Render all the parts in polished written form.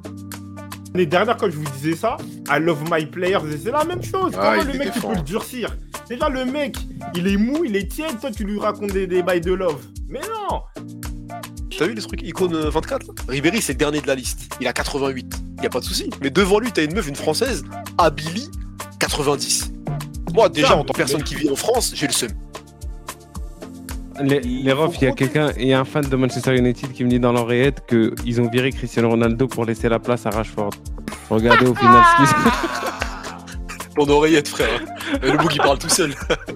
L'année dernière, quand je vous disais ça, I love my players, c'est la même chose. Comment le mec, tu peux le durcir? Déjà, le mec, il est mou, il est tiède, toi, tu lui racontes des bails de love. Mais non! T'as vu les trucs icône 24 là? Ribéry, c'est le dernier de la liste. Il a 88. Y a pas de souci. Mais devant lui, t'as une meuf, une française, Abili, 90. Moi, déjà, en tant que personne qui vit en France, j'ai le seum. Les refs, il y a un fan de Manchester United qui me dit dans l'oreillette qu'ils ont viré Cristiano Ronaldo pour laisser la place à Rashford. Regardez au final ce qui se passe. Ton oreillette, frère. Et le bout qui parle tout seul.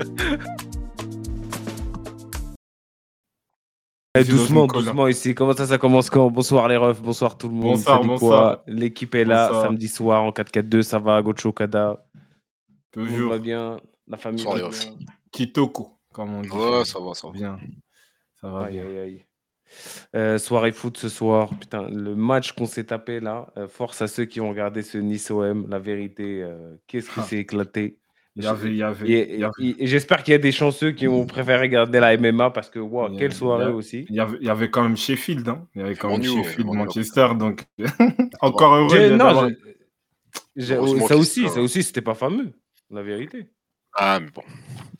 Doucement ici. Comment ça commence quand? Bonsoir les refs, bonsoir tout le monde. Bonsoir. L'équipe est là, samedi soir en 4-4-2, ça va, Gocho Kada. Toujours. Tout va bien, la famille va bien. Kitoko, comme on dit. Ouais, ça va. Bien. Ça va bien. Soirée foot ce soir. Putain, le match qu'on s'est tapé là, force à ceux qui ont regardé ce Nice OM. La vérité, qu'est-ce que c'est éclaté. Il y avait. Et j'espère qu'il y a des chanceux qui ont préféré regarder la MMA parce que, wow, quelle soirée aussi. Il y avait quand même Sheffield. Hein. Il y avait quand même Sheffield, Manchester. Donc, encore heureux. Ça aussi, c'était pas fameux, la vérité. Ah, mais bon.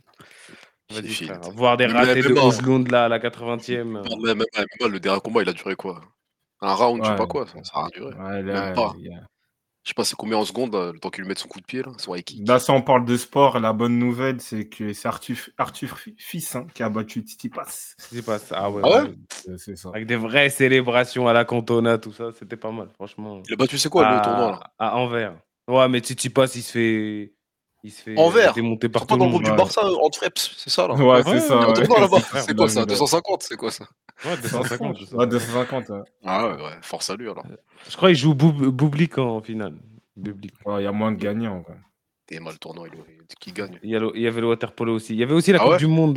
Voir des ratés de Oslund là à la 80e. Même le dernier combat, il a duré quoi? Un round, je sais pas quoi. Ça a duré. Même pas. Je sais pas c'est combien en secondes le temps qu'il lui mette son coup de pied là, son high kick. Là, si on parle de sport, la bonne nouvelle, c'est que c'est Arthur Fils qui a battu Tsitsipas. Ah ouais? C'est ça. Avec des vraies célébrations à la Cantona, tout ça, c'était pas mal, franchement. Il a battu, c'est quoi le tournoi là? À Anvers. Ouais, mais Tsitsipas, il se fait Anvers. démonter par tout le monde. Dans le groupe du Barça, Antwerp, c'est ça là? Ouais, c'est ça. Un tournoi là-bas. C'est quoi ça? 250, c'est quoi ça? Ouais, 250. Ouais, 250. Ah ouais, force à lui alors. Je crois qu'il joue Bublik en finale. Ouais, il y a moins de gagnants. Quoi. Et mal le tournoi, qui gagne. Il y avait le waterpolo aussi. Il y avait aussi la Coupe du Monde.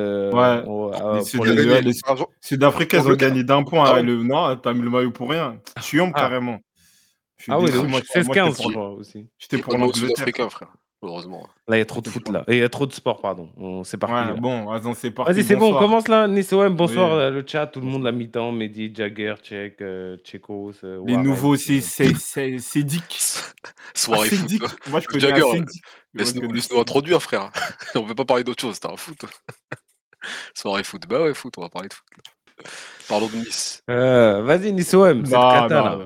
Les Sud-Africains ont gagné d'un point. Non, t'as mis le maillot pour rien. Je suis honte carrément. Ah oui, 16-15, je crois aussi. J'étais pour l'Angleterre, frère. Heureusement. Là, il y a trop de foot là. Et il y a trop de sport, pardon. C'est parti. Ouais, bon, c'est parti. Vas-y, c'est bon, on commence là. Nice OM, bonsoir le chat, tout le monde la mi-temps. Mehdi, Jagger, Tchèque, Tchekos. Les nouveaux, c'est Dick. Soirée foot. Dick. Moi, je peux Jagger. Laisse-nous introduire, frère. On veut pas parler d'autre chose, t'as un foot. Soirée foot. Bah ouais, foot, on va parler de foot. Parlons de Nice. Vas-y, Nice OM, c'est le Qatar là.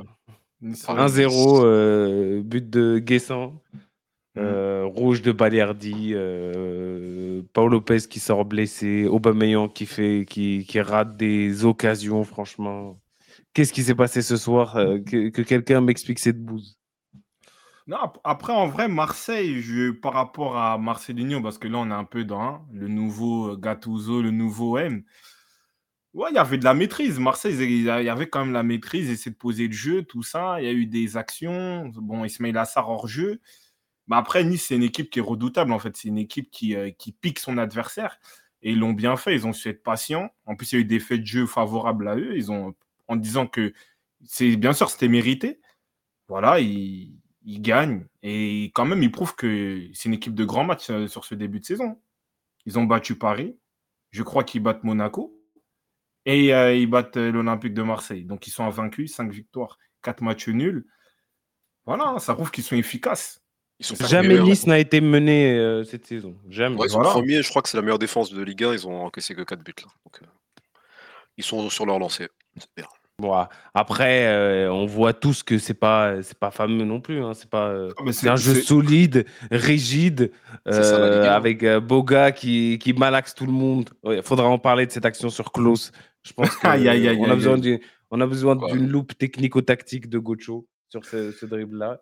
1-0, but de Guessant. Rouge de Balerdi, Paul Lopez qui sort blessé, Aubameyang qui rate des occasions, franchement. Qu'est-ce qui s'est passé ce soir? Que quelqu'un m'explique cette bouse. Non, après, en vrai, Marseille, par rapport à Marcelinho, parce que là, on est un peu dans le nouveau Gattuso, le nouveau M. Ouais, il y avait de la maîtrise. Marseille, il y avait quand même la maîtrise, essayer de poser le jeu, tout ça. Il y a eu des actions. Bon, Ismaïla Sarr hors jeu. Mais après, Nice, c'est une équipe qui est redoutable, en fait. C'est une équipe qui pique son adversaire. Et ils l'ont bien fait. Ils ont su être patients. En plus, il y a eu des faits de jeu favorables à eux. En disant que, bien sûr, c'était mérité. Voilà, ils gagnent. Et quand même, ils prouvent que c'est une équipe de grand match sur ce début de saison. Ils ont battu Paris. Je crois qu'ils battent Monaco. Et ils battent l'Olympique de Marseille. Donc, ils sont invaincus. 5 victoires, 4 matchs nuls. Voilà, ça prouve qu'ils sont efficaces. Jamais Nice n'a été mené cette saison. Jamais. Ouais, ils sont premiers. Je crois que c'est la meilleure défense de Ligue 1. Ils ont encaissé que 4 buts. Là. Donc, ils sont sur leur lancée. C'est bien. Bon, après, on voit tous que c'est pas fameux non plus. Hein. C'est un jeu solide, rigide, avec Boga qui malaxe tout le monde. Il faudra en parler de cette action sur Klose. Je pense qu'on a besoin d'une loupe technico-tactique de Gocho sur ce dribble-là.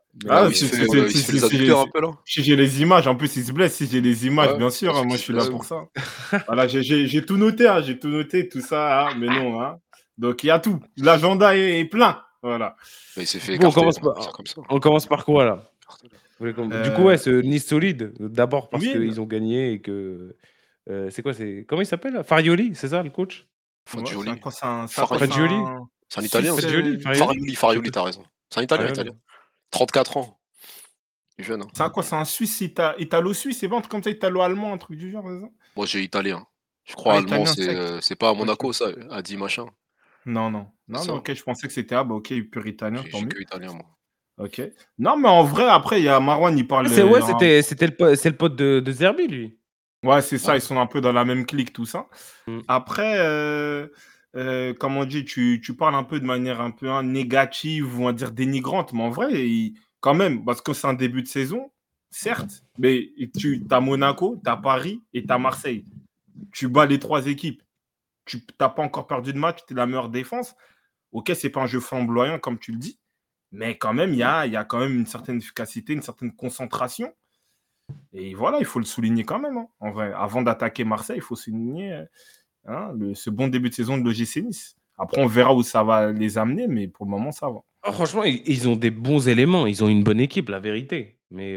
Si j'ai les images, en plus il se blesse. Si j'ai les images, bien sûr, moi je suis là pour ça. Voilà, j'ai tout noté, j'ai tout noté, tout ça, mais non. Hein. Donc il y a tout. L'agenda est plein. Voilà. Il s'est fait on commence par quoi là? Du coup, ce Nice solide. D'abord parce qu'ils ont gagné et que. C'est quoi? Comment il s'appelle? Farioli, c'est ça le coach? Fagioli. Fagioli. C'est un Italien. Farioli, t'as raison. C'est un Italien. 34 ans. Il est jeune. Hein. C'est quoi? C'est un Suisse, italo-suisse, c'est bon, comme ça, italo-allemand, un truc du genre, c'est ça? Moi, j'ai italien. Je crois allemand, c'est pas à Monaco, ça, a dit machin. Non, non. C'est Non, non, ça? OK, je pensais que c'était ah bah, OK, puritanien, tant J'ai mieux. que italien, moi. OK. Non, mais en vrai, après, il y a Marwan, il parle, Ouais, en c'est le pote de Zerbi, lui. ouais, c'est ça, Ouais. ils sont un peu dans la même clique, tout ça. Mm. Après, comme on dit, tu parles un peu de manière un peu, hein, négative ou on va dire dénigrante, mais en vrai, quand même, parce que c'est un début de saison, certes, mais tu as Monaco, tu as Paris et tu as Marseille. Tu bats les 3 équipes. Tu n'as pas encore perdu de match, tu es la meilleure défense. OK, c'est pas un jeu flamboyant, comme tu le dis, mais quand même, il y a quand même une certaine efficacité, une certaine concentration. Et voilà, il faut le souligner quand même, hein, en vrai. Avant d'attaquer Marseille, il faut souligner hein, ce bon début de saison de l'OGC Nice. Après, on verra où ça va les amener, mais pour le moment, ça va. Ah, franchement, ils ont des bons éléments. Ils ont une bonne équipe, la vérité. Mais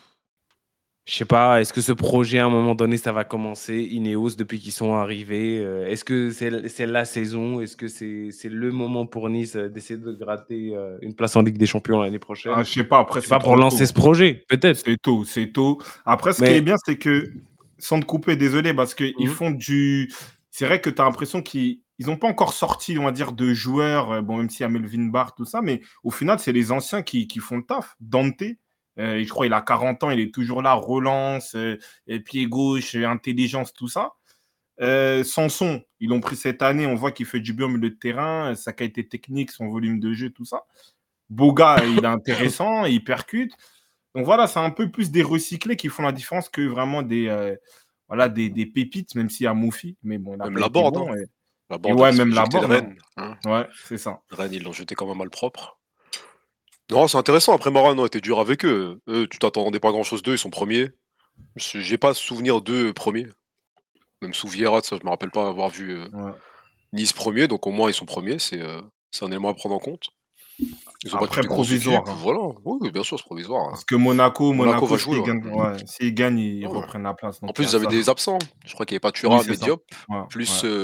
je sais pas, est-ce que ce projet, à un moment donné, ça va commencer? Ineos, depuis qu'ils sont arrivés, est-ce que c'est la saison? Est-ce que c'est le moment pour Nice d'essayer de gratter une place en Ligue des Champions l'année Ah, prochaine? je sais pas, après, Je sais c'est pas, pour trop lancer tôt. ce projet, peut-être. C'est tôt, c'est tôt. Après, ce qui est Mais bien, c'est que, sans te couper, désolé, parce qu'ils Mhm. font du. C'est vrai que tu as l'impression qu'ils n'ont pas encore sorti, on va dire, de joueurs, bon, même s'il y a Melvin Barr, tout ça, mais au final, c'est les anciens qui font le taf. Dante, je crois il a 40 ans, il est toujours là, relance, pied gauche, intelligence, tout ça. Sanson, ils l'ont pris cette année, on voit qu'il fait du bien au milieu de terrain, sa qualité technique, son volume de jeu, tout ça. Boga, il est intéressant, il percute. Donc voilà, c'est un peu plus des recyclés qui font la différence que vraiment voilà, des pépites, même s'il y a Moufi, mais bon, il n'a Même pas été Laborde, hein. bon. Et Laborde ouais, qui se fait même la éjecter de borne, hein. Rennes, hein. Ouais, c'est ça. Rennes, ils l'ont jeté quand même mal propre. Non, c'est intéressant. Après, Maran a été dur avec eux. Eux, tu t'attendais pas grand-chose d'eux, ils sont premiers. J'ai pas souvenir d'eux premiers. Même sous Vieira, ça, je me rappelle pas avoir vu Ouais. Nice premier, donc au moins ils sont premiers, c'est un élément à prendre en compte. Ils ont battu Après, des grosses équipes, provisoire, hein. voilà. Oui, oui, bien sûr, c'est provisoire, hein. Parce que Monaco, Monaco va Monaco, jouer, s'ils ouais. gagnent, ouais, s'ils gagnent, ils Ouais. reprennent la place. En Donc il y plus, a ils avaient ça. des absents. Je crois qu'il n'y avait pas Oui, Thuram c'est et ça. Diop, Ouais, plus, ouais.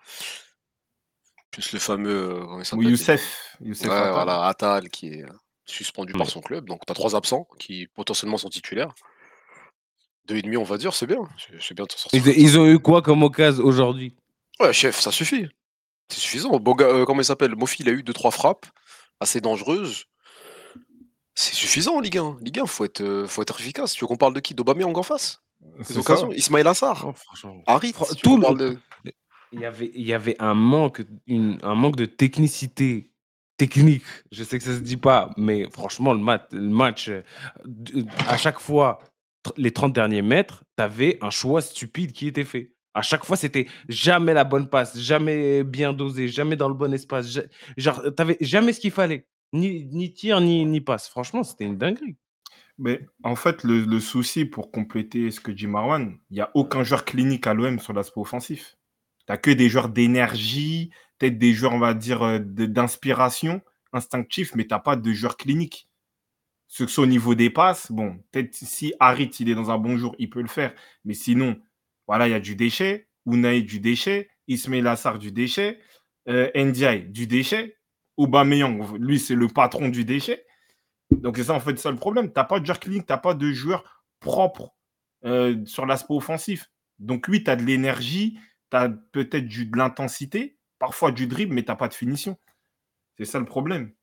plus le fameux, comment il Oui, s'appelle déjà? Youssef Ouais, Attal. voilà, Attal qui est suspendu par Ouais. son club. Donc tu as 3 absents qui potentiellement sont titulaires. 2,5, on va dire, c'est bien. C'est bien de s'en sortir comme ça. Ils ont eu quoi comme occasion aujourd'hui? Ouais, chef, ça suffit. C'est suffisant. Boga, comment il s'appelle? Mofi, il a eu 2-3 frappes assez dangereuses. C'est suffisant en Ligue 1. Ligue 1, faut être efficace. Tu veux qu'on parle de qui? d'Aubameyang en face? Des C'est occasions? ça. Ismaël Assar? Non, franchement. Harit? Tu veux Tout qu'on le... parle de. Il y avait un manque de technicité technique. Je sais que ça se dit pas, mais franchement, le match à chaque fois, les 30 derniers mètres, tu avais un choix stupide qui était fait. À chaque fois, c'était jamais la bonne passe, jamais bien dosé, jamais dans le bon espace. Genre, tu n'avais jamais ce qu'il fallait. Ni tir, ni passe. Franchement, c'était une dinguerie. Mais en fait, le souci, pour compléter ce que dit Marwan, il n'y a aucun joueur clinique à l'OM sur l'aspect offensif. Tu n'as que des joueurs d'énergie, peut-être des joueurs, on va dire, d'inspiration, instinctif, mais tu n'as pas de joueurs cliniques. Ce que ce soit au niveau des passes, bon, peut-être si Harit, il est dans un bon jour, il peut le faire. Mais sinon, voilà, il y a du déchet. Unai, du déchet. Ismail Assar, du déchet. Ndiaye, du déchet. Aubameyang, lui, c'est le patron du déchet. Donc, c'est ça, en fait, ça le problème. Tu n'as pas de joueur clinique, tu n'as pas de joueur propre sur l'aspect offensif. Donc, oui, tu as de l'énergie, tu as peut-être de l'intensité, parfois du dribble, mais tu n'as pas de finition. C'est ça le problème.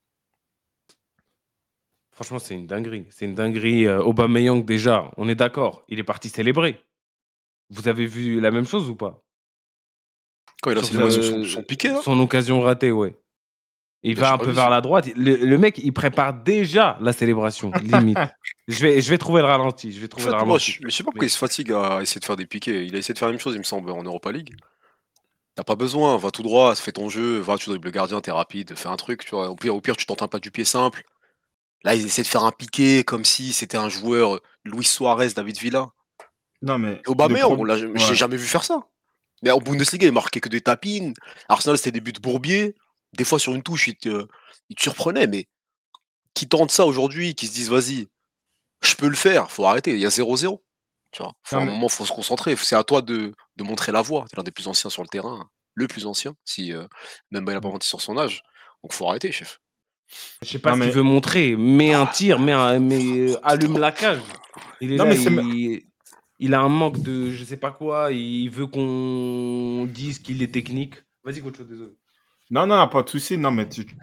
Franchement, c'est une dinguerie. C'est une dinguerie. Aubameyang, déjà, on est d'accord, il est parti célébrer. Vous avez vu la même chose ou pas? Quand il a Sur célébré son piqué, là? son occasion ratée, ouais. Il Là, va j'ai un pas peu vu vers ça. la droite. Le mec, il prépare déjà la célébration, limite. Je vais trouver le ralenti. Je vais En trouver le fait, moi, ralenti. je sais pas pourquoi Mais il se fatigue à essayer de faire des piqués. Il a essayé de faire la même chose, il me semble, en Europa League. T'as pas besoin, va tout droit, fais ton jeu, va, tu dribbles le gardien, t'es rapide, fais un truc, tu vois. Au pire, tu tentes un pas du pied simple. Là, ils essaient de faire un piqué comme si c'était un joueur Luis Suarez, David Villa. Non, mais Et le Aubameyang, problème. j'ai Ouais. jamais vu faire ça. Mais en Bundesliga, il marquait que des tapines. Arsenal, c'était des buts bourbiers. Des fois, sur une touche, il te surprenait, mais qui tentent ça aujourd'hui, qui se disent, vas-y, je peux le faire, faut arrêter, il y a 0-0. Tu vois, faut Non, un mais moment, faut se concentrer. C'est à toi de montrer la voie. Tu es l'un des plus anciens sur le terrain, le plus ancien, si même il n'a pas menti sur son âge. Donc faut arrêter, chef. je sais pas Non, ce qu'il mais, veut montrer. Mets un tir, allume la cage. Il est non, là, mais c'est. il a un manque de je sais pas quoi. Il veut qu'on dise qu'il est technique. Vas-y, coach, désolé. Non, non, pas de souci. Non, mais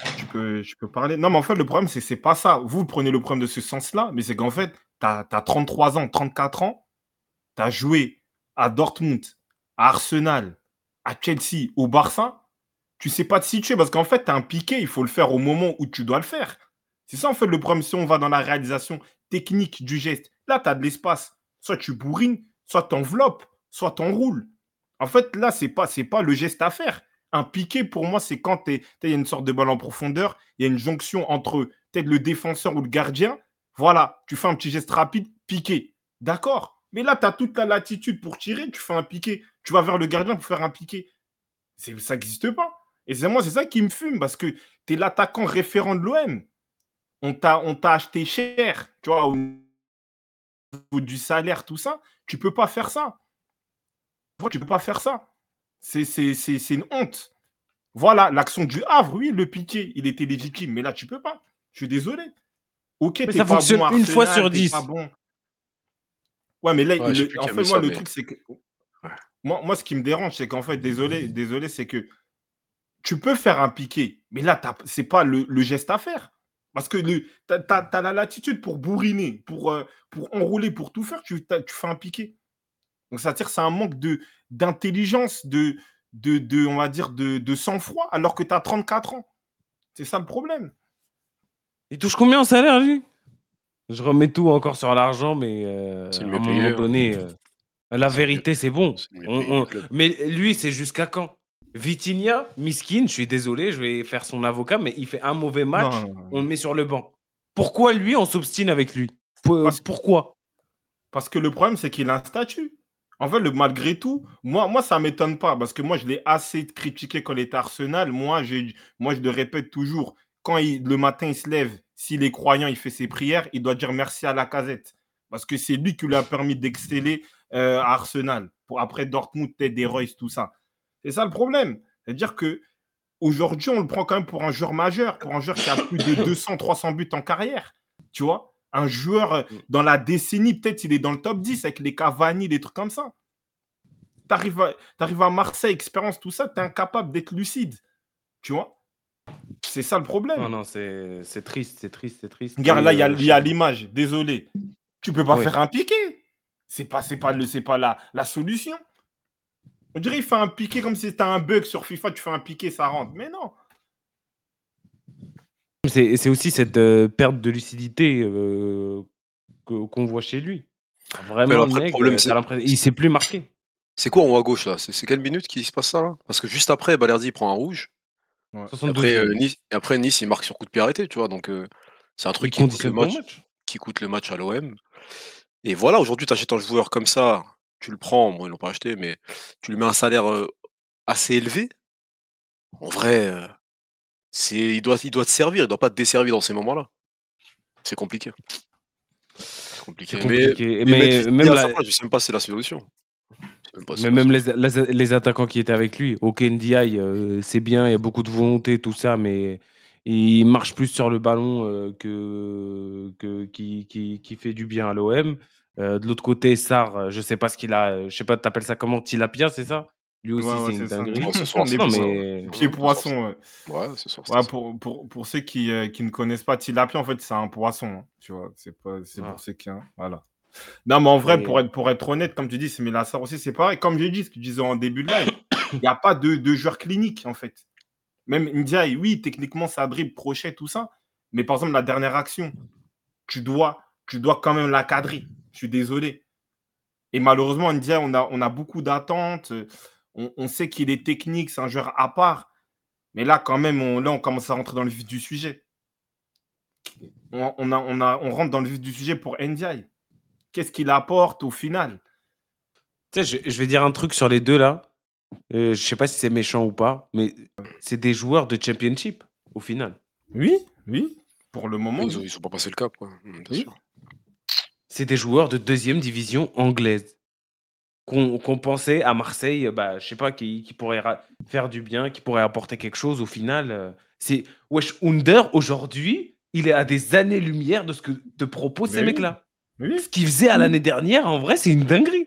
tu peux parler. Non, mais en fait, le problème, c'est pas ça. Vous prenez le problème de ce sens-là, mais c'est qu'en fait, tu as 33 ans, 34 ans, tu as joué à Dortmund, à Arsenal, à Chelsea, au Barça. Tu sais pas te situer parce qu'en fait, tu as un piqué, il faut le faire au moment où tu dois le faire. C'est ça, en fait, le problème. Si on va dans la réalisation technique du geste, là, tu as de l'espace. Soit tu bourrines, soit tu enveloppes, soit tu enroules. En fait, là, c'est pas le geste à faire. Un piqué, pour moi, c'est quand il y a une sorte de balle en profondeur, il y a une jonction entre peut-être le défenseur ou le gardien. Voilà, tu fais un petit geste rapide, piqué. D'accord. Mais là, tu as toute la latitude pour tirer, tu fais un piqué. Tu vas vers le gardien pour faire un piqué. Ça n'existe pas. Et c'est ça qui me fume, parce que tu es l'attaquant référent de l'OM. On t'a acheté cher, tu vois, au niveau du salaire, tout ça. Tu peux pas faire ça. Tu peux pas faire ça. C'est une honte. Voilà, l'action du Havre, oui, le piqué, il était légitime. Mais là, tu peux pas. Je suis désolé. Ok, Mais t'es ça pas fonctionne bon à une fois Arsenal, sur t'es pas 10. bon. Ouais, mais là, Ouais, je sais plus en qui a fait, mis moi, ça, le mais. truc, c'est que. Ouais. Moi, ce qui me dérange, c'est qu'en fait, désolé, c'est que tu peux faire un piqué, mais là, c'est pas le geste à faire. Parce que tu as la latitude pour bourriner, pour enrouler, pour tout faire, tu fais un piqué. Donc, ça veut dire que c'est un manque d'intelligence, on va dire, de sang-froid, alors que tu as 34 ans. C'est ça le problème. Il touche combien en salaire, lui? Je remets tout encore sur l'argent, mais C'est le à un mieux moment payé. Hein. donné, la C'est le mieux, vérité, c'est bon. c'est le mieux payé du club. Mais lui, c'est jusqu'à quand? Vitinha, Miskin, je suis désolé, je vais faire son avocat, mais il fait un mauvais match, Non, non, on non. le met sur le banc. Pourquoi lui, on s'obstine avec lui? Parce, Pourquoi? parce que le problème, c'est qu'il a un statut. En fait, malgré tout, moi ça ne m'étonne pas, parce que moi, je l'ai assez critiqué quand il était à Arsenal. Moi, je le répète toujours, quand le matin, il se lève, s'il est croyant, il fait ses prières, il doit dire merci à Lacazette. Parce que c'est lui qui lui a permis d'exceller à Arsenal. Après Dortmund, Teddy Royce, tout ça. C'est ça le problème. C'est-à-dire que aujourd'hui, on le prend quand même pour un joueur majeur, pour un joueur qui a plus de 200, 300 buts en carrière. Tu vois, un joueur dans la décennie, peut-être il est dans le top 10 avec les Cavani, des trucs comme ça. Tu arrives à Marseille, expérience, tout ça, tu es incapable d'être lucide. Tu vois, c'est ça le Non, problème. non, c'est triste, c'est triste, c'est triste. Regarde, Et, là, il y a l'image, désolé. Tu peux pas oui. faire un piqué. C'est pas la solution. On dirait qu'il fait un piqué comme si c'était un bug sur FIFA, tu fais un piqué, ça rentre. Mais non. C'est aussi cette perte de lucidité qu'on voit chez lui. Mais Vraiment, alors le après, le mec, problème, t'as l'impression, il s'est plus marqué. c'est quoi en haut à gauche là? C'est quelle minute qu'il se passe ça là? Parce que juste après, Balerdi il prend un rouge. Ouais. Et après, 72e. Nice, il marque sur coup de pied arrêté, tu vois. Donc, c'est un truc Il conditionne ton match. qui coûte le match à l'OM. Et voilà, aujourd'hui, tu achètes un joueur comme ça, tu le prends, bon, ils l'ont pas acheté, mais tu lui mets un salaire assez élevé. En vrai, il doit te servir, il doit pas te desservir dans ces moments-là. C'est compliqué. C'est compliqué. C'est compliqué. Mais Mais mettre même, à sa place, je sais même pas si c'est la solution. mais même les attaquants qui étaient avec lui, OK, Ndiaye, c'est bien, il y a beaucoup de volonté, tout ça, mais il marche plus sur le ballon qui fait du bien à l'OM. De l'autre côté, Sarr, je sais pas ce qu'il a, je sais pas, t'appelles ça comment? Tilapia, c'est ça? Lui aussi, c'est une C'est ça. dinguerie. Ouais, ce soir, Les c'est Non, ça. mais pieds Ouais, poissons. Ouais, ce soir, Ouais, c'était ça. pour ceux qui ne connaissent pas Tilapia, en fait, c'est un poisson. Hein, tu vois, c'est Ah. pour ceux qui. Hein, voilà. Non, mais en vrai, Et, pour être honnête, comme tu dis, c'est Mélassar aussi, c'est pareil. Comme j'ai dit, ce que tu disais en début de live, il n'y a pas de joueur clinique, en fait. Même Ndiaye, oui, techniquement, ça dribble, crochet, tout ça. Mais par exemple, la dernière action, tu dois quand même la cadrer. Je suis désolé. Et malheureusement, Ndiaye, on a beaucoup d'attentes. On sait qu'il est technique, c'est un joueur à part. Mais là, quand même, on commence à rentrer dans le vif du sujet. On rentre dans le vif du sujet pour Ndiaye. Qu'est-ce qu'il apporte au final? tu sais, je vais dire un truc sur les deux là. Je sais pas si c'est méchant ou pas, mais c'est des joueurs de championship au final. Oui, oui. Pour le moment, Ils oui. sont pas passés le cap, quoi. Bien Oui. sûr. C'est des joueurs de deuxième division anglaise qu'on pensait à Marseille, bah, je sais pas, qui pourraient faire du bien, qui pourraient apporter quelque chose. Au final, c'est wesh Under aujourd'hui, il est à des années-lumière de ce que te proposent ces Ben oui, mecs-là. oui. Ce qu'ils faisaient à l'année dernière, en vrai, c'est une dinguerie.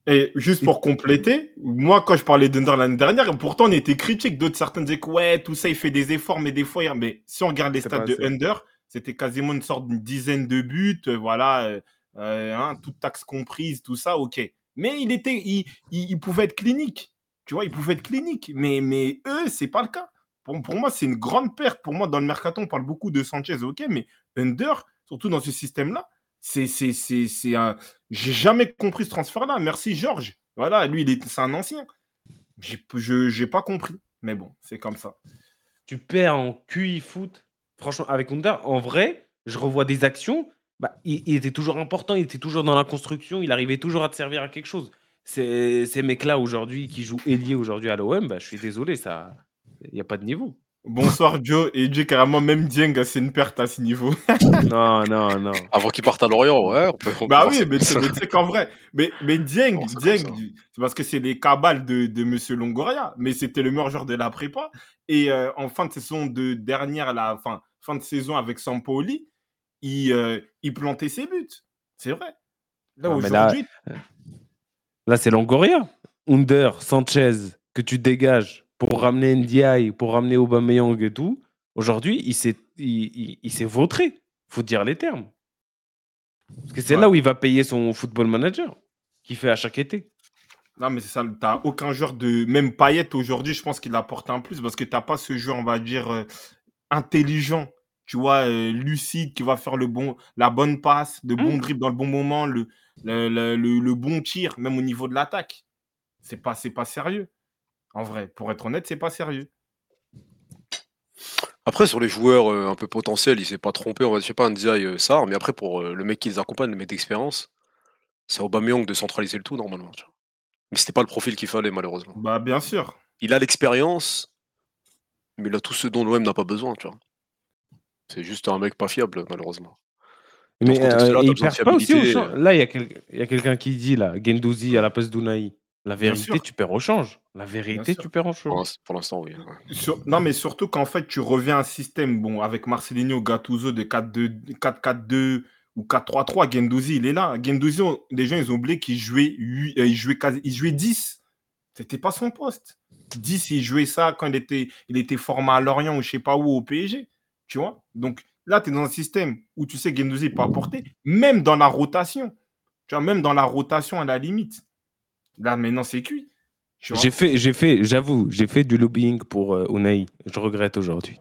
Et juste pour compléter, moi, quand je parlais d'Under l'année dernière, pourtant, on était critique. D'autres, certains disaient que ouais, tout ça, il fait des efforts, mais des fois, mais si on regarde les C'est stats pas de assez. Under, c'était quasiment une sorte d'une dizaine de buts, voilà, toute taxe comprise, tout ça, ok. Mais il pouvait être clinique, tu vois, il pouvait être clinique. Mais eux, c'est pas le cas. Pour moi, c'est une grande perte. Pour moi, dans le mercato, on parle beaucoup de Sanchez, ok, mais Under, surtout dans ce système-là, c'est un. J'ai jamais compris ce transfert-là. Merci, Georges. Voilà, lui, c'est un ancien. J'ai pas compris. Mais bon, c'est comme ça. Tu perds en QI foot. Franchement, avec Honda, en vrai, je revois des actions. Bah, il était toujours important, il était toujours dans la construction, il arrivait toujours à te servir à quelque chose. Ces mecs-là aujourd'hui qui jouent ailier aujourd'hui à l'OM, bah, je suis désolé, ça, il n'y a pas de niveau. Bonsoir, Joe. Et Dieu, carrément, même Dieng, c'est une perte à ce niveau. Non, non, non. Avant qu'il parte à Lorient, ouais, on peut Bah voir oui, ça mais comme ça. tu sais qu'en vrai, mais On peut voir ça comme ça. C'est parce que c'est les cabales de Monsieur Longoria, mais c'était le meilleur joueur de la prépa. Et en fin de saison de dernière, fin de saison avec Sampoli, il plantait ses buts. C'est vrai. Là, Non, mais là, aujourd'hui, là c'est Longoria. Under, Sanchez, que tu dégages pour ramener Ndiaye, pour ramener Aubameyang et tout. Aujourd'hui, il s'est vautré. Faut dire les termes. Parce que c'est ouais. là où il va payer son football manager, qu'il fait à chaque été. Non, mais c'est ça, t'as aucun joueur de. Même Payet aujourd'hui, je pense qu'il apporte un plus parce que t'as pas ce joueur, on va dire, intelligent, tu vois, lucide, qui va faire la bonne passe, le bon Hum. dribble dans le bon moment, le bon tir, même au niveau de l'attaque. C'est pas sérieux. En vrai, pour être honnête, c'est pas sérieux. Après, sur les joueurs un peu potentiels, il s'est pas trompé. On va, je sais pas, Ndiaye, Sarr, mais après, pour le mec qui les accompagne, le mec d'expérience, c'est à Aubameyang de centraliser le tout, normalement. Tu vois. Mais c'était pas le profil qu'il fallait, malheureusement. Bah, bien sûr. Il a l'expérience, mais il a tout ce dont l'OM n'a pas besoin, tu vois. C'est juste un mec pas fiable, malheureusement. Dans ce Mais contexte-là, et tu as il besoin de perd pas aussi au fiabilité. change. Là, il y a quelqu'un qui dit, là, Gendouzi à la place d'Unai. La Bien vérité, sûr. tu perds au change. La Bien vérité, tu sûr. perds au change. Pour l'instant, oui. Ouais. Non, mais surtout qu'en fait, tu reviens à un système, bon, avec Marcelinho, Gattuso de 4-4-2 ou 4-3-3. Guendouzi, il est là. Guendouzi, les gens, ils ont oublié qu'il jouait, il jouait 10. C'était pas son poste. 10, il jouait ça quand il était formé à Lorient ou je sais pas où, au PSG. Tu vois? Donc là, tu es dans un système où tu sais que Guendouzi peut apporter, même dans la rotation. Tu vois, même dans la rotation à la limite. Là, maintenant, c'est cuit. Tu vois? J'avoue, j'ai fait du lobbying pour Unai. Je regrette aujourd'hui.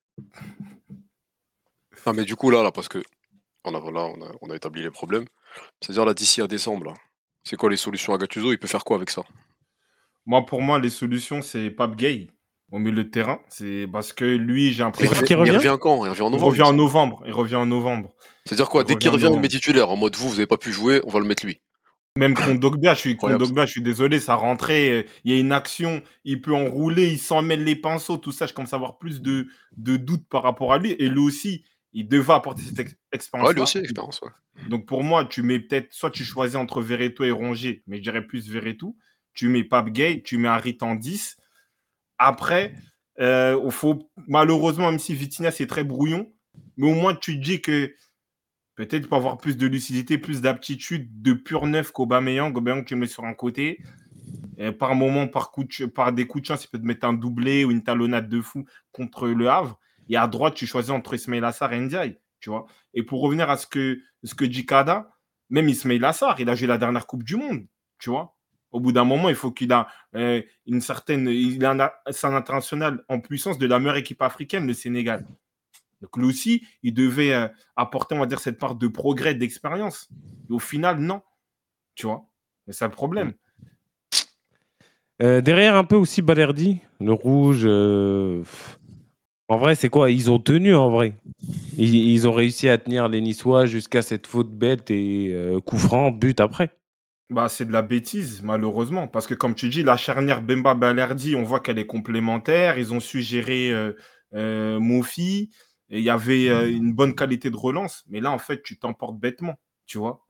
Ah, mais du coup, là, parce que on a établi les problèmes. C'est-à-dire, là, d'ici à décembre, là, c'est quoi les solutions à Gattuso? Il peut faire quoi avec ça? Moi, pour moi, les solutions, c'est Pape Gay au milieu de terrain. C'est parce que lui, j'ai C'est l'impression quand qu'il Il revient? revient quand? Il revient en il novembre, revient il me en semble. novembre. Il revient en novembre. C'est-à-dire Il quoi? Dès revient qu'il en revient, il met novembre. titulaire, en mode vous n'avez pas pu jouer, on va le mettre lui. Même contre Incroyable ça. Dogba, je suis désolé, ça rentrait. Il y a une action, il peut enrouler, il s'en mêle les pinceaux, tout ça. Je commence à avoir plus de doutes par rapport à lui. Et lui aussi, il devait apporter cette Ouais, lui expérience-là. aussi, expérience, ouais. Donc pour moi, tu mets peut-être, soit tu choisis entre Verretou et Rongier, mais je dirais plus Verretou. Tu mets Pape Gay, tu mets Harit en 10. Après, malheureusement, même si Vitinha, c'est très brouillon, mais au moins tu te dis que peut-être pour avoir plus de lucidité, plus d'aptitude de pur neuf qu'Aubameyang. Aubameyang, tu le mets sur un côté. Et par moment, par des coups de chance, il peut te mettre un doublé ou une talonnade de fou contre le Havre. Et à droite, tu choisis entre Ismail Assar et Ndiaye. Tu vois. Et pour revenir à ce que dit Kada, même Ismail Assar, il a joué la dernière Coupe du Monde. Tu vois. Au bout d'un moment, il faut qu'il a une certaine. C'est un international en puissance de la meilleure équipe africaine, le Sénégal. Donc lui aussi, il devait apporter, on va dire, cette part de progrès, d'expérience. Et au final, non. Tu vois. Mais c'est le problème. Derrière un peu aussi Balerdi, le rouge. En vrai, c'est quoi? Ils ont tenu en vrai. Ils ont réussi à tenir les Niçois jusqu'à cette faute bête et coup franc, but après. Bah, c'est de la bêtise, malheureusement. Parce que, comme tu dis, la charnière Bemba-Balerdi, on voit qu'elle est complémentaire. Ils ont su gérer Mofi. Et il y avait une bonne qualité de relance. Mais là, en fait, tu t'emportes bêtement. Tu vois.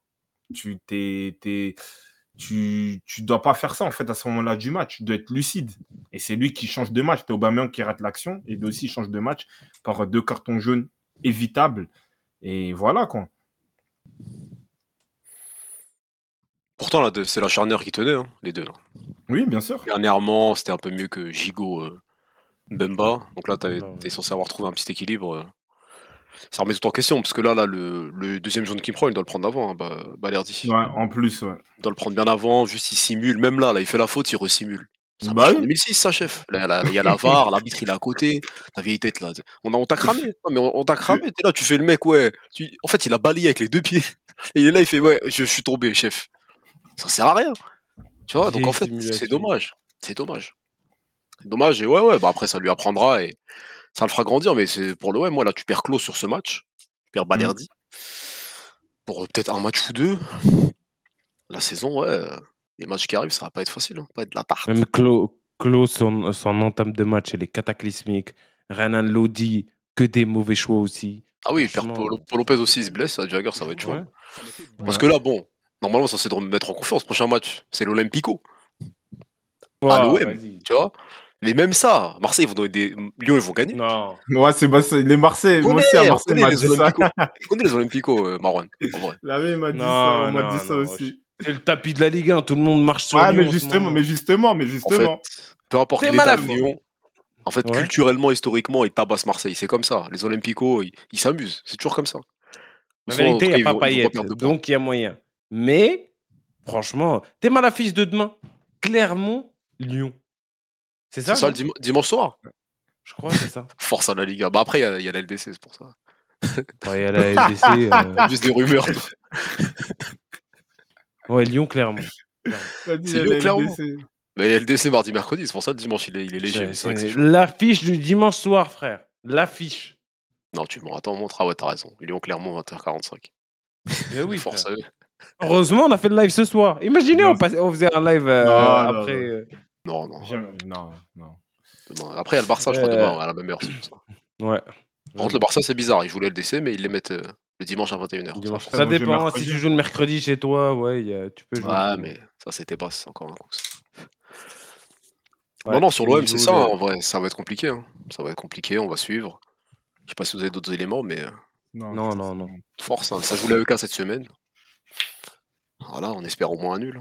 Tu dois pas faire ça, en fait, à ce moment-là du match. Tu dois être lucide. Et c'est lui qui change de match. C'est Aubameyang qui rate l'action. Et lui aussi change de match par 2 cartons jaunes évitables. Et voilà, quoi. Pourtant, là, c'est la charnière qui tenait, hein, les deux. Là. Oui, bien sûr. Dernièrement, c'était un peu mieux que Gigot Bemba. Donc là, t'es censé avoir trouvé un petit équilibre. Ça remet tout en question, parce que là le deuxième jaune qu'il prend, il doit le prendre avant, hein, Balerdi. Ouais, en plus, ouais. Il doit le prendre bien avant, juste il simule. Même là, il fait la faute, il resimule. Ça Bah marche en oui. 2006, ça, chef. Là, il y a la VAR, l'arbitre, il est à côté. Ta vieille tête, là. On t'a cramé. Non, mais on t'a cramé. T'es là, tu fais le mec, ouais. En fait, il a balayé avec les deux pieds. Et il est là, il fait, ouais, je suis tombé, chef. Ça sert à rien. Tu vois, donc en fait, c'est dommage. C'est dommage. C'est dommage, et ouais, après, ça lui apprendra et ça le fera grandir. Mais c'est pour le ouais, moi, là, tu perds Klose sur ce match. Tu perds Balerdi. Pour peut-être un match ou deux. La saison, ouais. Les matchs qui arrivent, ça va pas être facile. Hein. Ça va pas être de la tarte. Même Klose, son entame de match, elle est cataclysmique. Renan Lodi, que des mauvais choix aussi. Ah oui, Paul Lopez aussi il se blesse, à Jagger, ça va être chaud. Ouais. Parce que là, bon, normalement, ça c'est de remettre en confiance. Prochain match, c'est l'Olympico. Ouais, à l'OM, tu vois. Mais même ça, Marseille, Lyon, ils vont gagner. Non. Ouais, c'est les Marseillais. Moi aussi, à Marseille, m'a dit ça. Je connais les Olympico, Marwan. En vrai. La même m'a dit ça, on m'a dit ça aussi. C'est le tapis de la Ligue 1, tout le monde marche sur Lyon. Ouais, mais justement. En fait, peu importe l'état de Lyon, en fait, Ouais. culturellement, historiquement, ils tabassent Marseille. C'est comme ça. Les Olympico, ils s'amusent. C'est toujours comme ça. La vérité, il n'y a pas Payet, donc il y a moyen. Mais, franchement, t'es mal affiche de demain. Clermont, Lyon. C'est ça le dimanche soir. Je crois que c'est ça. Force à la Liga. Bah après, il y a la LDC, c'est pour ça. Ouais, il y a la LDC. Juste des rumeurs. Ouais, Lyon-Clermont. C'est Lyon-Clermont. Mais LDC mardi, mercredi, c'est pour ça le dimanche, il est léger. C'est l'affiche du dimanche soir, frère. L'affiche. Non, tu m'en attends, montre. Ah ouais, t'as raison. Lyon-Clermont, 20h45. Mais oui, force à eux. Heureusement, on a fait le live ce soir. Imaginez, on faisait un live après. Non. Non. Après, il y a le Barça, je crois, demain, à la même heure. Ouais. Par contre, le Barça, c'est bizarre. Ils voulaient le LDC, mais ils les mettent le dimanche à 21h. Ça dépend. Si tu joues le mercredi chez toi, ouais, tu peux jouer. Ouais, mais ça, c'était pas encore un coup. Non, sur l'OM, c'est ça, en vrai. Ça va être compliqué. Hein. Ça va être compliqué, on va suivre. Je sais pas si vous avez d'autres éléments, mais. Non. Force, hein. Ça joue l'AEK cette semaine. Voilà, on espère au moins un nul.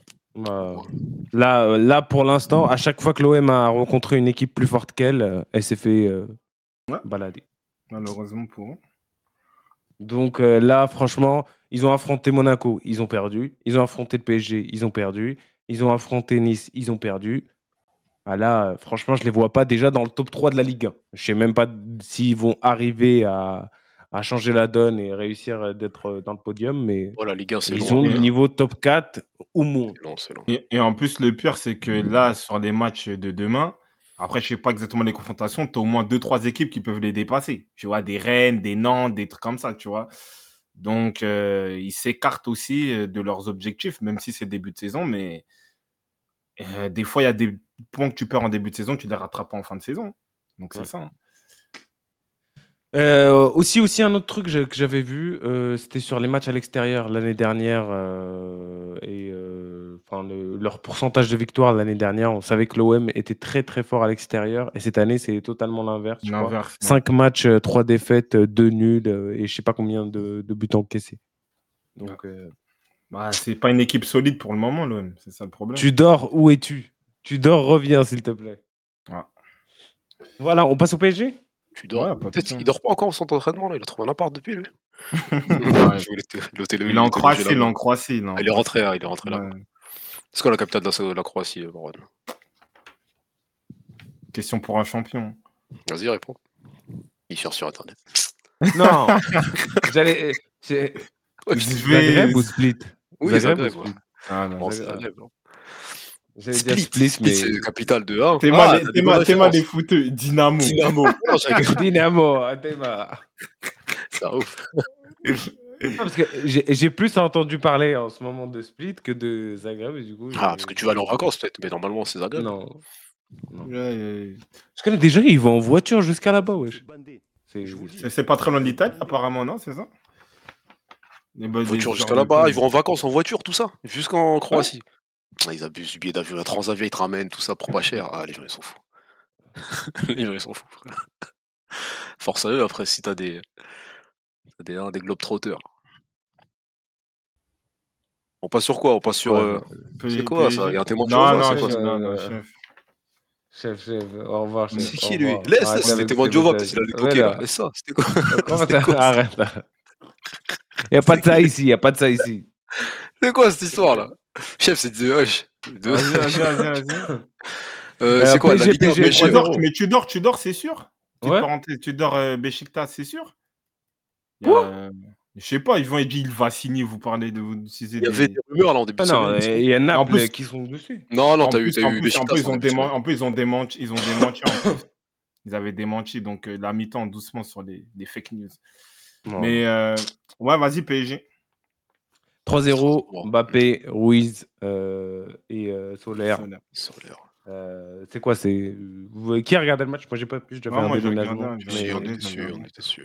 Là, pour l'instant, à chaque fois que l'OM a rencontré une équipe plus forte qu'elle, elle s'est fait balader. Malheureusement pour eux. Donc là, franchement, ils ont affronté Monaco, ils ont perdu. Ils ont affronté le PSG, ils ont perdu. Ils ont affronté Nice, ils ont perdu. Ah là, franchement, je ne les vois pas déjà dans le top 3 de la Ligue 1. Je ne sais même pas s'ils vont arriver à changer la donne et réussir d'être dans le podium, mais la Ligue 1, ils ont le niveau top 4 au moins. C'est long. Et en plus, le pire, c'est que là, sur les matchs de demain, après, je ne sais pas exactement les confrontations, tu as au moins 2-3 équipes qui peuvent les dépasser. Tu vois, des Rennes, des Nantes, des trucs comme ça, tu vois. Donc, ils s'écartent aussi de leurs objectifs, même si c'est le début de saison, mais des fois, il y a des points que tu perds en début de saison, tu ne les rattrapes pas en fin de saison. Donc, c'est ça. Hein. Aussi un autre truc que j'avais vu, c'était sur les matchs à l'extérieur l'année dernière leur pourcentage de victoire l'année dernière. On savait que l'OM était très très fort à l'extérieur et cette année c'est totalement l'inverse. 5 matchs, 3 défaites, 2 nuls et je sais pas combien de buts encaissés. Donc, c'est pas une équipe solide pour le moment, l'OM, c'est ça le problème. Tu dors, où es-tu? Tu dors, reviens s'il te plaît. Voilà, on passe au PSG. Tu dors. Peut-être qu'il dort pas encore au centre d'entraînement, là. Il a trouvé un appart depuis, lui. Il est en Croatie, Il est rentré là. C'est quoi la capitale de la Croatie, Marwan? Question pour un champion. Vas-y, réponds. Il cherche sur Internet. Non. J'allais. Zagreb ou Split? Oui, Zagreb. Zagreb. Split, c'est la capitale de A. T'es mal des footeux. Dynamo. Dynamo, Théma. C'est ouf. Parce que j'ai plus entendu parler en ce moment de Split que de Zagreb. Et du coup, parce que tu vas aller en vacances peut-être, mais normalement c'est Zagreb. Non. Je connais des gens, ils vont en voiture jusqu'à là-bas, wesh. C'est pas très loin de l'Italie, apparemment, non? C'est ça? Voiture jusqu'à là-bas, ils vont en vacances en voiture, tout ça, jusqu'en Croatie. Ils abusent du billet d'avion, la Transavia, ils te ramènent tout ça pour pas cher. Les gens ils sont fous. Les gens ils sont fous. Force à eux, après, si t'as des globetrotters. On passe sur quoi? On passe sur. C'est quoi ça? Il y a un témoin de Non, Jéhovah, non, c'est quoi ça? non, chef. Chef, au revoir, chef. C'est Au qui lui? revoir. Laisse, Arrête c'était avec témoin ces de Jéhovah, messages. peut-être il allait Ouais, coquer là. là. Laisse ça, c'était quoi? Comment C'était quoi ça? Arrête là. Il n'y a pas de ça ici, il n'y a pas de ça ici. C'est quoi cette histoire là? Chef, c'est de. Wesh. Vas-y. C'est quoi la PSG, Ligue 1 PSG, PSG, 3-0. Mais tu dors, c'est sûr? Petite Ouais. parenthèse, tu dors Beşiktaş, c'est sûr? Quoi? Je sais pas, ils vont dire il va signer, vous parlez de vous utiliser Il y avait des. des rumeurs là en début Ah de non, semaine. il y a En Naples plus- qui sont dessus. Non, En t'as eu plus, en plus, Beşiktaş ils en ont début de semaine. ils ont démenti en plus. Ils avaient démenti, donc la mi-temps doucement sur les fake news. Non. Mais ouais, vas-y, PSG. 3-0, Bon. Mbappé, Ruiz et Solaire. Solaire. C'est quoi qui a regardé le match? Moi, j'ai pas pu. J'ai déjà fait Ouais, un moi, j'ai déménagement. regardé, Si, Mais- on était sûr.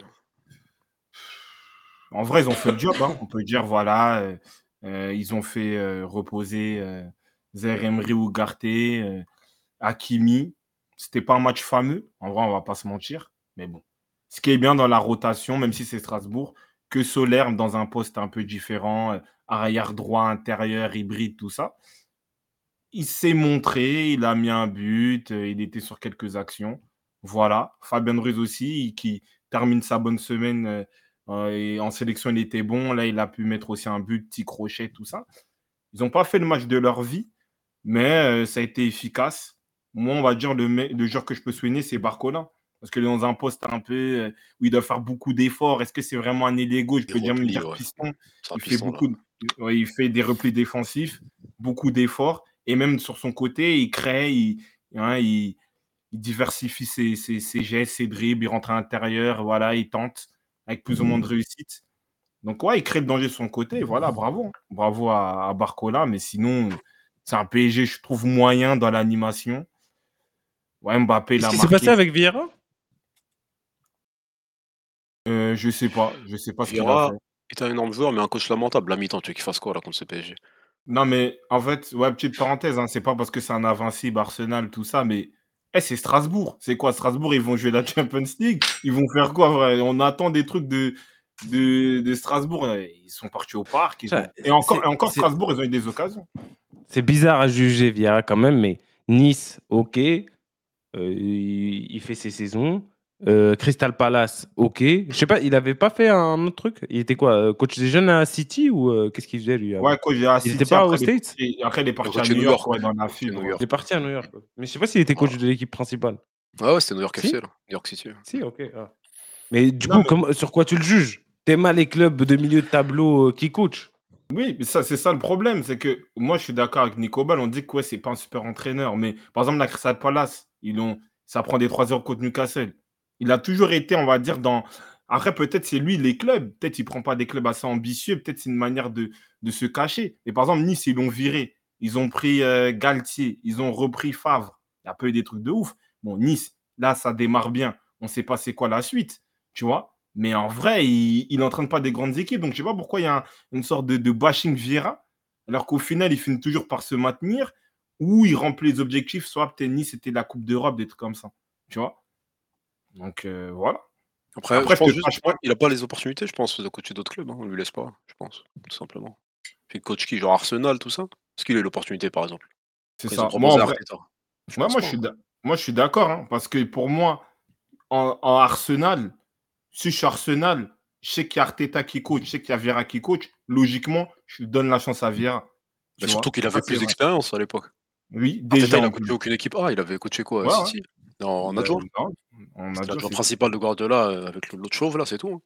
En vrai, ils ont fait le job. Hein. On peut dire, voilà, ils ont fait reposer Zaire Emery Ugarte, Hakimi. C'était pas un match fameux. En vrai, on va pas se mentir. Mais bon. Ce qui est bien dans la rotation, même si c'est Strasbourg, que Solaire dans un poste un peu différent, arrière droit, intérieur, hybride, tout ça. Il s'est montré, il a mis un but, il était sur quelques actions. Voilà. Fabien Ruiz aussi, qui termine sa bonne semaine et en sélection, il était bon. Là, il a pu mettre aussi un but, petit crochet, tout ça. Ils n'ont pas fait le match de leur vie, mais ça a été efficace. Moi, on va dire le joueur que je peux souligner, c'est Barcola. Parce qu'il est dans un poste un peu où il doit faire beaucoup d'efforts. Est-ce que c'est vraiment un ailier gauche? Je peux même dire piston. Il fait des replis défensifs, beaucoup d'efforts. Et même sur son côté, il crée, il diversifie ses gestes, ses dribbles, il rentre à l'intérieur, voilà, il tente avec plus ou moins de réussite. Donc, ouais, il crée le danger de son côté. Voilà, bravo. Bravo à Barcola. Mais sinon, c'est un PSG, je trouve, moyen dans l'animation. Ouais, Mbappé, Qu'est-ce qui s'est passé avec Vieira? Je sais pas ce qu'il a Vieira fait. est un énorme joueur, mais un coach lamentable. La mi-temps, tu veux qu'il fasse quoi là contre ce PSG? Non, mais en fait, ouais, petite parenthèse, hein, c'est pas parce que c'est un invincible Arsenal, tout ça, mais c'est Strasbourg. C'est quoi Strasbourg? Ils vont jouer la Champions League. Ils vont faire quoi, vrai? On attend des trucs de Strasbourg. Ils sont partis au parc. Et encore Strasbourg, ils ont eu des occasions. C'est bizarre à juger Vieira quand même, mais Nice, ok. Il fait ses saisons. Crystal Palace, ok. Je sais pas, il avait pas fait un autre truc? Il était quoi? Coach des jeunes à City ou qu'est-ce qu'il faisait lui avant? Ouais, coach à Il City. était pas aux States? Après, il est parti à coach New York, ouais, dans la fibre. Il est parti à New York. Mais je sais pas s'il était coach de l'équipe principale. Ouais, c'était New York Si? FC, là. New York City. Si, ok. Mais du coup, sur quoi tu le juges? T'aimes mal les clubs de milieu de tableau qui coachent? Oui, mais c'est ça le problème, c'est que moi je suis d'accord avec Nico Ball, on dit que ouais, c'est pas un super entraîneur, mais par exemple la Crystal Palace, ça prend des 3 heures contre Newcastle. Il a toujours été, on va dire, dans. Après, peut-être c'est lui, les clubs, peut-être il prend pas des clubs assez ambitieux, peut-être c'est une manière de se cacher. Et par exemple, Nice, ils l'ont viré, ils ont pris Galtier, ils ont repris Favre. Il y a pas eu des trucs de ouf. Bon, Nice, là, ça démarre bien. On sait pas c'est quoi la suite, tu vois. Mais en vrai, il n'entraîne pas des grandes équipes. Donc, je ne sais pas pourquoi il y a une sorte de bashing Vieira, alors qu'au final, il finit toujours par se maintenir ou il remplit les objectifs. Soit peut-être Nice, c'était la Coupe d'Europe, des trucs comme ça. Tu vois? Donc, voilà. Après je pense juste il n'a pas les opportunités, je pense, de coacher d'autres clubs. Hein. On ne lui laisse pas, je pense, tout simplement. Puis coach qui? Genre Arsenal, tout ça? Est-ce qu'il a l'opportunité, par exemple? C'est ça. Moi, en vrai, moi, je suis d'accord. Hein, parce que pour moi, en Arsenal, si je suis Arsenal, je sais qu'il y a Arteta qui coach, je sais qu'il y a Vieira qui coach. Logiquement, je donne la chance à Vieira. Surtout qu'il avait plus d'expérience à l'époque. Oui, déjà. Il n'a coaché aucune équipe A, il avait coaché quoi? City? En adjoint? C'était l'adjoint principal de Guardiola avec l'autre chauve, là, c'est tout. Hein.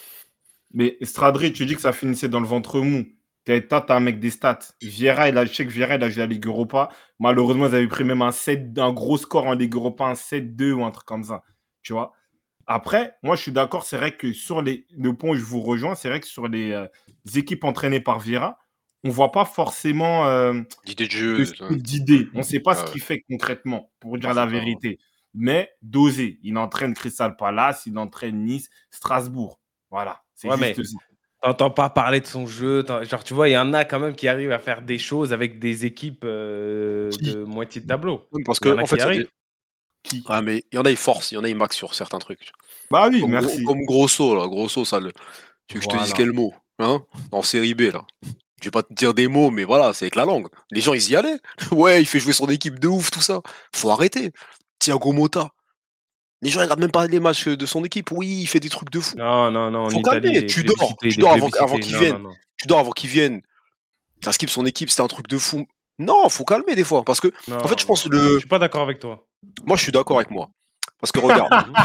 Mais Stradri, tu dis que ça finissait dans le ventre mou. T'as un mec des stats. Vieira, je sais que Vieira, il a joué à la Ligue Europa. Malheureusement, ils avaient pris même un gros score en Ligue Europa, un 7-2 ou un truc comme ça. Tu vois? Après, moi, je suis d'accord, c'est vrai que sur le point où je vous rejoins, c'est vrai que sur les équipes entraînées par Vieira, on ne voit pas forcément d'idée de jeu. D'idée. On ne sait pas ce qu'il fait concrètement, pour dire la vérité. Mais dosé. Il entraîne Crystal Palace, il entraîne Nice, Strasbourg. Voilà. C'est juste ça. T'entends pas parler de son jeu. Genre, tu vois, il y en a quand même qui arrivent à faire des choses avec des équipes de moitié de tableau. Parce que, en fait, mais il y en a, ils forcent, il y en a, ils max sur certains trucs. Bah oui, merci. Comme Grosso, là. Grosso, ça le. Tu veux que je te dise quel mot? Hein? En série B, là. Je vais pas te dire des mots, mais voilà, c'est avec la langue. Les gens, ils y allaient. Ouais, il fait jouer son équipe de ouf, tout ça. Faut arrêter. Thiago Motta. Les gens, ils regardent même pas les matchs de son équipe. Oui, il fait des trucs de fou. Non, en Faut Italie, calmer. Tu dors. Tu dors avant qu'il vienne. Tu dors avant qu'il vienne. Ça skip son équipe, c'était un truc de fou. Non, faut calmer des fois. Parce que, en fait, je pense Je suis pas d'accord avec toi. Moi, je suis d'accord avec moi. Parce que regarde.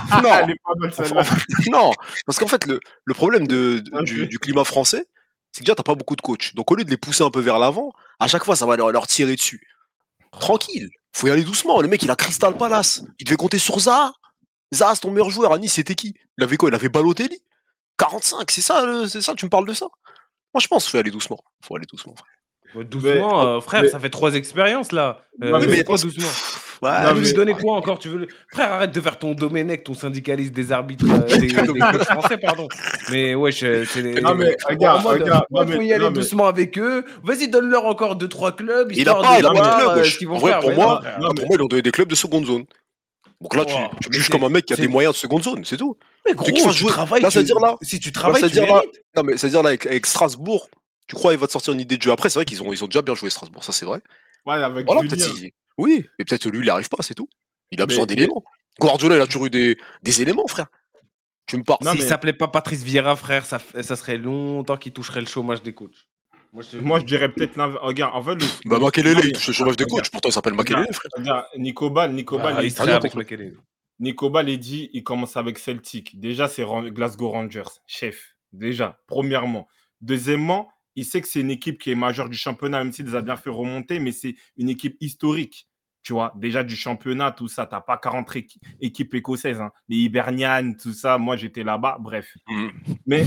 Non, parce qu'en fait, le problème du climat français, c'est que déjà, t'as pas beaucoup de coachs. Donc, au lieu de les pousser un peu vers l'avant, à chaque fois, ça va leur tirer dessus. Tranquille. Faut y aller doucement. Le mec, il a Crystal Palace. Il devait compter sur Zaha. Zaha, c'est ton meilleur joueur. À Nice, c'était qui? Il avait quoi? Il avait Balotelli. 45, c'est ça, tu me parles de ça? Moi, je pense qu'il faut aller doucement. Faut aller doucement, frère. Doucement, frère, ça fait 3 expériences là. mais quoi doucement? Tu veux lui donner quoi encore? Frère, arrête de faire ton Domenech, ton syndicaliste des arbitres des clubs français, pardon. Mais wesh, c'est les. Non, mais regarde. Il faut y aller doucement avec eux. Vas-y, donne-leur encore 2-3 clubs. Il a pas de club. Ce qu'ils vont en vrai, faire. pour moi, ils ont donné des clubs de seconde zone. Donc là, tu juges comme un mec qui a des moyens de seconde zone, c'est tout. Mais gros, tu travailles. Là, c'est-à-dire là. Si tu travailles, tu mérites. Non, mais c'est-à-dire là, avec Strasbourg, tu crois qu'il va te sortir une idée de jeu. Après, c'est vrai qu'ils ont déjà bien joué Strasbourg, ça c'est vrai. Ouais, avec voilà, oui, mais peut-être lui, il arrive pas, c'est tout. Il a besoin d'éléments. Guardiola, il a toujours eu des éléments, frère. Tu me parles. S'il s'appelait pas Patrice Vieira, frère, ça serait longtemps qu'il toucherait le chômage des coachs. Moi, je dirais peut-être regarde, en fait, Makelele, il touche le chômage des coachs. Pourtant, il s'appelle Makelele, frère. Regarde, Nicobal, il serait avec Makelele. Nicobal est dit, il commence avec Celtic. Déjà, c'est Glasgow Rangers, chef. Déjà, premièrement. Deuxièmement, il sait que c'est une équipe qui est majeure du championnat, même s'il les a bien fait remonter, mais c'est une équipe historique. Tu vois, déjà du championnat, tout ça, t'as pas 40 équipes écossaises. Hein. Les Hibernian, tout ça, moi j'étais là-bas, bref. Mais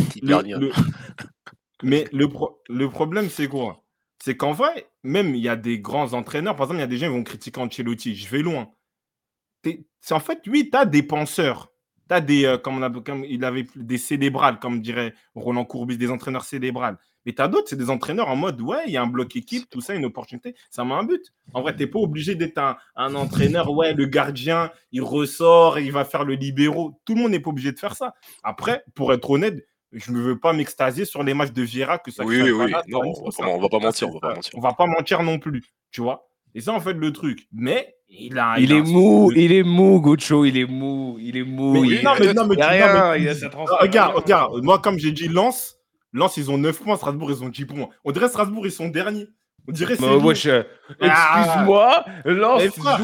le problème, c'est quoi? C'est qu'en vrai, même il y a des grands entraîneurs, par exemple, il y a des gens qui vont critiquer Ancelotti. Je vais loin. C'est en fait, oui, tu as des penseurs. Tu as des, comme il avait des cérébrales, comme dirait Roland Courbis, des entraîneurs cérébrales. Mais tu as d'autres, c'est des entraîneurs en mode, ouais, il y a un bloc équipe, tout ça, une opportunité, ça met un but. En vrai, tu n'es pas obligé d'être un entraîneur, ouais, le gardien, il ressort, il va faire le libéraux. Tout le monde n'est pas obligé de faire ça. Après, pour être honnête, je ne veux pas m'extasier sur les matchs de Vieira que ça. Oui. Non, on va pas mentir. On va pas mentir non plus, tu vois. Et ça, en fait, le truc. Mais il est mou, Gaucho, il est mou. Regarde, moi, comme j'ai dit, Lens, ils ont 9 points, Strasbourg, ils ont 10 points. On dirait Strasbourg, ils sont derniers. On dirait c'est. Excuse-moi, Lens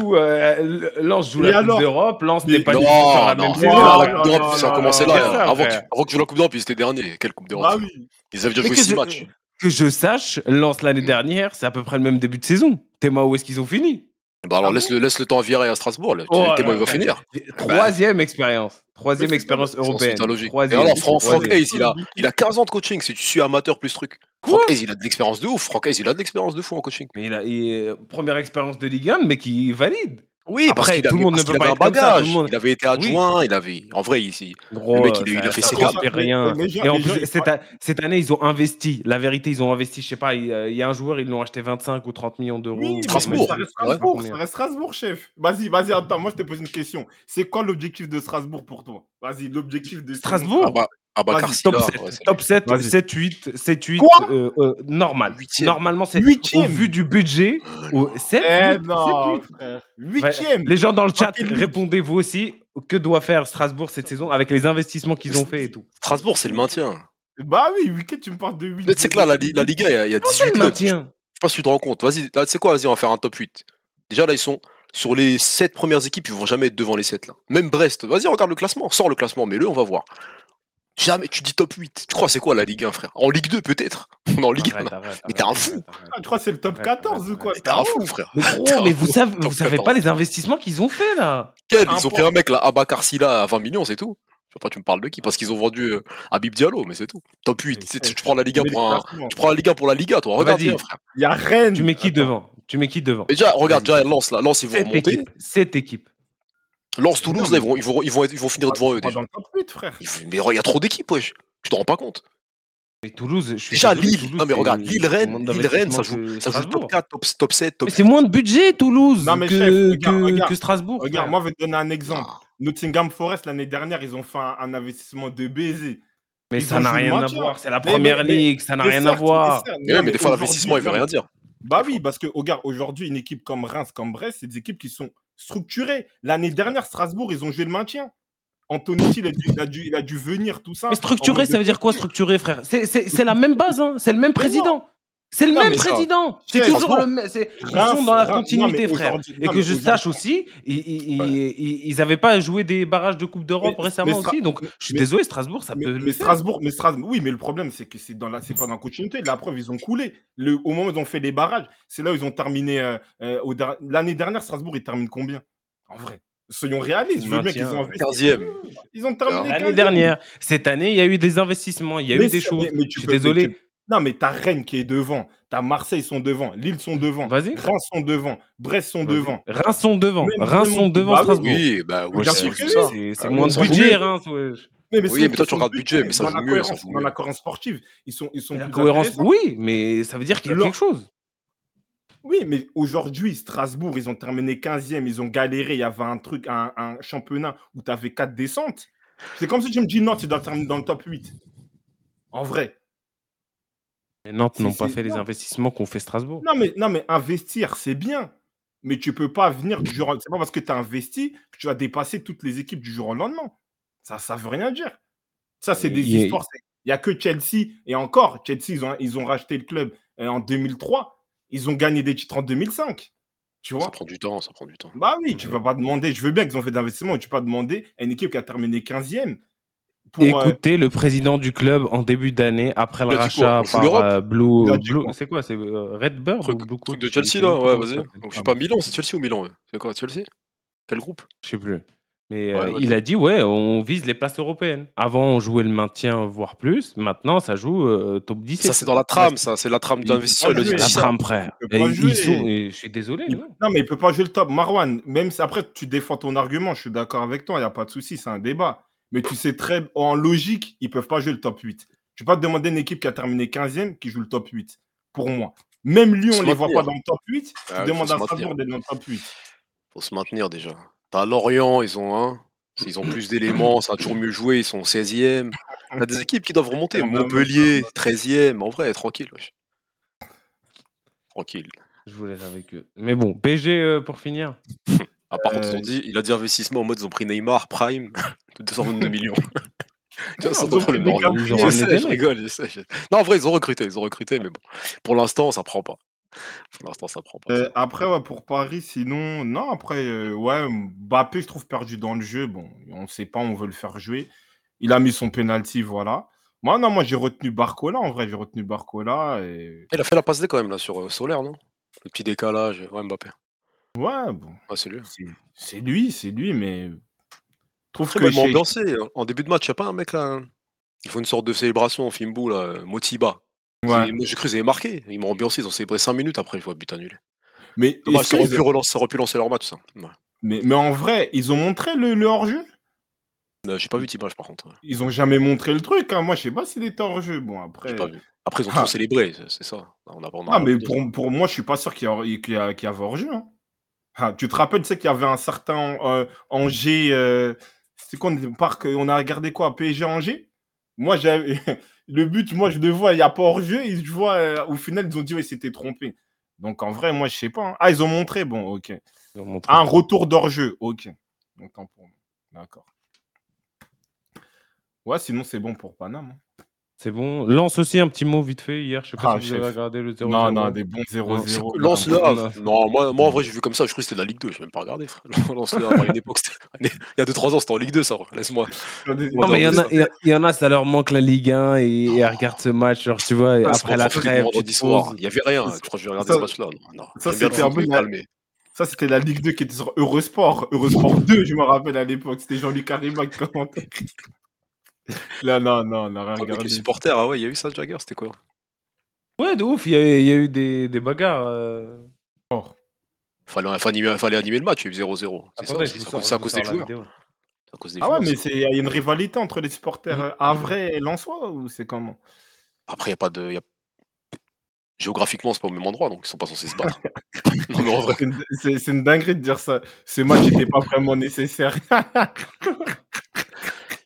joue la Coupe d'Europe, Lens n'est pas du tout sur la même saison. La Coupe d'Europe, ça a commencé là. Avant que je joue la Coupe d'Europe, ils étaient derniers. Quelle Coupe d'Europe? Ils avaient déjà joué 6 matchs. Que je sache, Lens l'année dernière, c'est à peu près le même début de saison. Théma, où est-ce qu'ils ont fini? Bah alors laisse le temps à Vieira et à Strasbourg. Théma, il va finir. Troisième expérience européenne. Et alors Franck Hayes, il a 15 ans de coaching. Si tu suis amateur plus truc. Franck Hayes, il a de l'expérience de ouf. Franck Hayes, il a de l'expérience de fou en coaching. Mais il a première expérience de Ligue 1, mais qui valide. Oui, après, tout le monde ne peut pas être comme ça. Il avait été adjoint, en vrai, le mec, il a fait ses gammes. Rien. Et en plus, cette année, ils ont investi. La vérité, ils ont investi, je sais pas, il y a un joueur, ils l'ont acheté 25 ou 30 millions d'euros. Oui, Strasbourg. Ça reste Strasbourg, chef. Vas-y, attends, moi, je te pose une question. C'est quoi l'objectif de Strasbourg pour toi? Vas-y, l'objectif de Strasbourg. Top 7, 7-8, normal. Normalement, c'est au vu du budget. 7, non, frère. 8e. Les gens dans le chat, répondez vous aussi. Que doit faire Strasbourg cette saison avec les investissements qu'ils ont fait et tout? Strasbourg, c'est le maintien. Bah oui, 8e, tu me parles de 8. C'est que là, la Liga, il y a 18 clubs. Je sais pas si tu te rends compte. Vas-y, tu sais quoi, vas-y, on va faire un top 8. Déjà, là, ils sont sur les 7 premières équipes, ils vont jamais être devant les 7 là. Même Brest. Vas-y, regarde le classement. Sors le classement, mets-le, on va voir. Jamais, tu dis top 8. Tu crois c'est quoi la Ligue 1, frère? En Ligue 2 peut-être. On est en Ligue 1. Mais t'es un fou. Tu crois c'est le top 14 ou quoi? T'es un fou, frère. Mais vous savez pas les investissements qu'ils ont fait là. Ils ont pris un mec là, Abakar Silla à 20 millions, c'est tout. Je sais pas, tu me parles de qui? Parce qu'ils ont vendu Habib Diallo, mais c'est tout. Top 8. Tu prends la Ligue 1 pour la Liga, toi. Regarde bien, frère. Il y a Rennes. Tu mets qui devant? Déjà, regarde, Lens là. Lens, ils vont remonter. Cette équipe. Lens Toulouse, là, ils vont finir devant eux déjà. Dans le top 8, frère. Mais il y a trop d'équipes, wesh. Tu te rends pas compte? Mais Toulouse, déjà Lille. Non mais regarde, Lille-Rennes, ça joue top 4, top 7, top 6. C'est moins de budget Toulouse que Strasbourg. Regarde, moi je vais te donner un exemple. Nottingham Forest l'année dernière, ils ont fait un investissement de baiser. Mais Ils ça ont n'a joué le rien à maintien. voir. C'est la première ligue, ça n'a rien à certes, voir. Mais des fois, l'investissement, il veut rien dire. Bah oui, parce que, regarde, aujourd'hui, une équipe comme Reims, comme Brest, c'est des équipes qui sont structurées. L'année dernière, Strasbourg, ils ont joué le maintien. Antonetti, il a dû venir, tout ça. Mais structuré, ça veut dire quoi, structuré, frère? C'est la même base, hein. C'est le même président. C'est le même président. C'est toujours le même. Ils sont dans la continuité, frère. Et que je sache aussi, ils n'avaient pas joué des barrages de Coupe d'Europe récemment aussi. Donc, je suis désolé, Strasbourg, ça peut le faire. Oui, mais le problème, c'est que c'est pas dans la continuité. La preuve, ils ont coulé. Au moment où ils ont fait les barrages, c'est là où ils ont terminé. L'année dernière, Strasbourg, ils terminent combien? En vrai. Soyons réalistes. Je veux bien qu'ils ont investi. 15e. Ils ont terminé l'année dernière. Cette année, il y a eu des investissements, il y a eu des choses. Je suis désolé. Non, mais t'as Rennes qui est devant, t'as Marseille sont devant, Lille sont devant, Reims sont devant, Brest sont devant. Reims sont devant, Strasbourg. Oui, bah oui, c'est moins de budget, Reims. Oui, mais toi tu regardes le budget, mais ça joue mieux. Dans la cohérence sportive, ils sont la cohérence, oui, mais ça veut dire qu'il y a quelque chose. Oui, mais aujourd'hui, Strasbourg, ils ont terminé 15e, ils ont galéré, il y avait un truc, un championnat où tu avais 4 descentes. C'est comme si tu me dis non, tu dois terminer dans le top 8. En vrai. Mais Nantes n'ont pas fait les investissements qu'ont fait Strasbourg. Non, mais investir, c'est bien. Mais tu ne peux pas venir du jour au lendemain. C'est pas parce que tu as investi que tu vas dépasser toutes les équipes du jour au lendemain. Ça ne veut rien dire. Ça, c'est des histoires. Il n'y a que Chelsea. Et encore, Chelsea, ils ont racheté le club en 2003. Ils ont gagné des titres en 2005. Tu vois? Ça prend du temps. Bah oui, tu ne vas pas demander. Je veux bien qu'ils ont fait d'investissement, mais tu ne peux pas demander à une équipe qui a terminé 15e. Écoutez le président du club en début d'année, après le rachat par Blue. C'est quoi? C'est Redbird ou Blue Truc de Chelsea, là? Ouais, vas-y. Donc, je sais pas, Milan, c'est Chelsea ou Milan? C'est quoi, Chelsea? Quel groupe? Je sais plus. Mais il a dit, ouais, on vise les places européennes. Avant, on jouait le maintien, voire plus. Maintenant, ça joue top 17. Ça, c'est dans la trame, ça. C'est la trame d'investissement. La trame, frère. Je suis désolé. Non, mais il ne peut pas jouer le top. Marwan, même si après, tu défends ton argument, je suis d'accord avec toi, il n'y a pas de souci, c'est un débat. Mais tu sais très, en logique, ils ne peuvent pas jouer le top 8. Tu ne peux pas te demander une équipe qui a terminé 15e qui joue le top 8, pour moi. Même Lyon, on ne les voit pas dans le top 8. Tu demandes à Strasbourg d'être dans le top 8. Il faut se maintenir déjà. T'as Lorient, ils ont plus d'éléments, ça a toujours mieux joué, ils sont 16e. T'as des équipes qui doivent remonter. Montpellier, 13e. En vrai, tranquille. Wesh. Tranquille. Je vous laisse avec eux. Mais bon, PSG pour finir. Par contre, il a dit investissement en mode ils ont pris Neymar, Prime, de 222 millions. Je rigole. Non, en vrai, ils ont recruté, mais bon. Pour l'instant, ça prend pas. Après, ouais, pour Paris, sinon, non, après, ouais, Mbappé, je trouve perdu dans le jeu. Bon, on ne sait pas, on veut le faire jouer. Il a mis son penalty, voilà. Moi, j'ai retenu Barcola, en vrai, Et... Il a fait la passe D quand même, là, sur Solaire, non? Le petit décalage, ouais, Mbappé. Ouais, bon. Ouais, c'est lui. C'est lui, mais... Trouve que même ambiancé. En début de match, il n'y a pas un mec, là... Ils font une sorte de célébration, Fimbou, là, Motiba. Ouais. Moi, j'ai cru qu'ils avaient marqué. Ils m'ont ambiancé, ils ont célébré 5 minutes après, je vois but annulé. Mais ça aurait pu lancer leur match, ça. Ouais. Mais en vrai, ils ont montré le hors-jeu? J'ai pas vu d'image, par contre. Ils ont jamais montré le truc. Hein. Moi, je sais pas s'il était hors-jeu. Bon, après... J'ai pas vu. Après, ils ont trop célébré, c'est ça. Mais pour moi, je suis pas sûr qu'il y avait hors-jeu. Hein. Tu te rappelles, tu sais qu'il y avait un certain Angers... c'est quoi, on a regardé quoi? PSG Angers? Moi, le but, moi, je le vois, il n'y a pas hors-jeu. Je vois, au final, ils ont dit, ouais, c'était trompé. Donc, en vrai, moi, je sais pas. Hein. Ah, ils ont montré, bon, ok. Un retour d'hors-jeu, ok. Donc, pour moi. D'accord. Ouais, sinon, c'est bon pour Paname. Hein. C'est bon. Lance aussi un petit mot vite fait hier. Je sais pas si vous avez regardé le 0-0. Non, des bons 0-0. Lance le Havre. Non, moi, en vrai, j'ai vu comme ça. Je crois que c'était la Ligue 2. Je n'ai même pas regardé, frère. Lance le Havre à une époque. Il y a 2-3 ans, c'était en Ligue 2, ça. Laisse-moi. Non, mais il y en a, ça leur manque la Ligue 1 et regarde ce match. Genre, tu vois, après la trêve. Il n'y avait rien. Je crois que je vais regarder ce match-là. Ça, c'était un peu calmé. Ça, c'était la Ligue 2 qui était sur Eurosport. Eurosport 2, je me rappelle à l'époque. C'était Jean-Luc Arriba qui commentait. Là, non, on a rien regardé. Les supporters, ah ouais, il y a eu ça, Jagger, c'était quoi? Ouais, de ouf, il y a eu des bagarres. Fallait animer le match, il y a eu 0-0. C'est à cause des joueurs. Ah ouais, mais il y a une rivalité entre les supporters havrais et lensois ou c'est comment? Après, il n'y a pas de... Géographiquement, c'est pas au même endroit, donc ils sont pas censés se battre. Non, mais en vrai. C'est une dinguerie de dire ça. Ce match n'était pas vraiment nécessaire.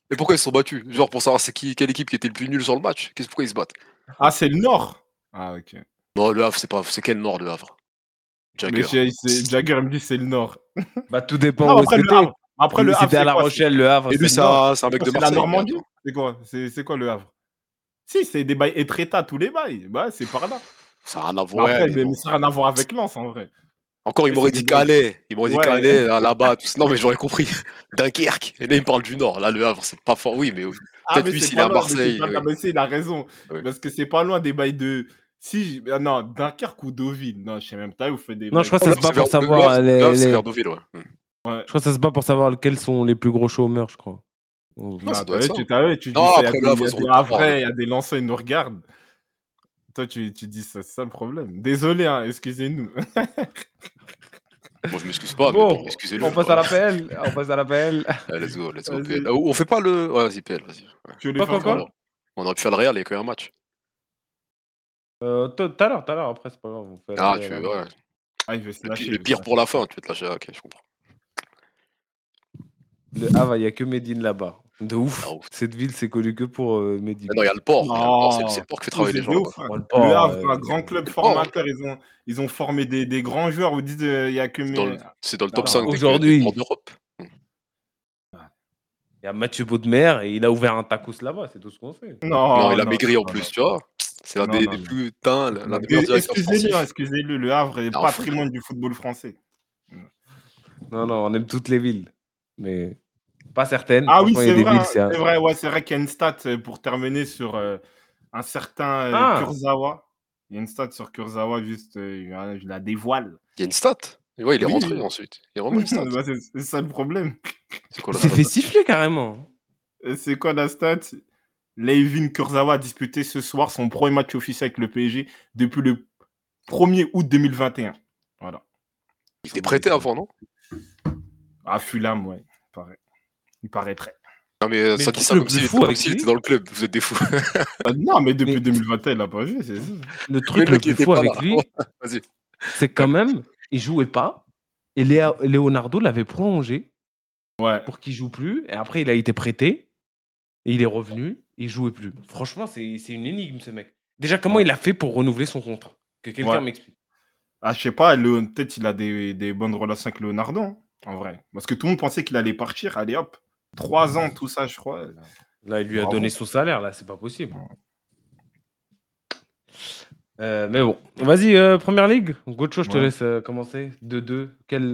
Et pourquoi ils se sont battus? Genre pour savoir quelle équipe qui était le plus nul sur le match? Pourquoi ils se battent? Ah, c'est le Nord. Ah, ok. Non, le Havre, c'est quel Nord, le Havre? Mais Jagger. Jagger me dit c'est le Nord. Bah, tout dépend Non, où est-ce que t'es. Après, le Si Havre, t'es à c'est La quoi? Rochelle, Le Havre, Et c'est lui, le Nord. c'est un mec de C'est la Marseille. Normandie? Attends. C'est quoi? C'est quoi le Havre? Si, c'est des bails Etretat, tous les bails. Bah, c'est par là. Ça n'a rien à Mais voir, après, mais mais bon. ça n'a rien à voir avec Lens, en vrai. Encore, il Et m'aurait c'est des dit bails. Calais. Il m'aurait dit Ouais. Calais, là-bas, tout ça. Non, mais j'aurais compris. Dunkerque. Et là, il me parle du Nord. Là, le Havre, c'est pas fort. Oui, mais Ah, peut-être mais lui, c'est s'il est pas à loin. Mais c'est Marseille. pas loin. Oui. Mais il a raison. Oui. Parce que c'est pas loin des bails de. Si, non, Dunkerque ou Deauville. Non, je sais même pas. Vous faites des Non, je bails. crois que ça se bat pour Le savoir Havre, c'est vers Deauville, ouais. Ouais. Je crois que ça se bat pour savoir quels sont les plus gros chômeurs, je crois. Non, ça Non, doit être ça. tu dis Non, ça. après, le Havre, Il y a ils ont des le port. Havrais, il y a des Lençois, ils nous regardent. Toi, tu dis ça, c'est ça le problème. Désolé, hein, excusez-nous. Moi, je m'excuse pas, mais bon, Bon, excusez-le. on passe à Voilà. l'appel. On passe à l'appel. Allez, let's go, PL. Vas-y. On fait pas le. Ouais, vas-y, PL, vas-y. Ouais. Tu voulais Quoi, quoi, faire quoi? quoi? On aurait pu faire le Real, il y a quand même un match. Tout à l'heure, après, c'est pas grave. On fait la Ah, Real, hein. ouais. Ah, il veut se lâcher. Le pire pour la fin, tu vas te lâcher. Ok, je comprends. Le Havre, il n'y a que Medine là-bas. De ouf. Ah, ouf. Cette ville, c'est connu que pour Medine. Mais non, il y a le port. C'est Non, le port qui fait vous travailler les êtes gens des là-bas. ouf, hein. Bon, le Le port, Havre, un grand club C'est le port, hein. formateur. Ils ont formé des grands joueurs. Vous dites, il n'y a que mes. C'est dans le top Non. 5 des Aujourd'hui, ports d'Europe. il y a Mathieu Baudemer et il a ouvert un tacos là-bas, c'est tout ce qu'on sait. Non, Non, il a non, maigri en non, plus, non. tu vois. C'est l'un Non, des non, non. plus. L'un des meilleurs directeurs Excusez-le, sportifs. excusez-le. Le Havre est Ah, patrimoine du football français. Non, on aime toutes les villes. Mais pas certaines. Ah oui, Franchement, il y a c'est des vrai, villes, hein, c'est. c'est vrai, ouais, c'est vrai qu'il y a une stat pour terminer sur un certain Ah! Kurzawa. Il y a une stat sur Kurzawa, juste, je la dévoile. Il y a une stat. Et ouais, il est Oui, rentré ensuite. Il y a vraiment une stat. bah, c'est ça le problème. C'est quoi Il la s'est stat? fait siffler carrément. C'est quoi la stat? Layvin Kurzawa a disputé ce soir son premier match officiel avec le PSG depuis le 1er août 2021. Voilà. Il était prêté avant, non? À Fulham, ouais, il paraîtrait. Non, mais ça le dit ça truc comme le s'il plus était, fou avec s'il était lui- dans le club. Vous êtes des fous. Non, mais depuis Mais- 2021, il n'a pas joué, c'est ça. Le Mais truc le le mec, il plus était fou pas avec là. lui, Vas-y. c'est quand même, il jouait pas. Et Leonardo l'avait prolongé Ouais. pour qu'il joue plus. Et après, il a été prêté. Et il est revenu. Il jouait plus. Franchement, c'est une énigme, ce mec. Déjà, comment Ouais. il a fait pour renouveler son contrat? Que quelqu'un Ouais. m'explique. Ah, je sais pas, peut-être il a des bonnes relations avec Leonardo, hein, en vrai. Parce que tout le monde pensait qu'il allait partir. Allez hop, 3 ans, tout ça, je crois. Là, il lui a Bravo. donné son salaire. Là, c'est pas possible. Mais bon, vas-y, Première Ligue. Gocho, je te Ouais. laisse commencer. 2-2.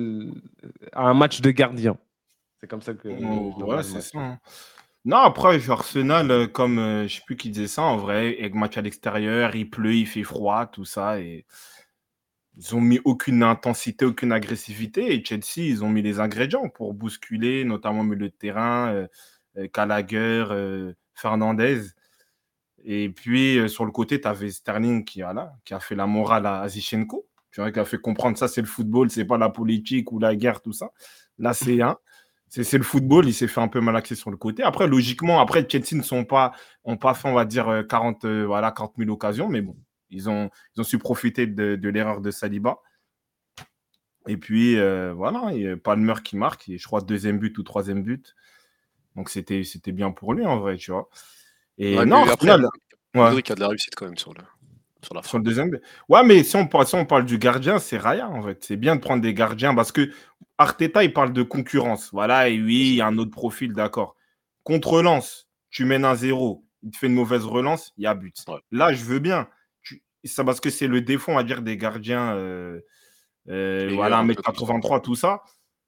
Un match de gardien. C'est comme ça que je Ouais, le c'est match. ça, hein. Non, après, Arsenal, comme je sais plus qui disait ça, en vrai, avec match à l'extérieur, il pleut, il fait froid, tout ça, et ils ont mis aucune intensité, aucune agressivité, et Chelsea, ils ont mis les ingrédients pour bousculer, notamment au milieu de terrain, Gallagher, Fernandez. Et puis, sur le côté, tu avais Sterling qui a fait la morale à Zinchenko. Tu vois, qui a fait comprendre ça, c'est le football, c'est pas la politique ou la guerre, tout ça. Là, c'est le football, il s'est fait un peu malaxer sur le côté. Après, logiquement, Chelsea n'ont pas fait, on va dire, 40 000 occasions, mais bon, ils ont su profiter de l'erreur de Saliba. Et puis, voilà, il y a Palmer qui marque, et je crois, deuxième but ou troisième but. Donc, c'était bien pour lui, en vrai, tu vois. Et Ouais, non, mais après, Arsenal, ouais. Mudryk a de la réussite quand même sur la Sur fin. le deuxième but. Ouais, mais si on parle du gardien, c'est Raya, en fait. C'est bien de prendre des gardiens parce que Arteta, il parle de concurrence. Voilà, et oui, il y a un autre profil, d'accord. Contre-relance, tu mènes 1-0, il te fait une mauvaise relance, il y a but. Ouais. Là, je veux bien. Ça, parce que c'est le défaut, on va dire, des gardiens. Voilà, 1m83, tout ça.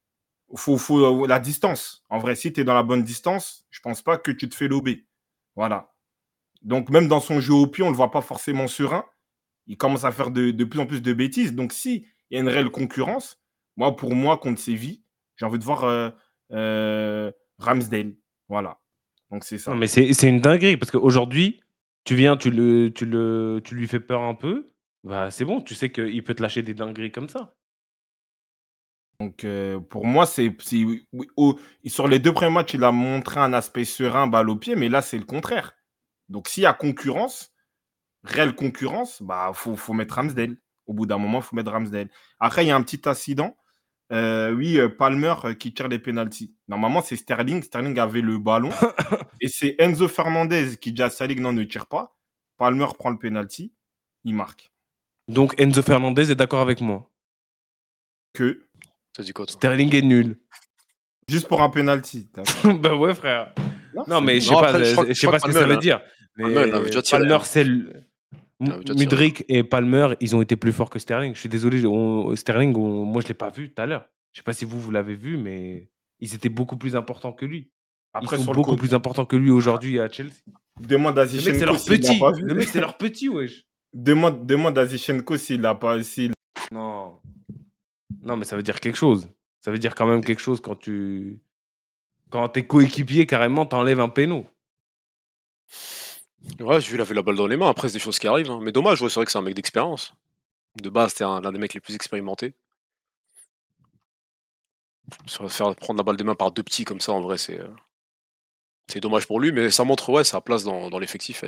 Faut la distance. En vrai, si tu es dans la bonne distance, je pense pas que tu te fais lober. Voilà. Donc, même dans son jeu au pied, on ne le voit pas forcément serein. Il commence à faire de plus en plus de bêtises. Donc, s'il y a une réelle concurrence, pour moi, contre Séville, j'ai envie de voir Ramsdale. Voilà. Donc, c'est ça. Non, mais c'est une dinguerie parce qu'aujourd'hui, tu viens, tu lui fais peur un peu. Bah, c'est bon, tu sais qu'il peut te lâcher des dingueries comme ça. Donc, pour moi, sur les 2 premiers matchs, il a montré un aspect serein, balle au pied, mais là, c'est le contraire. Donc, s'il y a concurrence, réelle concurrence, faut mettre Ramsdale. Au bout d'un moment, il faut mettre Ramsdale. Après, il y a un petit incident. Oui, Palmer qui tire les pénaltys. Normalement, c'est Sterling. Sterling avait le ballon. Et c'est Enzo Fernandez qui dit à Sterling non, ne tire pas. Palmer prend le pénalty. Il marque. Donc Enzo Fernandez est d'accord avec moi. Que Ça dit quoi, toi? Sterling est nul. Juste pour un pénalty. Bah ouais, frère. Non, mais je Non, sais après, je pas, je sais crois pas que ce que ça Palmer, veut dire. Palmer, il avait Mais déjà tiré, Palmer, hein. c'est Il avait déjà tiré. Mudryk et Palmer, ils ont été plus forts que Sterling. Je suis désolé, Sterling, moi je l'ai pas vu tout à l'heure. Je sais pas si vous l'avez vu, mais ils étaient beaucoup plus importants que lui. Ils Après, sont sur le beaucoup côté, plus importants que lui aujourd'hui à Chelsea. demande à Le mec, c'est Zichenko leur s'il l'a pas petit. vu. Le mec, c'est leur petit, wesh. Demande à Zichenko s'il l'a pas. Non. Non, mais ça veut dire quelque chose. Ça veut dire quand même quelque chose quand tes coéquipiers, carrément, t'enlèvent un péno. Ouais, j'ai vu, il avait la balle dans les mains. Après, c'est des choses qui arrivent, hein. Mais dommage, ouais, c'est vrai que c'est un mec d'expérience. De base, c'était l'un des mecs les plus expérimentés. Se faire prendre la balle des mains par deux petits comme ça, en vrai, c'est dommage pour lui, mais ça montre, ouais, sa place dans l'effectif,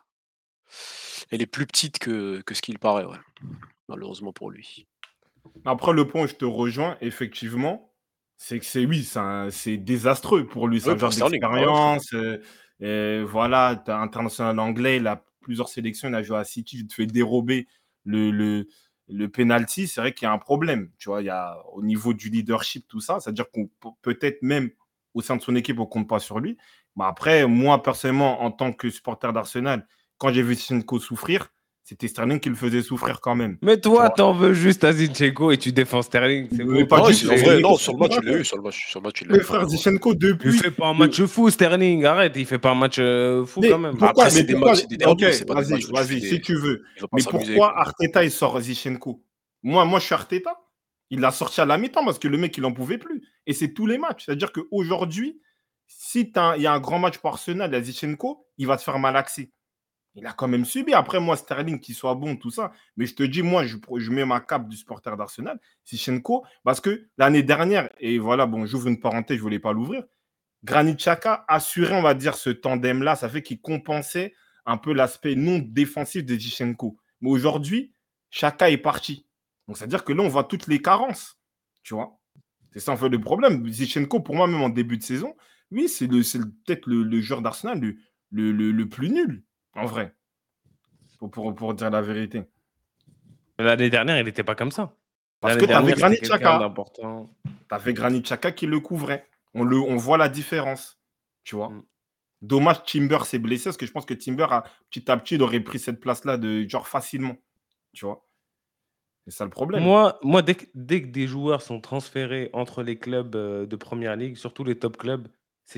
elle est plus petite que ce qu'il paraît, ouais. Malheureusement pour lui. Après, le point où je te rejoins, effectivement, c'est que c'est désastreux pour lui. C'est Oui, un pour joueur Sterling, bah ouais, frère. d'expérience. Et voilà, tu as international anglais, il a plusieurs sélections, il a joué à City, il te fait dérober le, le, le penalty. C'est vrai qu'il y a un problème. Tu vois, il y a au niveau du leadership, tout ça. C'est-à-dire qu'on peut-être même au sein de son équipe, on ne compte pas sur lui. Mais après, moi, personnellement, en tant que supporter d'Arsenal, quand j'ai vu Zinchenko souffrir, c'était Sterling qui le faisait souffrir quand même. Mais Tu toi, vois. t'en veux juste à Zinchenko et tu défends Sterling. C'est Mais bon, pas Ah ouais, du frère. tout. en vrai, non, Zinchenko, sur le match, il l'a eu, sur le match, il l'a mais eu, quand frère, même, ouais. Zinchenko, Il depuis. fait pas un match fou, Sterling. Arrête, il fait pas un match fou quand Mais même. pourquoi, Après, mais c'est des pourquoi. matchs, c'est des Ok, derbys, c'est pas des matchs où tu fais vas-y, si des. tu veux. Il va pas Mais s'amuser, pourquoi quoi. Arteta, il sort Zinchenko? Moi, je suis Arteta. Il l'a sorti à la mi-temps parce que le mec, il n'en pouvait plus. Et c'est tous les matchs. C'est-à-dire qu'aujourd'hui, si il y a un grand match pour Arsenal, il y a Zinchenko, il va te faire malaxer. Il a quand même subi. Après, moi, Sterling, qu'il soit bon, tout ça. Mais je te dis, moi, je mets ma cape du supporter d'Arsenal, Zinchenko, parce que l'année dernière, et voilà, bon, j'ouvre une parenthèse, je ne voulais pas l'ouvrir, Granit Xhaka assurait, on va dire, ce tandem-là. Ça fait qu'il compensait un peu l'aspect non défensif de Zinchenko. Mais aujourd'hui, Xhaka est parti. Donc, c'est-à-dire que là, on voit toutes les carences. Tu vois. C'est ça, en fait, le problème. Zinchenko, pour moi, même en début de saison, oui, c'est peut-être le joueur d'Arsenal le plus nul, en vrai, pour dire la vérité. L'année dernière, il n'était pas comme ça. Parce L'année que tu avais dernière, c'était Granit quelqu'un Xhaka. d'important. Tu avais Granit Xhaka qui le couvrait. On voit la différence. Tu vois. Mm. Dommage, Timber s'est blessé parce que je pense que Timber, petit à petit, il aurait pris cette place-là de genre facilement. Tu vois. C'est ça le problème. Moi dès que des joueurs sont transférés entre les clubs de première ligue, surtout les top clubs, c'est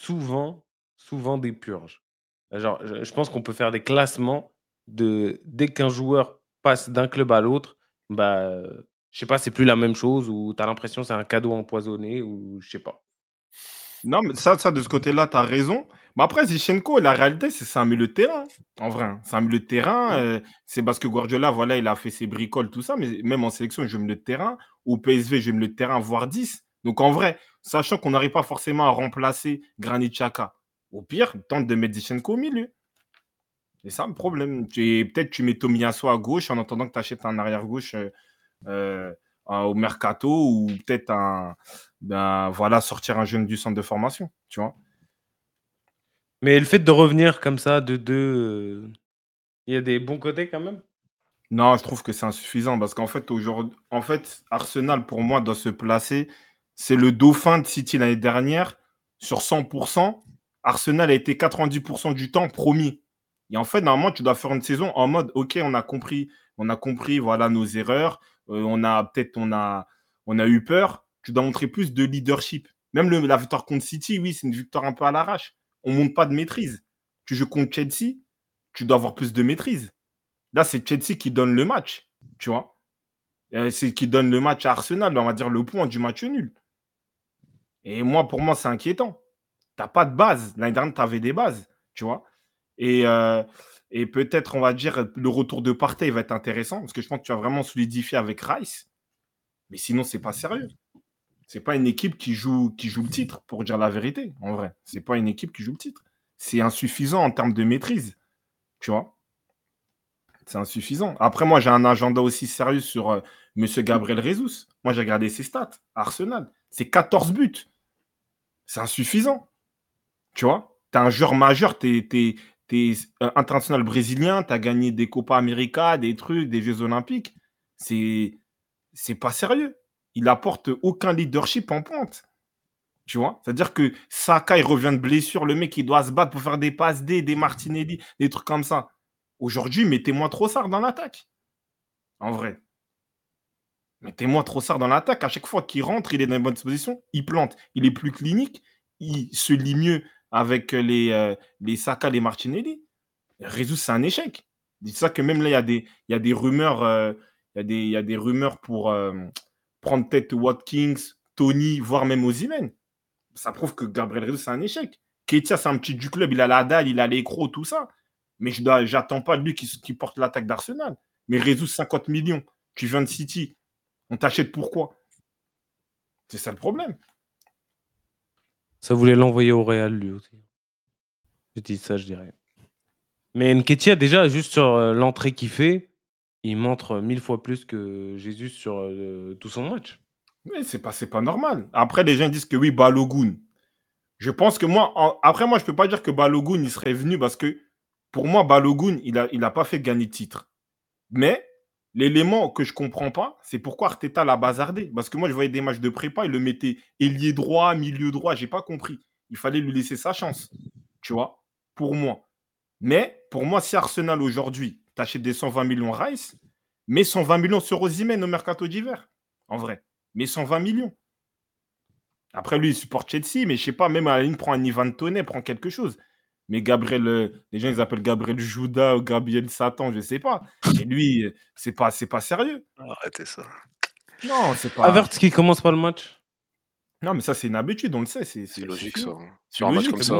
souvent des purges. Genre, je pense qu'on peut faire des classements dès qu'un joueur passe d'un club à l'autre, bah, je sais pas, c'est plus la même chose ou tu as l'impression que c'est un cadeau empoisonné ou je sais pas. Non, mais ça de ce côté-là, tu as raison. Mais après, Zinchenko, la réalité, c'est un milieu de terrain. En vrai, hein. C'est un milieu de terrain. Mmh. C'est parce que Guardiola, voilà, il a fait ses bricoles, tout ça. Mais même en sélection, je joue milieu de terrain. Au PSV, je milieu de terrain, voire 10. Donc en vrai, sachant qu'on n'arrive pas forcément à remplacer Granit Xhaka, au pire, tente de mettre Zinchenko au milieu. C'est ça le problème. Peut-être tu mets Tomiyasu à gauche en attendant que tu achètes un arrière-gauche euh, au mercato ou peut-être voilà, sortir un jeune du centre de formation, tu vois. Mais le fait de revenir comme ça de 2, il y a des bons côtés quand même? Non, je trouve que c'est insuffisant parce qu'en fait, aujourd'hui, en fait, Arsenal, pour moi, doit se placer. C'est le dauphin de City l'année dernière. Sur 100%, Arsenal a été 90% du temps premier. Et en fait, normalement, tu dois faire une saison en mode, OK, on a compris, voilà, nos erreurs. On a eu peur. Tu dois montrer plus de leadership. Même la victoire contre City, oui, c'est une victoire un peu à l'arrache. On ne monte pas de maîtrise. Tu joues contre Chelsea, tu dois avoir plus de maîtrise. Là, c'est Chelsea qui donne le match, tu vois. C'est qui donne le match à Arsenal, on va dire le point du match nul. Et moi, pour moi, c'est inquiétant. Tu n'as pas de base. L'année dernière, tu avais des bases, tu vois. Et peut-être, on va dire, le retour de Partey va être intéressant parce que je pense que tu vas vraiment solidifier avec Rice. Mais sinon, c'est pas sérieux. C'est pas une équipe qui joue le titre, pour dire la vérité, en vrai. C'est pas une équipe qui joue le titre. C'est insuffisant en termes de maîtrise, tu vois. C'est insuffisant. Après, moi, j'ai un agenda aussi sérieux sur Monsieur Gabriel Jesus. Moi, j'ai regardé ses stats. Arsenal, c'est 14 buts. C'est insuffisant. Tu vois, tu es un joueur majeur, tu es international brésilien, tu as gagné des Copa América, des trucs, des Jeux Olympiques. C'est pas sérieux. Il apporte aucun leadership en pointe. Tu vois, c'est-à-dire que Saka, il revient de blessure, le mec, il doit se battre pour faire des passes D, des Martinelli, des trucs comme ça. Aujourd'hui, mettez-moi Trossard dans l'attaque. En vrai. Mettez-moi Trossard dans l'attaque. À chaque fois qu'il rentre, il est dans une bonne position, il plante. Il est plus clinique, il se lie mieux avec les Saka, les Martinelli. Jesus, c'est un échec. C'est ça que même là, il y a des rumeurs, il y a des rumeurs pour prendre tête Watkins, Tony, voire même Osimhen. Ça prouve que Gabriel Jesus, c'est un échec. Ketia, c'est un petit du club, il a la dalle, il a l'écro, tout ça. Mais je n'attends pas de lui qui porte l'attaque d'Arsenal. Mais Jesus, 50 millions, tu viens de City, on t'achète pourquoi? C'est ça le problème. Ça voulait l'envoyer au Real, lui aussi. Je dis ça, je dirais. Mais Nketiah, déjà, juste sur l'entrée qu'il fait, il montre 1000 fois plus que Jésus sur tout son match. Mais c'est pas normal. Après, les gens disent que oui, Balogun. Je pense que moi, après, moi, je ne peux pas dire que Balogun, il serait venu parce que pour moi, Balogun, il a pas fait gagner de titre. Mais l'élément que je ne comprends pas, c'est pourquoi Arteta l'a bazardé. Parce que moi, je voyais des matchs de prépa, il le mettait ailier droit, milieu droit, je n'ai pas compris. Il fallait lui laisser sa chance, tu vois, pour moi. Mais pour moi, si Arsenal aujourd'hui t'achètes des 120 millions Rice, mets 120 millions sur Osimhen au mercato d'hiver, en vrai. Mais 120 millions. Après, lui, il supporte Chelsea, mais je sais pas, même à la ligne, prend un Ivan Toney, prend quelque chose. Mais Gabriel, les gens, ils appellent Gabriel Judas ou Gabriel Satan, je sais pas. Et lui, c'est pas sérieux. Arrêtez ça. Non, c'est pas. Havertz qui commence pas le match. Non, mais ça, c'est une habitude, on le sait. C'est logique, suffisant. ça. C'est Sur un match logique, comme c'est ça,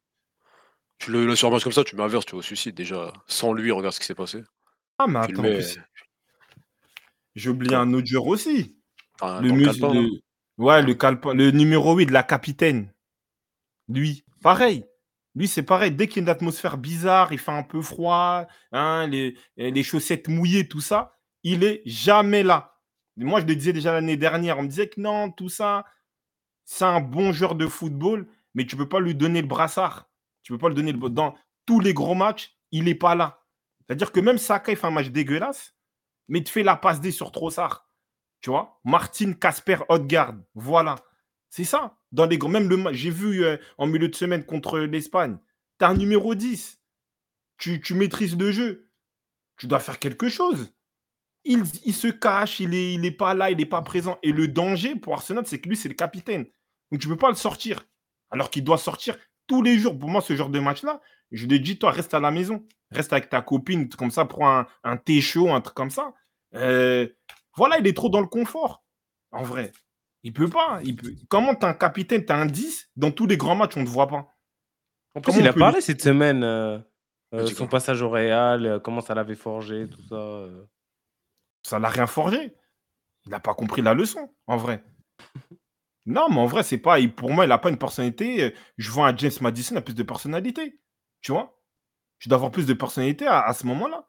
bon. sur un match comme ça, tu mets Havertz, tu vas au suicide déjà. Sans lui, regarde ce qui s'est passé. Ah, mais Tu le attends, en mets. plus, j'ai oublié un autre joueur aussi. Dans Le, le calepin, là. ouais, le numéro 8 de la capitaine. Lui, pareil. Lui, c'est pareil. Dès qu'il y a une atmosphère bizarre, il fait un peu froid, hein, les chaussettes mouillées, tout ça, il est jamais là. Moi, je le disais déjà l'année dernière, on me disait que non, tout ça, c'est un bon joueur de football, mais tu ne peux pas lui donner le brassard. Tu ne peux pas lui donner dans tous les gros matchs, il n'est pas là. C'est-à-dire que même Saka, il fait un match dégueulasse, mais il te fait la passe D sur Trossard. Tu vois, Martin, Casper, Odegaard, voilà. C'est ça. Dans les grands, même j'ai vu en milieu de semaine contre l'Espagne, tu as un numéro 10. Tu maîtrises le jeu. Tu dois faire quelque chose. Il se cache, il est pas là, il n'est pas présent. Et le danger pour Arsenal, c'est que lui, c'est le capitaine. Donc, tu ne peux pas le sortir. Alors qu'il doit sortir tous les jours. Pour moi, ce genre de match-là, je lui dis, toi, reste à la maison. Reste avec ta copine, comme ça, prends un thé chaud, un truc comme ça. Voilà, il est trop dans le confort. En vrai. Il peut pas. Comment tu es un capitaine, tu as un 10, dans tous les grands matchs, on ne te voit pas. En plus, il a parlé cette semaine, son passage au Real, comment ça l'avait forgé, tout ça. Ça l'a rien forgé. Il n'a pas compris la leçon, en vrai. Non, mais en vrai, c'est pas. Pour moi, il n'a pas une personnalité. Je vois un James Maddison a plus de personnalité. Tu vois? Tu dois avoir plus de personnalité à ce moment-là.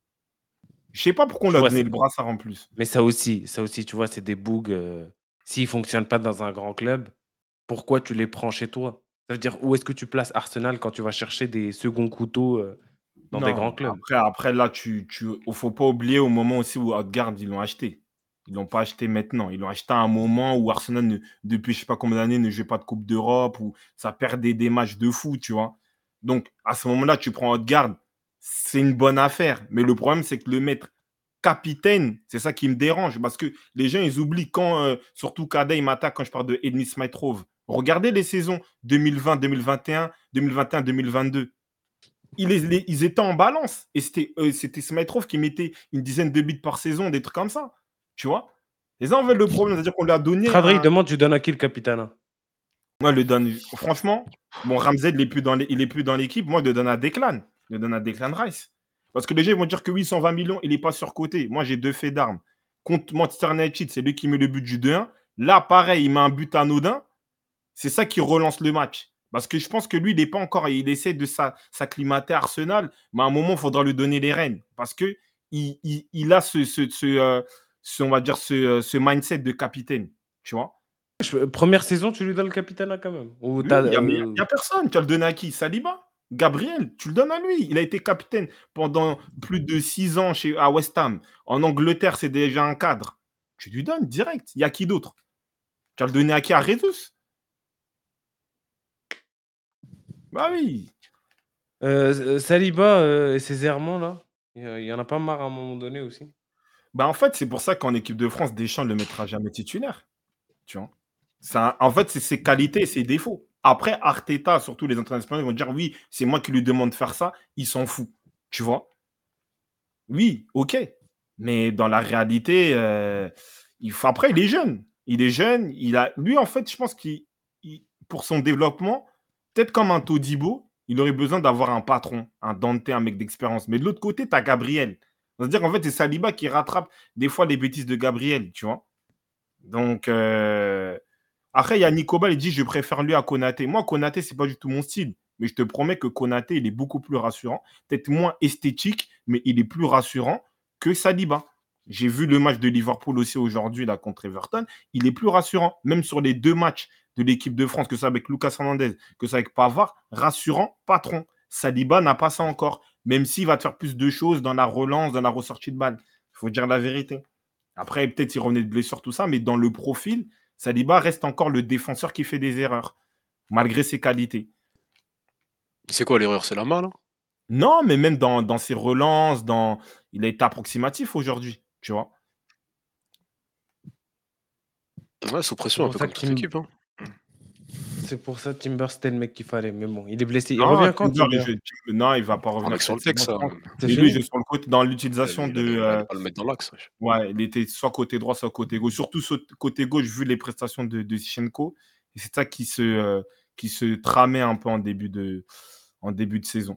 Je sais pas pourquoi on lui a donné le brassard en plus. Mais ça aussi, tu vois, c'est des bugs. S'ils ne fonctionnent pas dans un grand club, pourquoi tu les prends chez toi? Ça veut dire, où est-ce que tu places Arsenal quand tu vas chercher des seconds couteaux dans des grands clubs? Après là, il faut pas oublier au moment aussi où Odegaard, ils l'ont acheté. Ils l'ont pas acheté maintenant. Ils l'ont acheté à un moment où Arsenal, depuis je sais pas combien d'années, ne jouait pas de Coupe d'Europe, où ça perdait des matchs de fou, tu vois. Donc, à ce moment-là, tu prends Odegaard, c'est une bonne affaire. Mais le problème, c'est que le mettre capitaine, c'est ça qui me dérange. Parce que les gens, ils oublient quand, surtout Kada, il m'attaque quand je parle de Edmi Smitrov. Regardez les saisons 2020, 2021, 2021, 2022. Ils étaient en balance. Et c'était Smitrov qui mettait une dizaine de buts par saison, des trucs comme ça. Tu vois? Et ça, en fait, le problème, c'est-à-dire qu'on lui a donné. Khadri, demande, tu donnes à qui le capitaine? Moi, je le donne. Franchement, bon, Ramsey, il n'est plus dans l'équipe. Moi, je le donne à Declan. Je le donne à Declan Rice. Parce que les gens vont dire que oui, 120 millions, il n'est pas surcoté. Moi, j'ai 2 faits d'armes. Contre Manchester United, c'est lui qui met le but du 2-1. Là, pareil, il met un but anodin. C'est ça qui relance le match. Parce que je pense que lui, il n'est pas encore. Il essaie de s'acclimater à Arsenal, mais à un moment, il faudra lui donner les rênes. Parce qu'il il a on va dire, ce mindset de capitaine. Tu vois? Première saison, tu lui donnes le capitaine là quand même. Ou Oui, il n'y a personne. Tu vas le donner à qui? Saliba? Gabriel, tu le donnes à lui. Il a été capitaine pendant plus de 6 ans à West Ham. En Angleterre, c'est déjà un cadre. Tu lui donnes direct. Il y a qui d'autre? Tu vas le donner à qui? À Jesus? Bah oui. Saliba et ses errements là, il y en a pas marre à un moment donné aussi. Bah en fait, c'est pour ça qu'en équipe de France, Deschamps ne le mettra jamais titulaire. Tu vois? En fait, c'est ses qualités et ses défauts. Après, Arteta, surtout les entraîneurs espagnols, vont dire oui, c'est moi qui lui demande de faire ça, il s'en fout. Tu vois? Oui, ok. Mais dans la réalité, après, il est jeune. Il est jeune. Lui, en fait, je pense pour son développement, peut-être comme un Todibo, il aurait besoin d'avoir un patron, un Dante, un mec d'expérience. Mais de l'autre côté, tu as Gabriel. C'est-à-dire qu'en fait, c'est Saliba qui rattrape des fois les bêtises de Gabriel, tu vois. Donc, après, il y a Nicoba, il dit je préfère lui à Konaté. Moi, Konaté, c'est pas du tout mon style. Mais je te promets que Konaté, il est beaucoup plus rassurant. Peut-être moins esthétique, mais il est plus rassurant que Saliba. J'ai vu le match de Liverpool aussi aujourd'hui là, contre Everton. Il est plus rassurant. Même sur les 2 matchs de l'équipe de France, que ça avec Lucas Hernandez, que ça avec Pavard, rassurant, patron. Saliba n'a pas ça encore. Même s'il va te faire plus de choses dans la relance, dans la ressortie de balle. Il faut dire la vérité. Après, peut-être il revenait de blessure, tout ça, mais dans le profil, Saliba reste encore le défenseur qui fait des erreurs, malgré ses qualités. C'est quoi l'erreur? C'est la main, là? Non, mais même dans ses relances, il a été approximatif aujourd'hui, tu vois. Ouais, sous pression, un peu comme toute l'équipe. Hein. C'est pour ça Timber, c'était le mec qu'il fallait. Mais bon, il est blessé. Il Non, revient quand Timber? Non, il va pas revenir. Sur le texte, ça. Et lui, il est sur le côté, dans l'utilisation Il allait pas le mettre dans l'axe. Ouais, il était soit côté droit, soit côté gauche. Surtout côté gauche, vu les prestations de Zinchenko. Et c'est ça qui se tramait un peu en début de saison.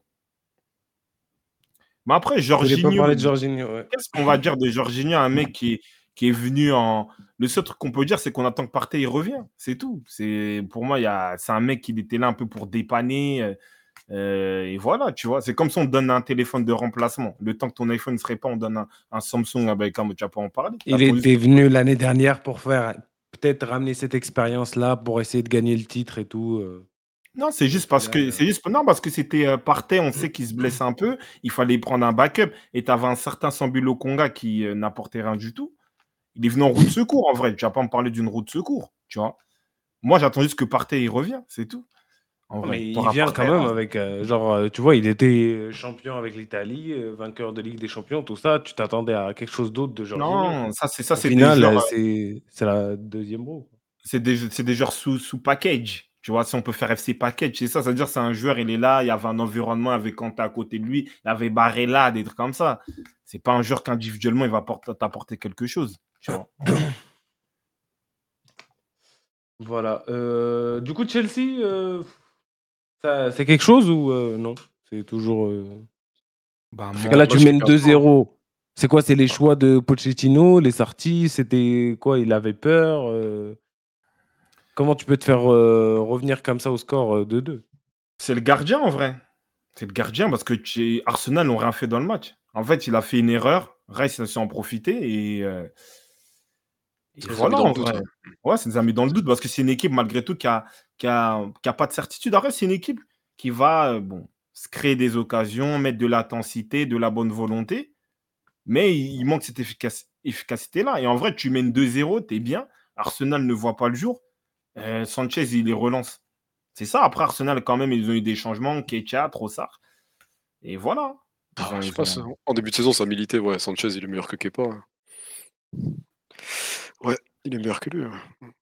Mais après, Jorginho, ouais. qu'est-ce qu'on va dire de Jorginho, un mec qui est venu en. Le seul truc qu'on peut dire, c'est qu'on attend que Partey il revient. C'est tout. Pour moi, c'est un mec qui était là un peu pour dépanner. Et voilà, tu vois. C'est comme si on te donne un téléphone de remplacement. Le temps que ton iPhone ne serait pas, on donne un Samsung avec un, tu vas pas en parler. Il était venu l'année dernière pour peut-être ramener cette expérience-là, pour essayer de gagner le titre et tout. Non, c'est juste parce que c'était Partey, on sait qu'il se blesse un peu. Il fallait prendre un backup. Et tu avais un certain Sambulo Conga qui n'apportait rien du tout. Il est venu en roue de secours, en vrai. Tu vas pas me parler d'une roue de secours, tu vois. Moi, j'attends juste que Partey il revient, c'est tout. En vrai. Mais il vient quand même avec, tu vois, il était champion avec l'Italie, vainqueur de Ligue des Champions, tout ça. Tu t'attendais à quelque chose d'autre de Jorginho. Non, ça, c'est Au final, c'est la deuxième roue. C'est des joueurs sous package. Tu vois, si on peut faire FC package, c'est ça. C'est-à-dire c'est un joueur, il est là, il y avait un environnement avec Kanté à côté de lui, il y avait Barella, des trucs comme ça. C'est pas un joueur qu'individuellement, il va t'apporter quelque chose. Tu vois. Voilà. Du coup, Chelsea, c'est quelque chose ou non? C'est toujours. Parce que là, tu mènes 2-0. C'est quoi? C'est les choix de Pochettino, les sorties? C'était quoi? Il avait peur? Comment tu peux te faire revenir comme ça au score 2-2? C'est le gardien en vrai. C'est le gardien parce que Arsenal n'ont rien fait dans le match. En fait, il a fait une erreur. Rice a su en profiter et voilà en vrai. Ouais, ça nous a mis dans le doute parce que c'est une équipe malgré tout qui a pas de certitude. Après, c'est une équipe qui va se créer des occasions, mettre de l'intensité, de la bonne volonté, mais il manque cette efficacité-là. Et en vrai, tu mènes 2-0, t'es bien. Arsenal ne voit pas le jour. Sanchez, il les relance. C'est ça. Après, Arsenal, quand même, ils ont eu des changements. Keita, Trossard. Et voilà. Je pense, en début de saison, ça militait. Ouais, Sanchez, il est meilleur que Kepa. Ouais, il est meilleur que lui.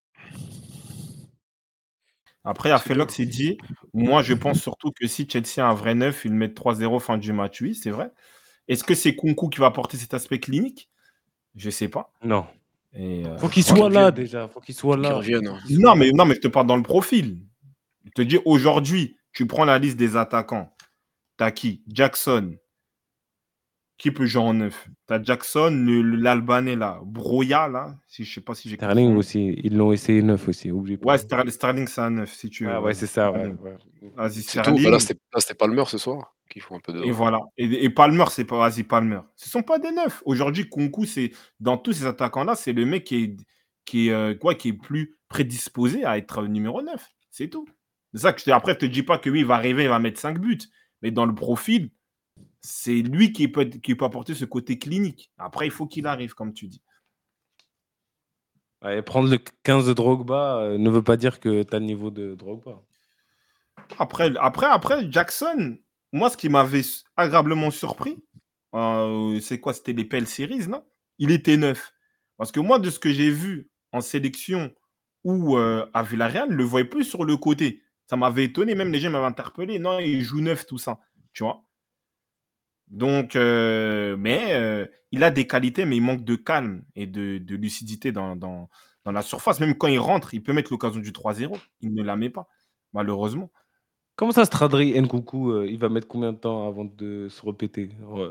Après, Afelox, il dit moi, je pense surtout que si Chelsea a un vrai neuf, ils mettent 3-0 fin du match. Oui, c'est vrai. Est-ce que c'est Kunku qui va apporter cet aspect clinique? Je ne sais pas. Non. Faut qu'il soit là déjà. Faut qu'il soit là. Non, mais je te parle dans le profil. Je te dis aujourd'hui, tu prends la liste des attaquants. T'as qui? Jackson, Qui peut jouer en 9? T'as Jackson, l'Albanais là, Broya là, si je sais pas si j'ai compris. Sterling aussi, ils l'ont essayé 9 aussi, oublie pas. Ouais, Sterling c'est un 9 si tu veux. Ouais, c'est ça, ouais. Vas-y, C'est tout. Bah là, Sterling. c'était Palmer ce soir qui font un peu de. Et voilà. Et Palmer, c'est pas vas-y, Palmer. Ce sont pas des neufs. Aujourd'hui, Kunku, c'est dans tous ces attaquants-là, c'est le mec qui est plus prédisposé à être numéro 9. C'est tout. C'est ça que après, je te dis pas que oui, il va arriver, il va mettre 5 buts. Mais dans le profil, c'est lui qui peut apporter ce côté clinique. Après, il faut qu'il arrive, comme tu dis. Ouais, prendre le 15 de Drogba ne veut pas dire que tu as le niveau de Drogba. Après, Jackson, moi, ce qui m'avait agréablement surpris, c'est quoi? C'était les PL Series, non? Il était neuf. Parce que moi, de ce que j'ai vu en sélection ou à Villarreal, je le voyais plus sur le côté. Ça m'avait étonné, même les gens m'avaient interpellé. Non, il joue neuf, tout ça. Tu vois? Donc, il a des qualités, mais il manque de calme et de lucidité dans la surface. Même quand il rentre, il peut mettre l'occasion du 3-0. Il ne la met pas, malheureusement. Comment ça, Stradri Nkunku, il va mettre combien de temps avant de se répéter?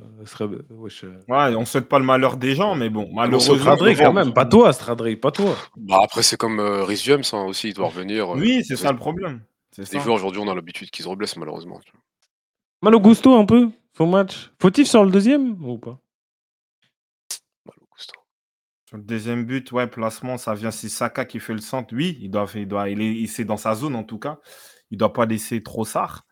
Ouais, on ne souhaite pas le malheur des gens, mais bon, malheureusement. Stradri, quand même, pas toi, Stradri, pas toi. Bah après, c'est comme Rhys James aussi, il doit revenir. Oui, c'est ça le problème. Les joueurs aujourd'hui, on a l'habitude qu'ils se reblessent malheureusement. Malo Gusto, un peu, son match. Fautif sur le deuxième ou pas? Malo Gusto. Sur le deuxième but, ouais, placement, ça vient, c'est Saka qui fait le centre. Oui, c'est dans sa zone en tout cas. Il ne doit pas laisser Trossard.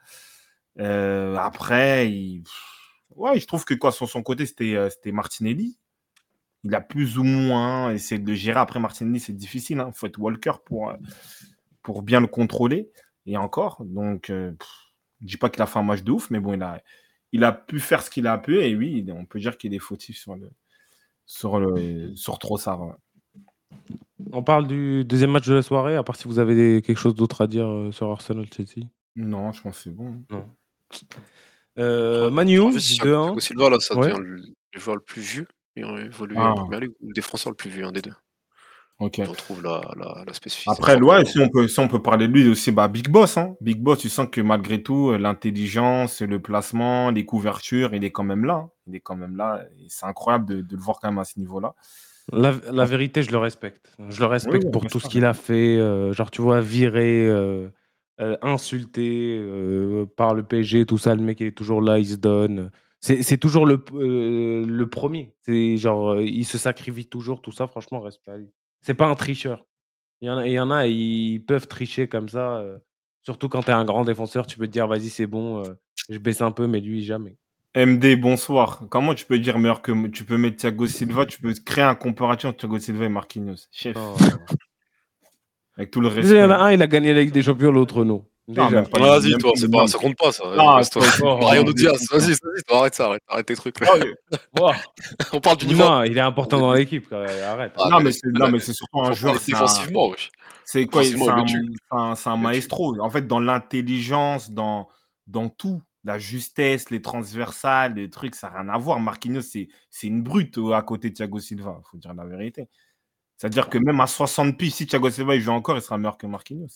Après, ouais, je trouve que quoi, sur son côté, c'était Martinelli. Il a plus ou moins essayé de le gérer. Après, Martinelli, c'est difficile. Il faut être Walker pour bien le contrôler. Et encore, donc, je ne dis pas qu'il a fait un match de ouf, mais bon, il a pu faire ce qu'il a pu. Et oui, on peut dire qu'il est fautif sur Trossard. Ouais. On parle du deuxième match de la soirée, à part si vous avez quelque chose d'autre à dire sur Arsenal-Chelsea. Non, je pense que c'est bon. Non. Manu, 2-1. Thiago Silva, là, ça devient le joueur le plus vieux. Il évolue en première ligue, ou défenseur le plus vieux, un des deux. Ok. On retrouve la spécificité. Après, ouais, si on peut parler de lui aussi, Big Boss. Hein. Big Boss, tu sens que malgré tout, l'intelligence, le placement, les couvertures, il est quand même là. Hein. Il est quand même là. Et c'est incroyable de le voir quand même à ce niveau-là. La vérité, je le respecte. Je le respecte pour tout ce qu'il a fait. Genre, tu vois, viré, insulté par le PSG, tout ça. Le mec, il est toujours là, il se donne. C'est toujours le premier. C'est genre, il se sacrifie toujours, tout ça. Franchement, respect à lui. C'est pas un tricheur. Il y en a, ils peuvent tricher comme ça. Surtout quand tu es un grand défenseur, tu peux te dire, vas-y, c'est bon, je baisse un peu, mais lui, jamais. MD, bonsoir. Comment tu peux dire meilleur que tu peux mettre Thiago Silva, tu peux créer un comparatif entre Thiago Silva et Marquinhos, chef. Oh. Avec tout le respect. Déjà, il y en a un, il a gagné la Ligue des Champions, l'autre non. Déjà. Vas-y, toi, ça compte pas, ça. Brian Diaz, vas-y, arrête tes trucs. On parle du niveau. Non, il est important dans l'équipe. Arrête. Non, mais c'est surtout un joueur. Défensivement, oui. C'est quoi? C'est un maestro. En fait, dans l'intelligence, dans tout, la justesse, les transversales, les trucs, ça n'a rien à voir. Marquinhos, c'est une brute à côté de Thiago Silva, il faut dire la vérité. C'est-à-dire que même à 60 piges, si Thiago Silva il joue encore, il sera meilleur que Marquinhos.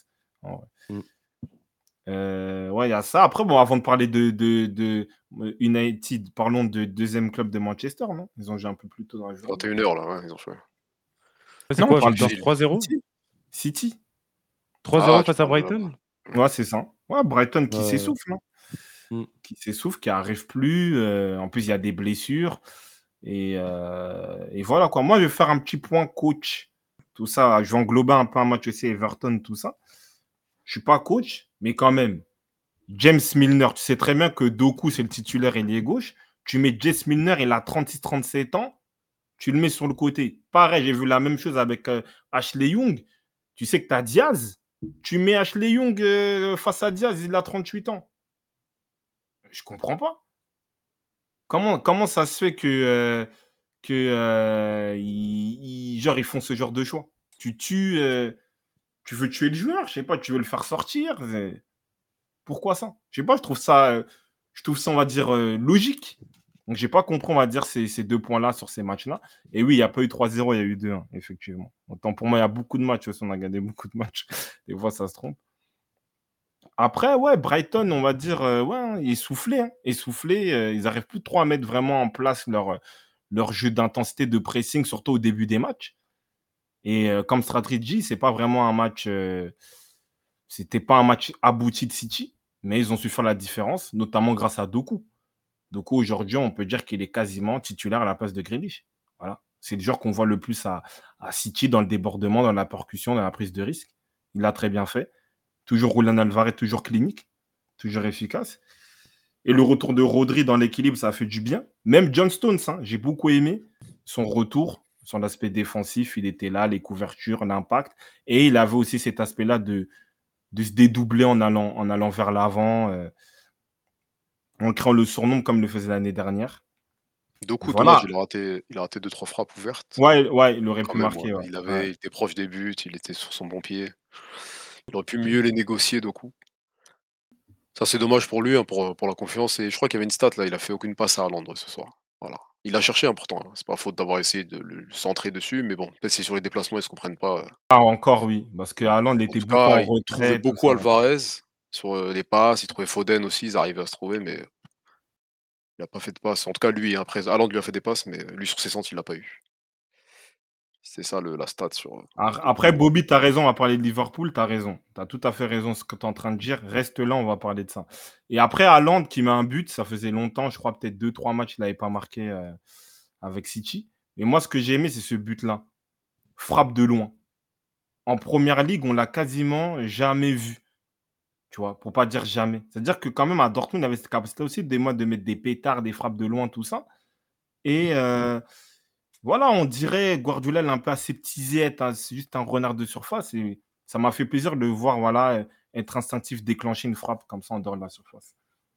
Ouais, il y a ça. Après, bon, avant de parler de United, parlons de deuxième club de Manchester, non? Ils ont joué un peu plus tôt dans la journée. 21h, là, ouais, ils ont joué. C'est quoi, 3-0 City. 3-0 face à Brighton? Ouais, c'est ça. Ouais, Brighton qui s'essouffle, non? Qui s'essouffle, qui n'arrive plus. En plus, il y a des blessures. Et voilà, quoi. Moi, je vais faire un petit point coach. Tout ça, je vais englober un peu un match aussi, Everton, tout ça. Je ne suis pas coach, mais quand même. James Milner, tu sais très bien que Doku, c'est le titulaire ailier gauche. Tu mets James Milner, il a 36-37 ans. Tu le mets sur le côté. Pareil, j'ai vu la même chose avec Ashley Young. Tu sais que tu as Diaz. Tu mets Ashley Young face à Diaz, il a 38 ans. Je comprends pas. Comment ça se fait que ils font ce genre de choix? Tu veux tuer le joueur, je sais pas, tu veux le faire sortir. Pourquoi ça? Je sais pas, je trouve ça, on va dire, logique. Donc, j'ai pas compris, on va dire, ces 2 points-là sur ces matchs-là. Et oui, il n'y a pas eu 3-0, il y a eu 2-1, effectivement. Autant pour moi, il y a beaucoup de matchs aussi, on a gagné beaucoup de matchs. Des fois, ça se trompe. Après, ouais, Brighton, on va dire, ouais, hein, essoufflé, hein, essoufflé. Ils n'arrivent plus trop à mettre vraiment en place leur jeu d'intensité, de pressing, surtout au début des matchs. Et comme stratégie, c'était pas un match abouti de City, mais ils ont su faire la différence, notamment grâce à Doku. Doku, aujourd'hui, on peut dire qu'il est quasiment titulaire à la place de Grealish. Voilà. C'est le joueur qu'on voit le plus à City dans le débordement, dans la percussion, dans la prise de risque. Il l'a très bien fait. Toujours Julian Alvarez, toujours clinique, toujours efficace. Et le retour de Rodri dans l'équilibre, ça a fait du bien. Même John Stones, hein, j'ai beaucoup aimé son retour, son aspect défensif. Il était là, les couvertures, l'impact. Et il avait aussi cet aspect-là de se dédoubler en allant vers l'avant, en créant le surnombre comme le faisait l'année dernière. Doku, dommage, Voilà. il a raté 2-3 frappes ouvertes. Ouais, ouais, il aurait Quand pu même, ouais. marquer. Ouais. Il était proche des buts, il était sur son bon pied. Il aurait pu mieux les négocier, Doku. Ça, c'est dommage pour lui, hein, pour la confiance. Et je crois qu'il y avait une stat là, il a fait aucune passe à Haaland ce soir. Voilà. Il a cherché hein, pourtant, hein. C'est pas faute d'avoir essayé de le centrer dessus, mais bon, peut-être c'est sur les déplacements, ils se comprennent pas. Ah, encore, oui. Parce que Haaland En était tout beaucoup cas, en il trouvait retrait, tout beaucoup ça. Alvarez sur les passes, il trouvait Foden aussi, ils arrivaient à se trouver, mais il a pas fait de passe. En tout cas, lui, hein, après, Haaland lui a fait des passes, mais lui, sur ses centres, il l'a pas eu. C'est ça la stat sur. Après, Bobby, tu as raison, on va parler de Liverpool, tu as raison. Tu as tout à fait raison ce que tu es en train de dire. Reste là, on va parler de ça. Et après, Haaland qui met un but, ça faisait longtemps, je crois peut-être 2-3 matchs, il n'avait pas marqué avec City. Et moi, ce que j'ai aimé, c'est ce but-là. Frappe de loin. En première ligue, on l'a quasiment jamais vu. Tu vois, pour pas dire jamais. C'est-à-dire que quand même, à Dortmund, il avait cette capacité aussi de mettre des pétards, des frappes de loin, tout ça. Et voilà, on dirait Guardiola l'a un peu aseptisé, c'est juste un renard de surface. Et ça m'a fait plaisir de le voir, voilà, être instinctif, déclencher une frappe comme ça en dehors de la surface.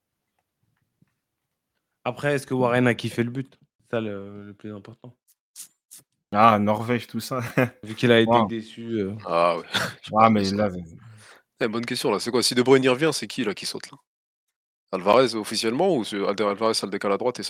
Après, est-ce que Warren a kiffé le but? C'est ça le plus important. Ah, Norvège, tout ça. Vu qu'il a été Wow. déçu. Ah ouais. Ah, mais là, Bonne question là. C'est quoi? Si De Bruyne y revient, c'est qui là qui saute là? Alvarez officiellement ou Alvarez ça le décale à droite et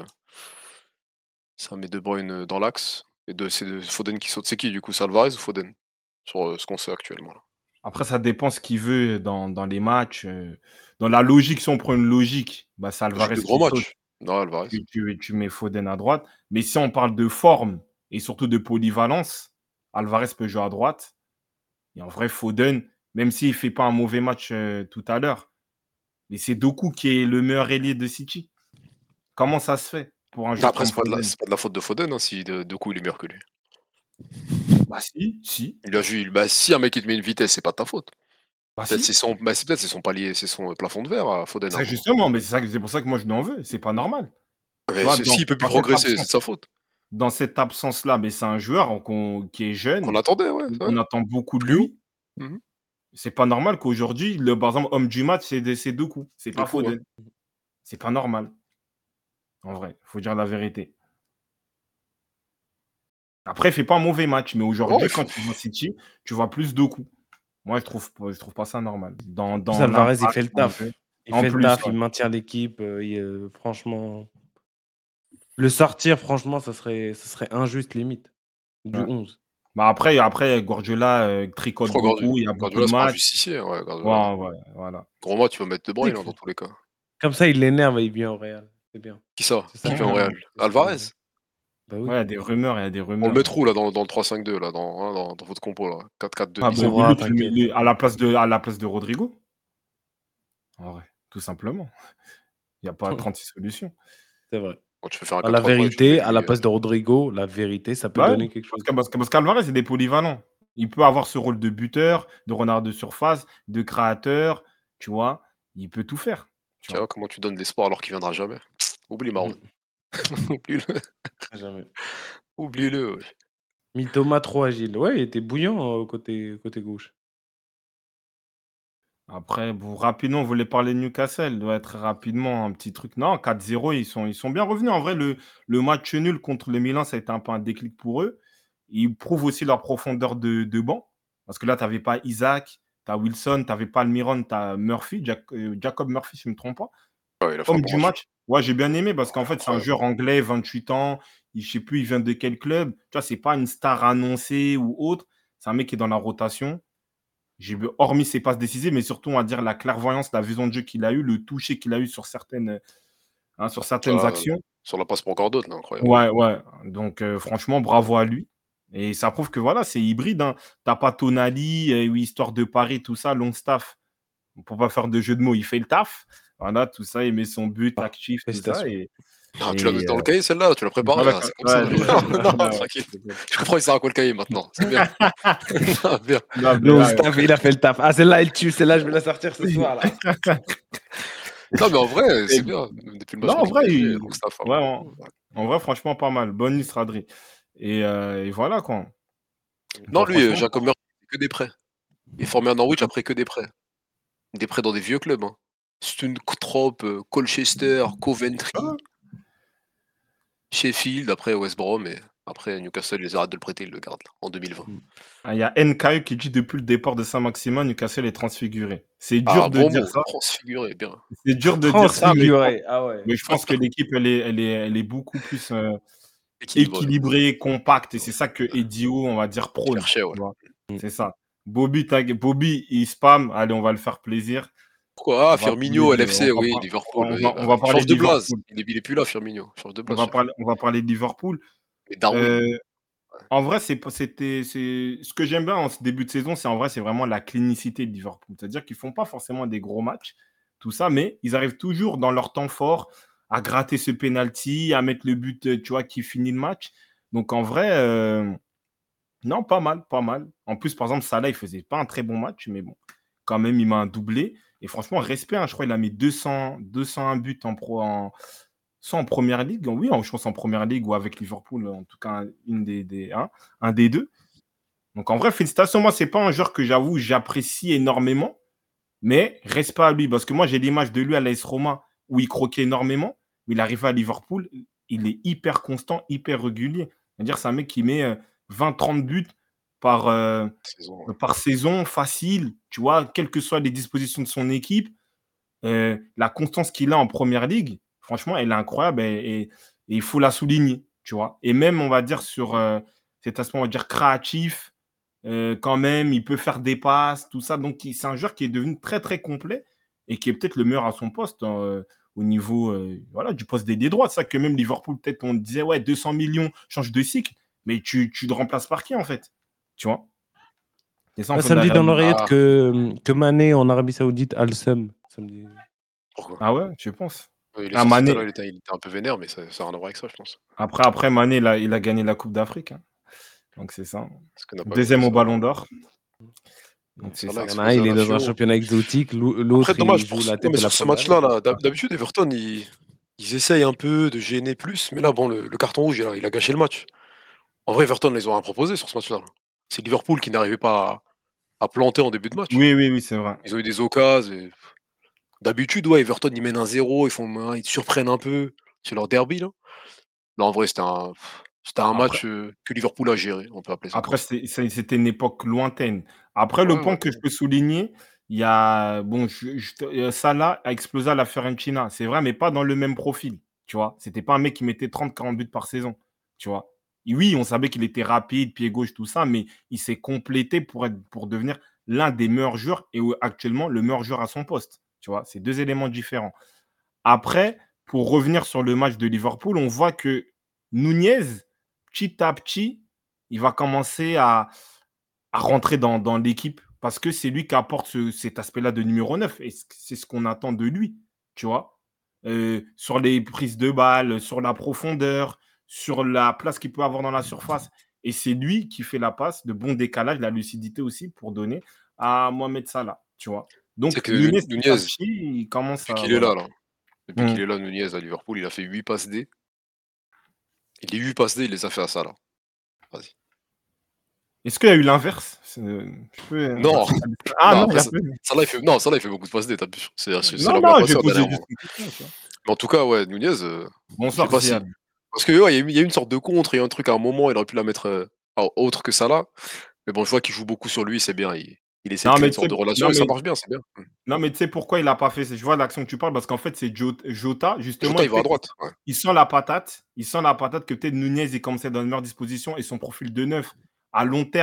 ça met De Bruyne dans l'axe et c'est Foden qui saute. C'est qui du coup? C'est Alvarez ou Foden? Sur ce qu'on sait actuellement là. après, ça dépend ce qu'il veut dans les matchs. Dans la logique, si on prend une logique, bah, c'est Logique Alvarez de gros qui saute. match. Non, Alvarez. Tu mets Foden à droite. Mais si on parle de forme et surtout de polyvalence, Alvarez peut jouer à droite. Et en vrai, Foden, même s'il ne fait pas un mauvais match tout à l'heure, mais c'est Doku qui est le meilleur ailier de City. Comment ça se fait pour un joueur Après, comme Foden? c'est pas de la faute de Foden hein, si de coup il est meilleur que lui. Bah si, si. Bah si un mec il te met une vitesse, c'est pas de ta faute. Bah Peut-être si. c'est son palier, c'est son plafond de verre à Foden. C'est justement, mais c'est pour ça que moi je lui en veux. C'est pas normal. Tu Mais vois, s'il peut plus progresser, c'est de sa faute. dans cette absence-là, mais c'est un joueur qui est Qu'on jeune. attendait, ouais. On attend beaucoup de Plus haut. lui. Mmh. C'est pas normal qu'aujourd'hui, par exemple, homme du match, c'est Doku. C'est pas Doku, ouais. Foden. C'est pas normal. En vrai, faut dire la vérité. Après, il fait pas un mauvais match, mais aujourd'hui, quand tu vois City, tu vois plus Doku. Moi, je trouve pas ça normal. Alvarez, il l'impact, fait le dans le jeu. taf. Il En fait le plus, taf, ouais. il maintient l'équipe. Franchement, le sortir, franchement, ça serait injuste limite. Du Ouais. 11. Bah après Guardiola Je tricote crois beaucoup, il y a beaucoup Guardiola, de c'est pas un matchs. justicier, hein, ouais, Guardiola. Ouais, ouais, voilà. Gros match, tu vas mettre De C'est Bruyne, hein, que- dans tous les cas. Comme ça, il l'énerve et il vient au Real. C'est bien. Qui ça? C'est ça Qui le vient au but. Real? C'est ça le Alvarez? but. Bah Ouais, oui. il y a des On le rumeurs. met où là dans le 3-5-2 là, dans votre compo là? 4-4-2 Ah, bizarre. Bobby, Trouvera, tu le mets t'inquiète. à la place de Rodrigo. En vrai, tout simplement. Il y a pas 36 solutions. C'est vrai. Quand tu peux faire un La 4-3-3 et tu mets vérité, à la lui, place de Rodrigo, la vérité, ça peut Bah ouais, donner quelque chose. parce qu'Alvarez, il est polyvalent. Il peut avoir ce rôle de buteur, de renard de surface, de créateur, tu vois? Il peut tout faire, tu tu vois? vois comment tu donnes l'espoir alors qu'il viendra jamais? Oublie Marwan. Mhm. Oublie-le. Jamais. Oublie-le, ouais. Mitoma trop agile. Ouais, il était bouillant côté gauche. Après, bon, rapidement, vous voulez parler de Newcastle? Ouais, très rapidement, un petit truc. Non, 4-0, ils sont bien revenus. En vrai, le match nul contre le Milan, ça a été un peu un déclic pour eux. Ils prouvent aussi leur profondeur de banc. Parce que là, tu n'avais pas Isaac, tu as Wilson, tu n'avais pas Almiron, tu as Murphy, Jacob Murphy, si je ne me trompe pas. Ouais, il a fait un Homme bon du match. match, ouais, j'ai bien aimé parce qu'en fait, c'est un Incroyable. joueur anglais, 28 ans. Je ne sais plus, il vient de quel club. Tu vois, c'est pas une star annoncée ou autre. C'est un mec qui est dans la rotation. hormis ses passes décisives, mais surtout, on va dire la clairvoyance, la vision de jeu qu'il a eu, le toucher qu'il a eu sur certaines actions. Sur la passe pour encore d'autres, là, incroyable. Ouais. Donc, franchement, bravo à lui. Et ça prouve que voilà, c'est hybride. Hein. T'as pas Tonali, histoire de Paris, tout ça, Longstaff. Pour pas faire de jeu de mots, il fait le taf. Voilà, tout ça, il met son but actif, tout ça. Tu l'as mis dans le cahier, celle-là, tu l'as préparée. Ouais, c'est comme ça. Non, tranquille. Je comprends, il sert à quoi le cahier maintenant. C'est bien. Bien. Longstaff, il a fait le taf. Ah, celle-là, elle tue. Celle-là, je vais la sortir ce soir. Là. Non, mais en vrai, c'est bien. Depuis le match en vrai, Longstaff, en vrai, franchement, pas mal. Bonne liste, Radri. Et voilà, quoi. Non, lui, Jacob Murphy, que des prêts. Il est formé à Norwich après que des prêts. Des prêts dans des vieux clubs. Hein. Stuntrop, Colchester, Coventry, Sheffield, après West Brom, et après Newcastle, les arrête de le prêter, ils le gardent là, en 2020. Il y a NKE qui dit depuis le départ de Saint-Maximin, Newcastle est transfiguré. C'est dur de dire ça. Transfiguré, bien. C'est dur de dire ça, mais mais je pense que l'équipe, elle est beaucoup plus équilibrée, compacte, et c'est ça que Edio, on va dire, prône. C'est ça. Bobby, il spam. Allez, on va le faire plaisir. Pourquoi Firmino, LFC, oui, Liverpool. On va parler de Blaze. Il est plus là, Firmino. Change de Blaze. On va parler de Liverpool. Et Darwin. En vrai, ce que j'aime bien en ce début de saison, c'est vraiment la clinicité de Liverpool. C'est-à-dire qu'ils font pas forcément des gros matchs, tout ça, mais ils arrivent toujours dans leur temps fort à gratter ce penalty, à mettre le but, tu vois, qui finit le match. Donc en vrai, non, pas mal. En plus, par exemple, Salah, il faisait pas un très bon match, mais bon, quand même, il m'a un doublé. Et franchement, respect, hein, je crois qu'il a mis 201 buts soit en première ligue, oui, je pense en première ligue ou avec Liverpool, en tout cas un des deux. Donc en vrai, félicitations. Moi, c'est pas un joueur que j'avoue, j'apprécie énormément, mais respect à lui, parce que moi, j'ai l'image de lui à l'AS Roma où il croquait énormément, mais il arrive à Liverpool, il est hyper constant, hyper régulier. C'est-à-dire, c'est un mec qui met 20-30 buts par saison, facile, tu vois, quelles que soient les dispositions de son équipe, la constance qu'il a en première ligue, franchement, elle est incroyable et il faut la souligner, tu vois. Et même, on va dire, sur cet aspect, on va dire, créatif, quand même, il peut faire des passes, tout ça. Donc, c'est un joueur qui est devenu très, très complet et qui est peut-être le meilleur à son poste au niveau du poste d'ailier droit. C'est ça que même Liverpool, peut-être, on disait, ouais, 200 millions, change de cycle, mais tu te remplaces par qui, en fait, tu vois. Ça me dit dans l'oreillette que Mané en Arabie Saoudite a le seum. Pourquoi ? Ah ouais, je pense. Mané, il était un peu vénère, mais ça n'a rien à voir avec ça, je pense. Après Mané, il a gagné la Coupe d'Afrique. Hein. Donc c'est ça. Deuxième au Ballon d'Or. Donc c'est ça. Il est dans un championnat exotique. L'autre, il joue la tête de la ce match-là, d'habitude, Everton, ils essayent un peu de gêner plus, mais là, bon, le carton rouge, il a gâché le match. En vrai, Everton, ils ont rien proposé sur ce match-là. C'est Liverpool qui n'arrivait pas à planter en début de match. Oui, c'est vrai. Ils ont eu des occasions. D'habitude, Everton, ils mènent 1-0, ils te surprennent un peu. C'est leur derby, là. Là, en vrai, c'était un match que Liverpool a géré, on peut appeler ça. Après, c'était une époque lointaine. Après, le point que je peux souligner, il y a... Salah a explosé à la Fiorentina. C'est vrai, mais pas dans le même profil, tu vois. C'était pas un mec qui mettait 30-40 buts par saison, tu vois. Et oui, on savait qu'il était rapide, pied gauche, tout ça, mais il s'est complété pour devenir l'un des meilleurs joueurs et actuellement le meilleur joueur à son poste. Tu vois, c'est deux éléments différents. Après, pour revenir sur le match de Liverpool, on voit que Nunez, petit à petit, il va commencer à rentrer dans l'équipe parce que c'est lui qui apporte cet aspect-là de numéro 9 et c'est ce qu'on attend de lui, tu vois. Sur les prises de balles, sur la profondeur, sur la place qu'il peut avoir dans la surface. Et c'est lui qui fait la passe, de bon décalage, la lucidité aussi pour donner à Mohamed Salah, tu vois. Donc, Nunez, il commence depuis qu'il est là. Depuis qu'il est là, Nunez à Liverpool, il a fait 8 passes D. Et les 8 passes D, il les a fait à Salah. Vas-y. Est-ce qu'il y a eu l'inverse ? Non. Salah, il fait beaucoup de passes D. C'est la j'ai posé Mais en tout cas, Nunez. Bonsoir, parce qu'il y a une sorte de contre, il y a un truc à un moment, il aurait pu la mettre autre que Salah. Mais bon, je vois qu'il joue beaucoup sur lui, c'est bien. Il essaie de créer une sorte de relation et ça marche bien, c'est bien. Non, mais tu sais pourquoi il n'a pas fait. Je vois l'action que tu parles parce qu'en fait, c'est Jota, justement. Jota, il va à droite. Il sent la patate. Il sent la patate que peut-être Nunez est commencé dans une meilleure disposition et son profil de neuf à long terme,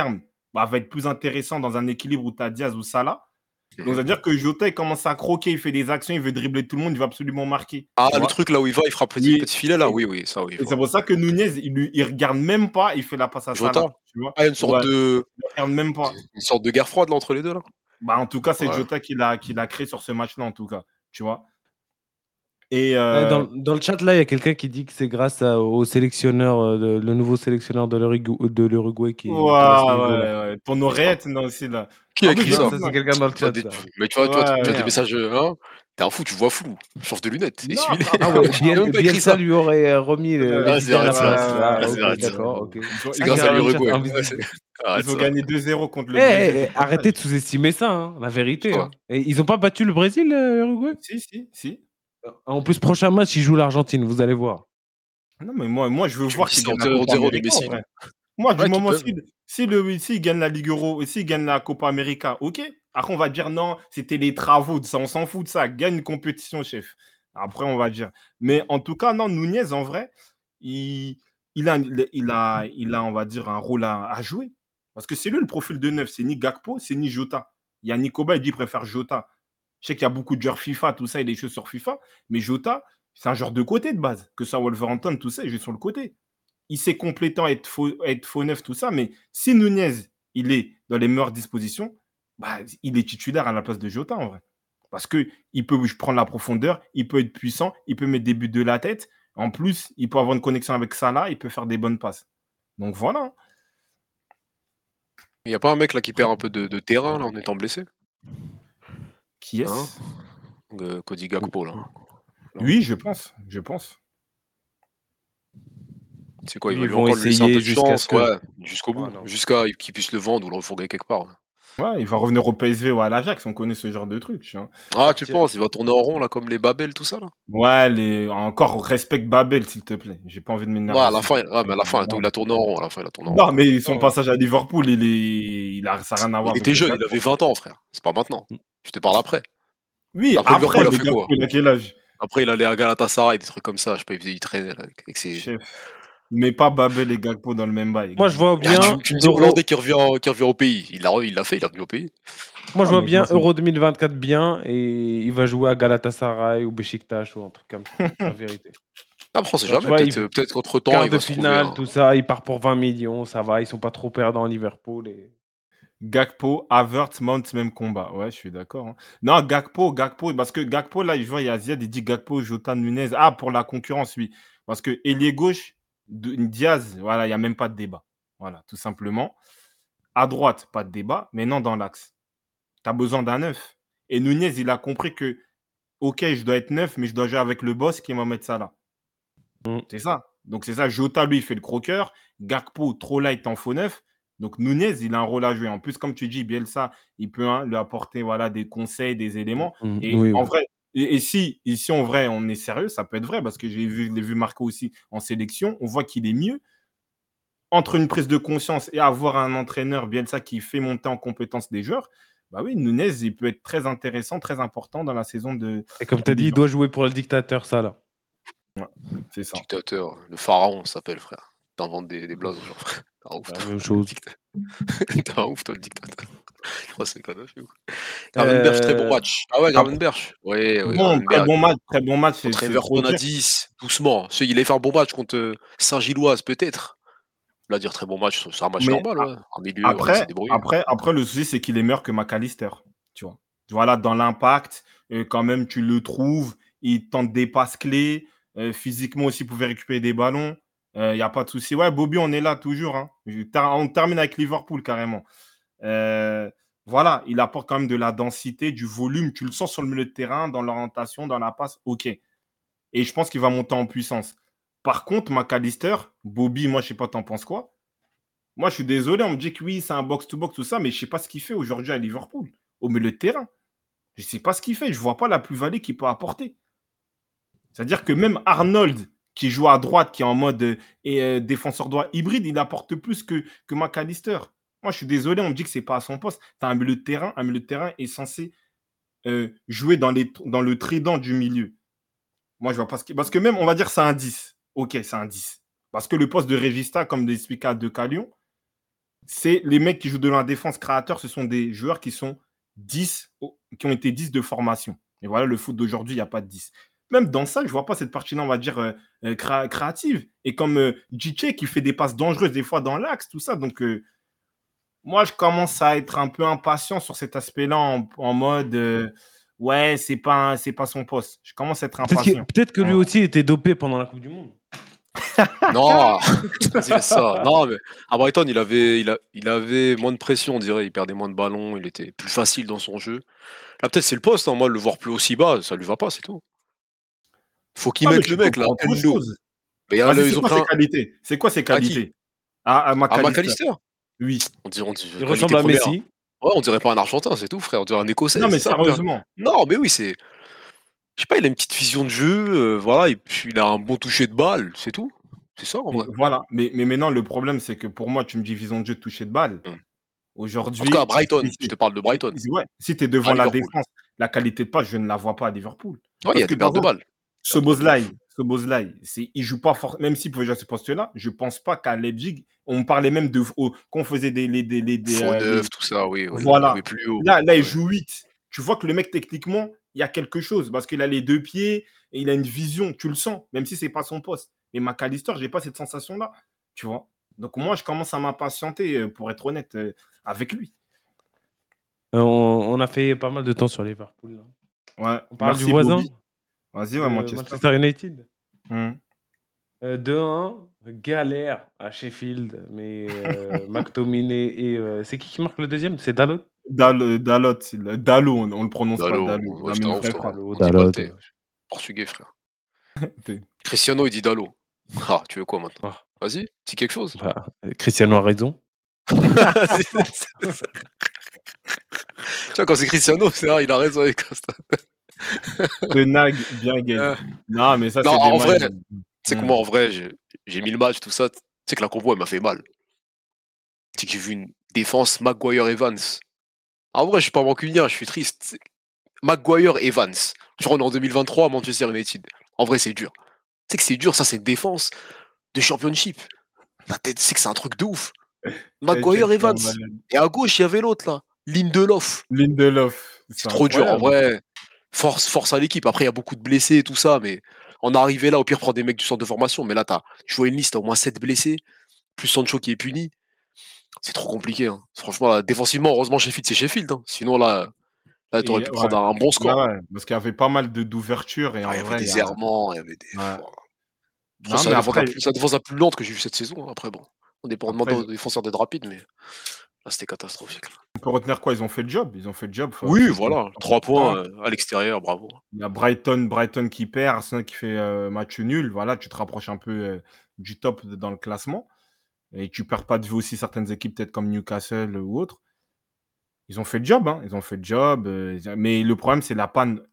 va être plus intéressant dans un équilibre où tu as Diaz ou Salah. Donc, ça veut dire que Jota, il commence à croquer, il fait des actions, il veut dribbler tout le monde, il va absolument marquer. Ah, le truc là où il va, il frappe petit filet là, oui, ça oui. Et c'est pour ça que Nunez, il regarde même pas, il fait la passe à Salah. Tu vois, une sorte il regarde même pas. Une sorte de guerre froide là, entre les deux là. En tout cas, c'est Jota qui l'a créé sur ce match-là, en tout cas. Tu vois. Et dans le chat, là, il y a quelqu'un qui dit que c'est grâce au sélectionneur, le nouveau sélectionneur de l'Uruguay qui a ce niveau-là. Ouais. Ton oreillette, non, aussi, là. Qui a écrit ça? C'est quelqu'un dans le chat. Mais tu vois, toi, tu as des messages. Hein, t'es un fou, tu vois flou. Change de lunettes. Bielsa lui aurait remis c'est vrai. D'accord, ok. C'est grâce à l'Uruguay. Ils ont gagné 2-0 contre le Brésil. Arrêtez de sous-estimer ça, hein, la vérité. Hein. Et ils n'ont pas battu le Brésil, l'Uruguay? Si. En plus, prochain match, ils jouent l'Argentine, vous allez voir. Non, mais moi je veux voir qu'ils gagnent la Copa América. Moi, du moment s'ils gagnent la Ligue Euro et s'ils gagnent la Copa América, ok. Après, on va dire non, c'était les travaux de ça, on s'en fout de ça. Gagne une compétition, chef. Après, on va dire. Mais en tout cas, non, Nunez, en vrai, il a, on va dire, un rôle à jouer. Parce que c'est lui le profil de neuf. C'est ni Gakpo, c'est ni Jota. Il y a Nicoba, il dit qu'il préfère Jota. Je sais qu'il y a beaucoup de joueurs FIFA, tout ça, et des choses sur FIFA. Mais Jota, c'est un joueur de côté de base. Que ça, Wolverhampton, tout ça, il joue sur le côté. Il sait complétant, être faux neuf, tout ça. Mais si Nunez, il est dans les meilleures dispositions, il est titulaire à la place de Jota, en vrai. Parce qu'il peut prendre la profondeur, il peut être puissant, il peut mettre des buts de la tête. En plus, il peut avoir une connexion avec Salah, il peut faire des bonnes passes. Donc voilà. Il n'y a pas un mec là qui perd un peu de terrain là, en étant blessé? Qui est-ce? Cody Gakpo là. Oui, je pense. C'est quoi, ils vont essayer jusqu'au bout, jusqu'à qu'il puisse le vendre ou le refourguer quelque part. Ouais, il va revenir au PSV ou à l'Ajax, on connaît ce genre de truc. Hein. Ah, tu penses, il va tourner en rond là comme les Babel, tout ça là? Ouais, encore respecte Babel, s'il te plaît. J'ai pas envie de m'énerver. Ouais, à la fin, il a tourné en rond. Non, mais son passage à Liverpool, ça n'a rien à voir. Il était jeune, il avait 20 ans, frère. C'est pas maintenant. Je te parle après. Oui, après il a fait quoi? Il a quel âge? Après, il allait à Galatasaray, des trucs comme ça. Je sais pas, il traînait avec ses... Chef. Mais pas Babel et Gakpo dans le même bail. Moi, je vois bien. Tu me dis Hollandais qui revient au pays. Il l'a fait, il est revenu au pays. Moi, je vois bien Euro 2024 bien et il va jouer à Galatasaray ou Beşiktaş ou un truc comme ça. La vérité. Après, on sait jamais. Peut-être qu'entre-temps, quart de finale, tout ça, il part pour 20 millions. Ça va, ils sont pas trop perdants à Liverpool. Gakpo, Havertz, Mount, même combat. Ouais, je suis d'accord. Hein. Non, Gakpo, parce que Gakpo, là, je vois, il y a Ziad, il dit Gakpo, Jota, Nunez. Ah, pour la concurrence, oui. Parce que ailier gauche, Diaz, voilà, il n'y a même pas de débat. Voilà, tout simplement. À droite, pas de débat, mais non dans l'axe. Tu as besoin d'un neuf. Et Nunez, il a compris que, ok, je dois être neuf, mais je dois jouer avec le boss qui va mettre ça là. C'est ça. Donc, c'est ça. Jota, lui, il fait le croqueur. Gakpo, trop light en faux neuf. Donc, Nunez, il a un rôle à jouer. En plus, comme tu dis, Bielsa, il peut lui apporter des conseils, des éléments. Et en vrai, et si en vrai, on est sérieux, ça peut être vrai parce que je l'ai vu marquer aussi en sélection. On voit qu'il est mieux. Entre une prise de conscience et avoir un entraîneur, Bielsa, qui fait monter en compétence des joueurs, oui, Nunez, il peut être très intéressant, très important dans la saison de. Et comme tu as dit, il doit jouer pour le dictateur, ça, là. Ouais, c'est ça. Dictateur, le pharaon s'appelle, frère. T'inventes des blazes, genre, frère. T'as ouf, la même chose. T'as ouf, toi, le dictateur. Je crois que c'est Kadhafi. Gravenberch, très bon match. Ah ouais, Gravenberch. Ouais, très bon match. Contre Everton à 10, doucement. Il allait faire un bon match contre Saint-Gilloise, peut-être. Là, dire très bon match, c'est un match normal. Ouais. En milieu, après, le souci, c'est qu'il est meilleur que McAllister. Tu vois. Voilà, dans l'impact, quand même, tu le trouves. Il tente des passes clés. Physiquement aussi, il pouvait récupérer des ballons. Il n'y a pas de souci. Ouais, Bobby, on est là toujours. Hein. On termine avec Liverpool carrément. Voilà, il apporte quand même de la densité, du volume. Tu le sens sur le milieu de terrain, dans l'orientation, dans la passe. OK. Et je pense qu'il va monter en puissance. Par contre, McAllister, Bobby, moi, je ne sais pas, t'en penses quoi? Moi, je suis désolé, on me dit que oui, c'est un box-to-box, tout ça, mais je ne sais pas ce qu'il fait aujourd'hui à Liverpool, au milieu de terrain. Je ne sais pas ce qu'il fait. Je ne vois pas la plus-value qu'il peut apporter. C'est-à-dire que même Arnold, qui joue à droite, qui est en mode défenseur droit hybride, il apporte plus que McAllister. Moi, je suis désolé, on me dit que ce n'est pas à son poste. Tu as un milieu de terrain. Un milieu de terrain est censé jouer dans le trident du milieu. Moi, je vois pas ce qui... Parce que même, on va dire c'est un 10. Ok, c'est un 10. Parce que le poste de Regista, comme l'expliquait De Calion, c'est les mecs qui jouent de la défense créateur, ce sont des joueurs qui sont 10, qui ont été 10 de formation. Et voilà, le foot d'aujourd'hui, il n'y a pas de 10. Même dans ça, je ne vois pas cette partie-là, on va dire, créative. Et comme DJ qui fait des passes dangereuses des fois dans l'axe, tout ça. Donc, moi, je commence à être un peu impatient sur cet aspect-là en mode, ouais, c'est pas son poste. Je commence à être impatient. Peut-être que lui aussi était dopé pendant la Coupe du Monde. Non, c'est ça. Non, mais à Brighton, il avait moins de pression, on dirait. Il perdait moins de ballons, il était plus facile dans son jeu. Là, peut-être c'est le poste. Moi, le voir plus aussi bas, ça lui va pas, c'est tout. Faut qu'il mette le mec là, Endo. Mais c'est quoi ses qualités? C'est quoi ses qualités? À McAllister. Oui. On dirait il ressemble à Messi. Ouais, on dirait pas un Argentin, c'est tout, frère. On dirait un Écossais. Non, mais sérieusement. Non, mais oui, c'est. Je sais pas, il a une petite vision de jeu, voilà, et puis il a un bon toucher de balle, c'est tout. C'est ça, en vrai. Voilà, mais maintenant, le problème, c'est que pour moi, tu me dis vision de jeu, toucher de balle. Aujourd'hui. En tout cas, à Brighton, je te parle de Brighton. Ouais, si tu es devant la défense, la qualité de passe, je ne la vois pas à Liverpool. Ouais, il y a des pertes de balles. Szoboszlai, il joue pas fort, même s'il pouvait jouer à ce poste-là, je pense pas qu'à Leipzig, on parlait même de qu'on faisait des faux neuf, tout ça, oui. Voilà. Plus haut. Là, il joue 8. Tu vois que le mec, techniquement, il y a quelque chose parce qu'il a les 2 pieds et il a une vision, tu le sens, même si c'est pas son poste. Mais McAllister, j'ai pas cette sensation-là, tu vois. Donc moi, je commence à m'impatienter, pour être honnête, avec lui. On a fait pas mal de temps sur Liverpool. Là. Ouais. On parle du voisin. Bobby. Vas-y, ouais, Manchester United. 2-1. Galère à Sheffield, mais McTominay et c'est qui marque le deuxième? C'est Dalot. Dalot, on le prononce pas Dalot. Dalot. Portugais, frère. Cristiano, il dit Dalot. Ah, tu veux quoi maintenant? Vas-y, dis quelque chose. Cristiano a raison. Tu vois, quand c'est Cristiano, c'est vrai, il a raison avec Costa. Le nag bien gay. Non, mais ça, c'est en vrai, tu sais que moi, en vrai, j'ai mis le match, tout ça. Tu sais que la compo, elle m'a fait mal. Tu sais que j'ai vu une défense Maguire-Evans. En vrai, je suis pas mancunien, je suis triste. Maguire-Evans. Genre, on est en 2023 à Manchester United. En vrai, c'est dur. Tu sais que c'est dur, ça, c'est une défense de championship. La tête, c'est que c'est un truc de ouf. Maguire-Evans. Et à gauche, il y avait l'autre, là. Lindelof. C'est trop dur, en vrai. Force à l'équipe. Après, il y a beaucoup de blessés et tout ça, mais on est arrivé là, au pire, prendre des mecs du centre de formation. Mais là, tu vois une liste, t'as au moins 7 blessés, plus Sancho qui est puni. C'est trop compliqué. Hein. Franchement, là, défensivement, heureusement, Sheffield, c'est Sheffield. Hein. Sinon, là t'aurais pu prendre un bon score. Ouais, parce qu'il y avait pas mal d'ouvertures. Il y avait des errements, il y avait des. Non, c'est la défense la plus lente que j'ai vue cette saison. Après, bon, on n'est pas demandé aux défenseurs d'être rapides, mais là, c'était catastrophique. Là. On peut retenir quoi? Ils ont fait le job. Oui, voilà. 3 points à l'extérieur, bravo. Il y a Brighton qui perd, Arsenal qui fait match nul. Voilà, tu te rapproches un peu du top dans le classement. Et tu perds pas de vue aussi certaines équipes, peut-être comme Newcastle ou autres. Ils ont fait le job, hein. Ils ont fait le job. Mais le problème, c'est la panne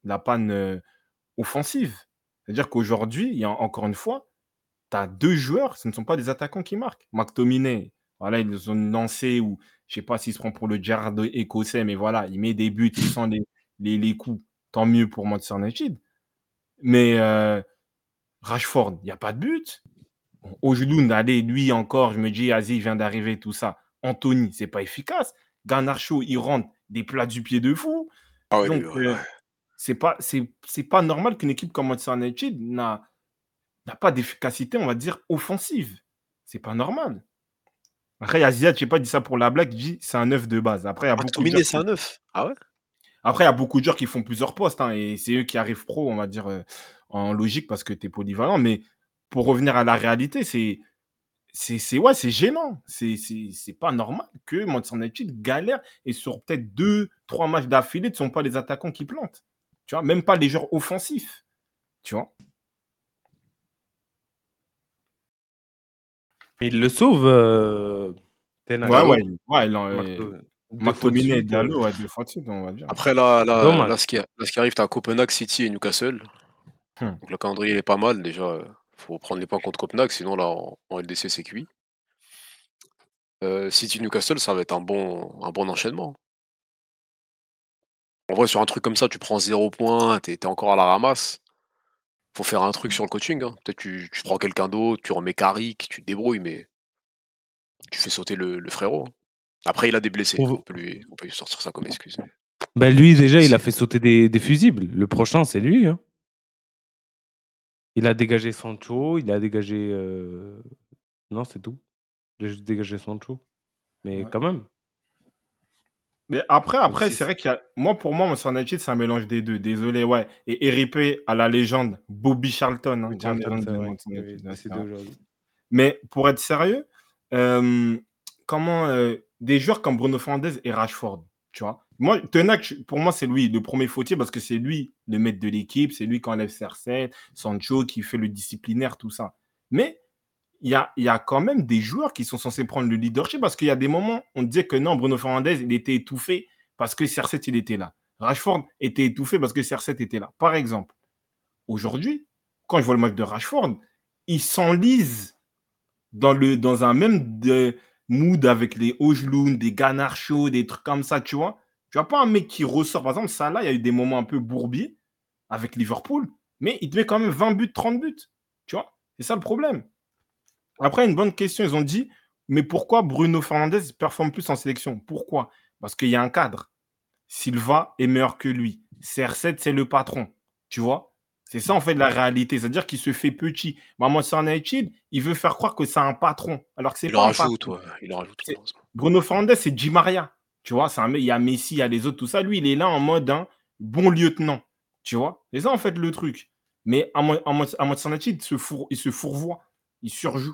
offensive. C'est-à-dire qu'aujourd'hui, il y a encore une fois, tu as 2 joueurs, ce ne sont pas des attaquants qui marquent. McTominay, voilà, ils ont lancé ou je ne sais pas s'il se prend pour le Gerrard écossais, mais voilà, il met des buts, il sent les coups. Tant mieux pour Manchester United. Mais Rashford, il n'y a pas de but. Ojulund, allez, lui encore, je me dis, Aziz, il vient d'arriver, tout ça. Anthony, c'est pas efficace. Garnacho, il rentre des plats du pied de fou. Ah ouais, donc, c'est pas normal qu'une équipe comme Manchester United n'a pas d'efficacité, on va dire, offensive. C'est pas normal. Après, Aziz, je sais pas, il dit ça pour la blague, il dit c'est un 9 de base. Après, il y a beaucoup de c'est un 9. Ah ouais? Après, il y a beaucoup de joueurs qui font plusieurs postes, hein, et c'est eux qui arrivent pro, on va dire, en logique, parce que tu es polyvalent. Mais pour revenir à la réalité, c'est gênant. C'est pas normal que Manchester United galère et sur peut-être 2-3 matchs d'affilée, ce ne sont pas les attaquants qui plantent. Tu vois, même pas les joueurs offensifs. Tu vois. Il le sauve. McTominay et Diallo, 2 fois de suite, on va dire. Après, là, ce qui arrive, tu as Copenhague, City et Newcastle. Donc, le calendrier est pas mal. Déjà, il faut prendre les points contre Copenhague, sinon, là, en LDC, c'est cuit. City Newcastle, ça va être un bon enchaînement. En vrai, sur un truc comme ça, tu prends 0 points, t'es encore à la ramasse. Faut faire un truc sur le coaching. Hein. Peut-être tu prends quelqu'un d'autre, tu remets Carrick, tu te débrouilles, mais tu fais sauter le frérot. Hein. Après, il a des blessés. Pour- On peut lui sortir ça comme excuse. Ben lui, déjà, il a fait sauter des fusibles. Le prochain, c'est lui. Hein. Il a dégagé Sancho, il a dégagé. Non, c'est tout. Il a juste dégagé Sancho. Mais Ouais. quand même. Mais après, Donc, c'est vrai qu'il y a. Pour moi, Manchester United, c'est un mélange des deux. Désolé, ouais. Et Eripe à la légende, Bobby Charlton, hein, un Charlton, légende c'est de vrai. Manchester Il United. est Ouais, décédé aujourd'hui. Mais pour être sérieux, des joueurs comme Bruno Fernandes et Rashford, tu vois. Moi, Tenac, pour moi, c'est lui le premier fautier parce que c'est lui le maître de l'équipe, c'est lui qui enlève CR7, Sancho qui fait le disciplinaire, tout ça. Mais il y a quand même des joueurs qui sont censés prendre le leadership parce qu'il y a des moments, on disait que non, Bruno Fernandes, il était étouffé parce que CR7, il était là. Rashford était étouffé parce que CR7 était là. Par exemple, aujourd'hui, quand je vois le match de Rashford, il s'enlise dans un même mood avec les Ojloun, des Garnacho, des trucs comme ça, tu vois. Tu vois pas un mec qui ressort. Par exemple, ça là, il y a eu des moments un peu bourbiers avec Liverpool, mais il te met quand même 20 buts, 30 buts. Tu vois, c'est ça le problème. Après, une bonne question, ils ont dit, mais pourquoi Bruno Fernandes performe plus en sélection? Pourquoi? Parce qu'il y a un cadre. Silva est meilleur que lui. CR7, c'est le patron. Tu vois? C'est ça, en fait, la réalité. C'est-à-dire qu'il se fait petit. Manchester United, il veut faire croire que c'est un patron, alors que c'est Il le pas un rajoute, patron. ouais. Il le rajoute, malheureusement. Bruno Fernandes, c'est Di Maria. Tu vois, il y a Messi, il y a les autres, tout ça. Lui, il est là en mode bon lieutenant. Tu vois? C'est ça, en fait, le truc. Mais à Manchester United, il se fourvoie. Il surjoue.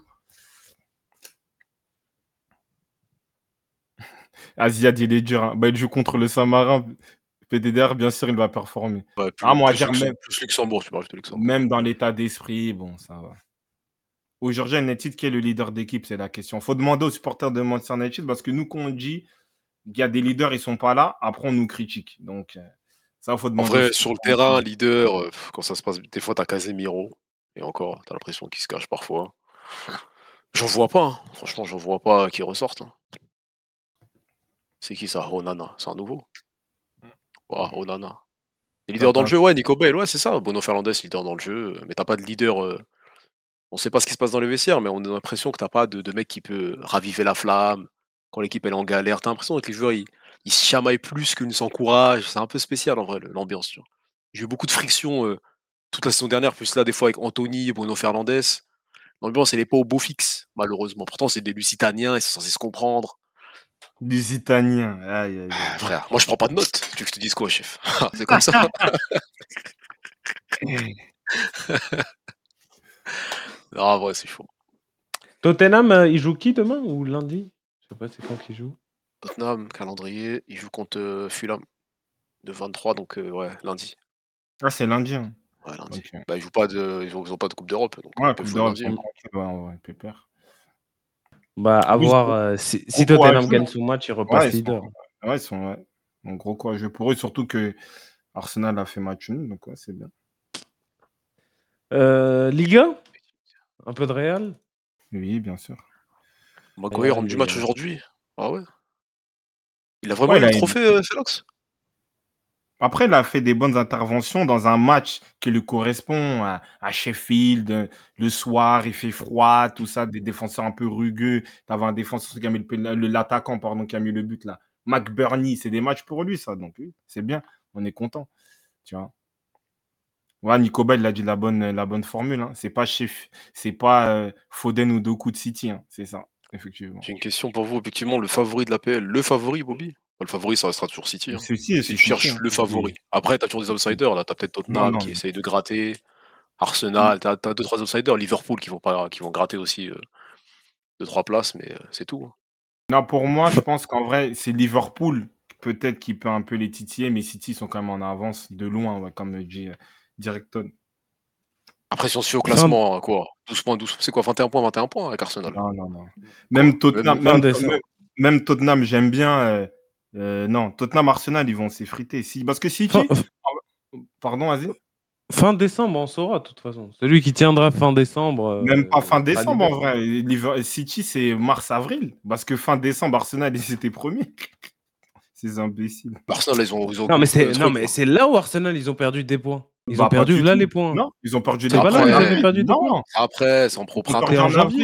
Aziad, il est dur. Hein. Bah, il joue contre le Samarin. PDDR, bien sûr, il va performer. Ouais, Moi, plus Luxembourg, tu peux rajouter Luxembourg. même dans l'état d'esprit, bon, ça va. Aujourd'hui, United, qui est le leader d'équipe, c'est la question. Il faut demander aux supporters de Manchester United parce que nous, quand on dit qu'il y a des leaders, ils ne sont pas là, après, on nous critique. Donc, ça, il faut En demander. vrai, sur le terrain, leader, quand ça se passe, des fois, t'as Casemiro. Et encore, t'as l'impression qu'il se cache parfois. J'en vois pas, hein. Franchement, j'en vois pas qui ressortent. Hein. C'est qui ça? Onana, c'est un nouveau. Onana. Les leaders dans le jeu, ouais, Nico Bale, ouais, c'est ça. Bruno Fernandes, leader dans le jeu. Mais t'as pas de leader. On sait pas ce qui se passe dans les vestiaires, mais on a l'impression que t'as pas de mec qui peut raviver la flamme quand l'équipe elle est en galère. T'as l'impression que les joueurs ils se chamaillent plus qu'ils ne s'encouragent. C'est un peu spécial en vrai, l'ambiance. Tu vois. J'ai eu beaucoup de friction toute la saison dernière, plus là, des fois avec Anthony, Bruno Fernandes. L'ambiance, elle est pas au beau fixe, malheureusement. Pourtant, c'est des Lusitaniens, ils sont censés se comprendre. Lusitaniens, aïe, aïe, aïe. Frère, moi je prends pas de notes. Tu veux que je te dise quoi, chef? C'est comme ça. Ah ouais, c'est chaud. Tottenham, il joue qui demain ou lundi? Je sais pas, c'est quand qu'il joue. Tottenham, calendrier, il joue contre Fulham de 23, donc ouais, lundi. Ah, c'est lundi. Hein. Ouais, lundi. Okay. Bah, ils ont pas de Coupe d'Europe, donc ouais, ils peuvent Coupe jouer d'Europe, lundi. ouais, pépère. Bah, à voir si Tottenham gagne son match, il repasse leader. Ils sont, ouais. Donc, gros quoi, je pour eux, surtout que Arsenal a fait match nul, donc ouais, c'est bien. Ligue 1 un peu de Real? Oui, bien sûr. Maguire rentre du match aujourd'hui. Ah ouais. Il a vraiment eu le trophée, Felox? Après, il a fait des bonnes interventions dans un match qui lui correspond à Sheffield. Le soir, il fait froid, tout ça, des défenseurs un peu rugueux. Tu avais un défenseur qui a mis l'attaquant, pardon, qui a mis le but là. McBurney, c'est des matchs pour lui, ça. Donc, oui, c'est bien. On est content. Tu vois. Ouais, Nico Bell, il a dit la bonne formule. Hein. C'est pas Foden ou Doku de City. Hein. C'est ça, effectivement. J'ai une question pour vous. Effectivement, le favori de l'APL. Le favori, Bobby? Le favori, ça restera toujours City. Hein. Si tu cherches le favori. Après, tu as toujours des outsiders. Là, tu as peut-être Tottenham qui essaye de gratter. Arsenal, tu as 2-3 outsiders. Liverpool qui vont gratter aussi 2-3 places, mais c'est tout. Hein. Non, pour moi, je pense qu'en vrai, c'est Liverpool peut-être qui peut un peu les titiller, mais City sont quand même en avance de loin, ouais, comme dit Directon. Après, si on suit au classement, quoi 12 points, 12, c'est quoi 21 points avec Arsenal? Non. Même Tottenham, même Tottenham, j'aime bien. Non, Tottenham, Arsenal, ils vont s'effriter. Parce que City. Pardon, vas-y. Fin décembre, on saura de toute façon. Celui qui tiendra fin décembre. Même pas fin décembre en vrai. City, c'est mars-avril. Parce que fin décembre, Arsenal, ils étaient premiers. Ces imbéciles. Arsenal, ils ont non, mais c'est là où Arsenal, ils ont perdu des points. Ils ont perdu là les points. Non, ils ont perdu des points. Ils avaient perdu des points. Après, c'est en pro-printemps. En janvier.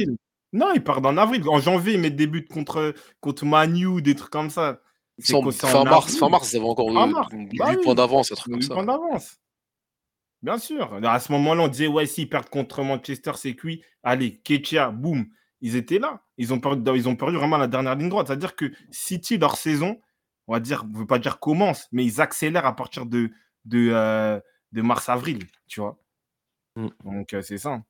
Non, ils perdent en avril. En janvier, ils mettent des buts contre Manu, des trucs comme ça. C'est fin mars, ils avaient encore 8 points d'avance, un truc comme ça. 8 points d'avance. Bien sûr. À ce moment-là, on disait, ouais, s'ils perdent contre Manchester, c'est cuit. Allez, Ketia, boum. Ils étaient là. Ils ont perdu vraiment la dernière ligne droite. C'est-à-dire que City, leur saison, on va dire, on ne veut pas dire commence, mais ils accélèrent à partir de mars-avril, tu vois. Donc, c'est ça.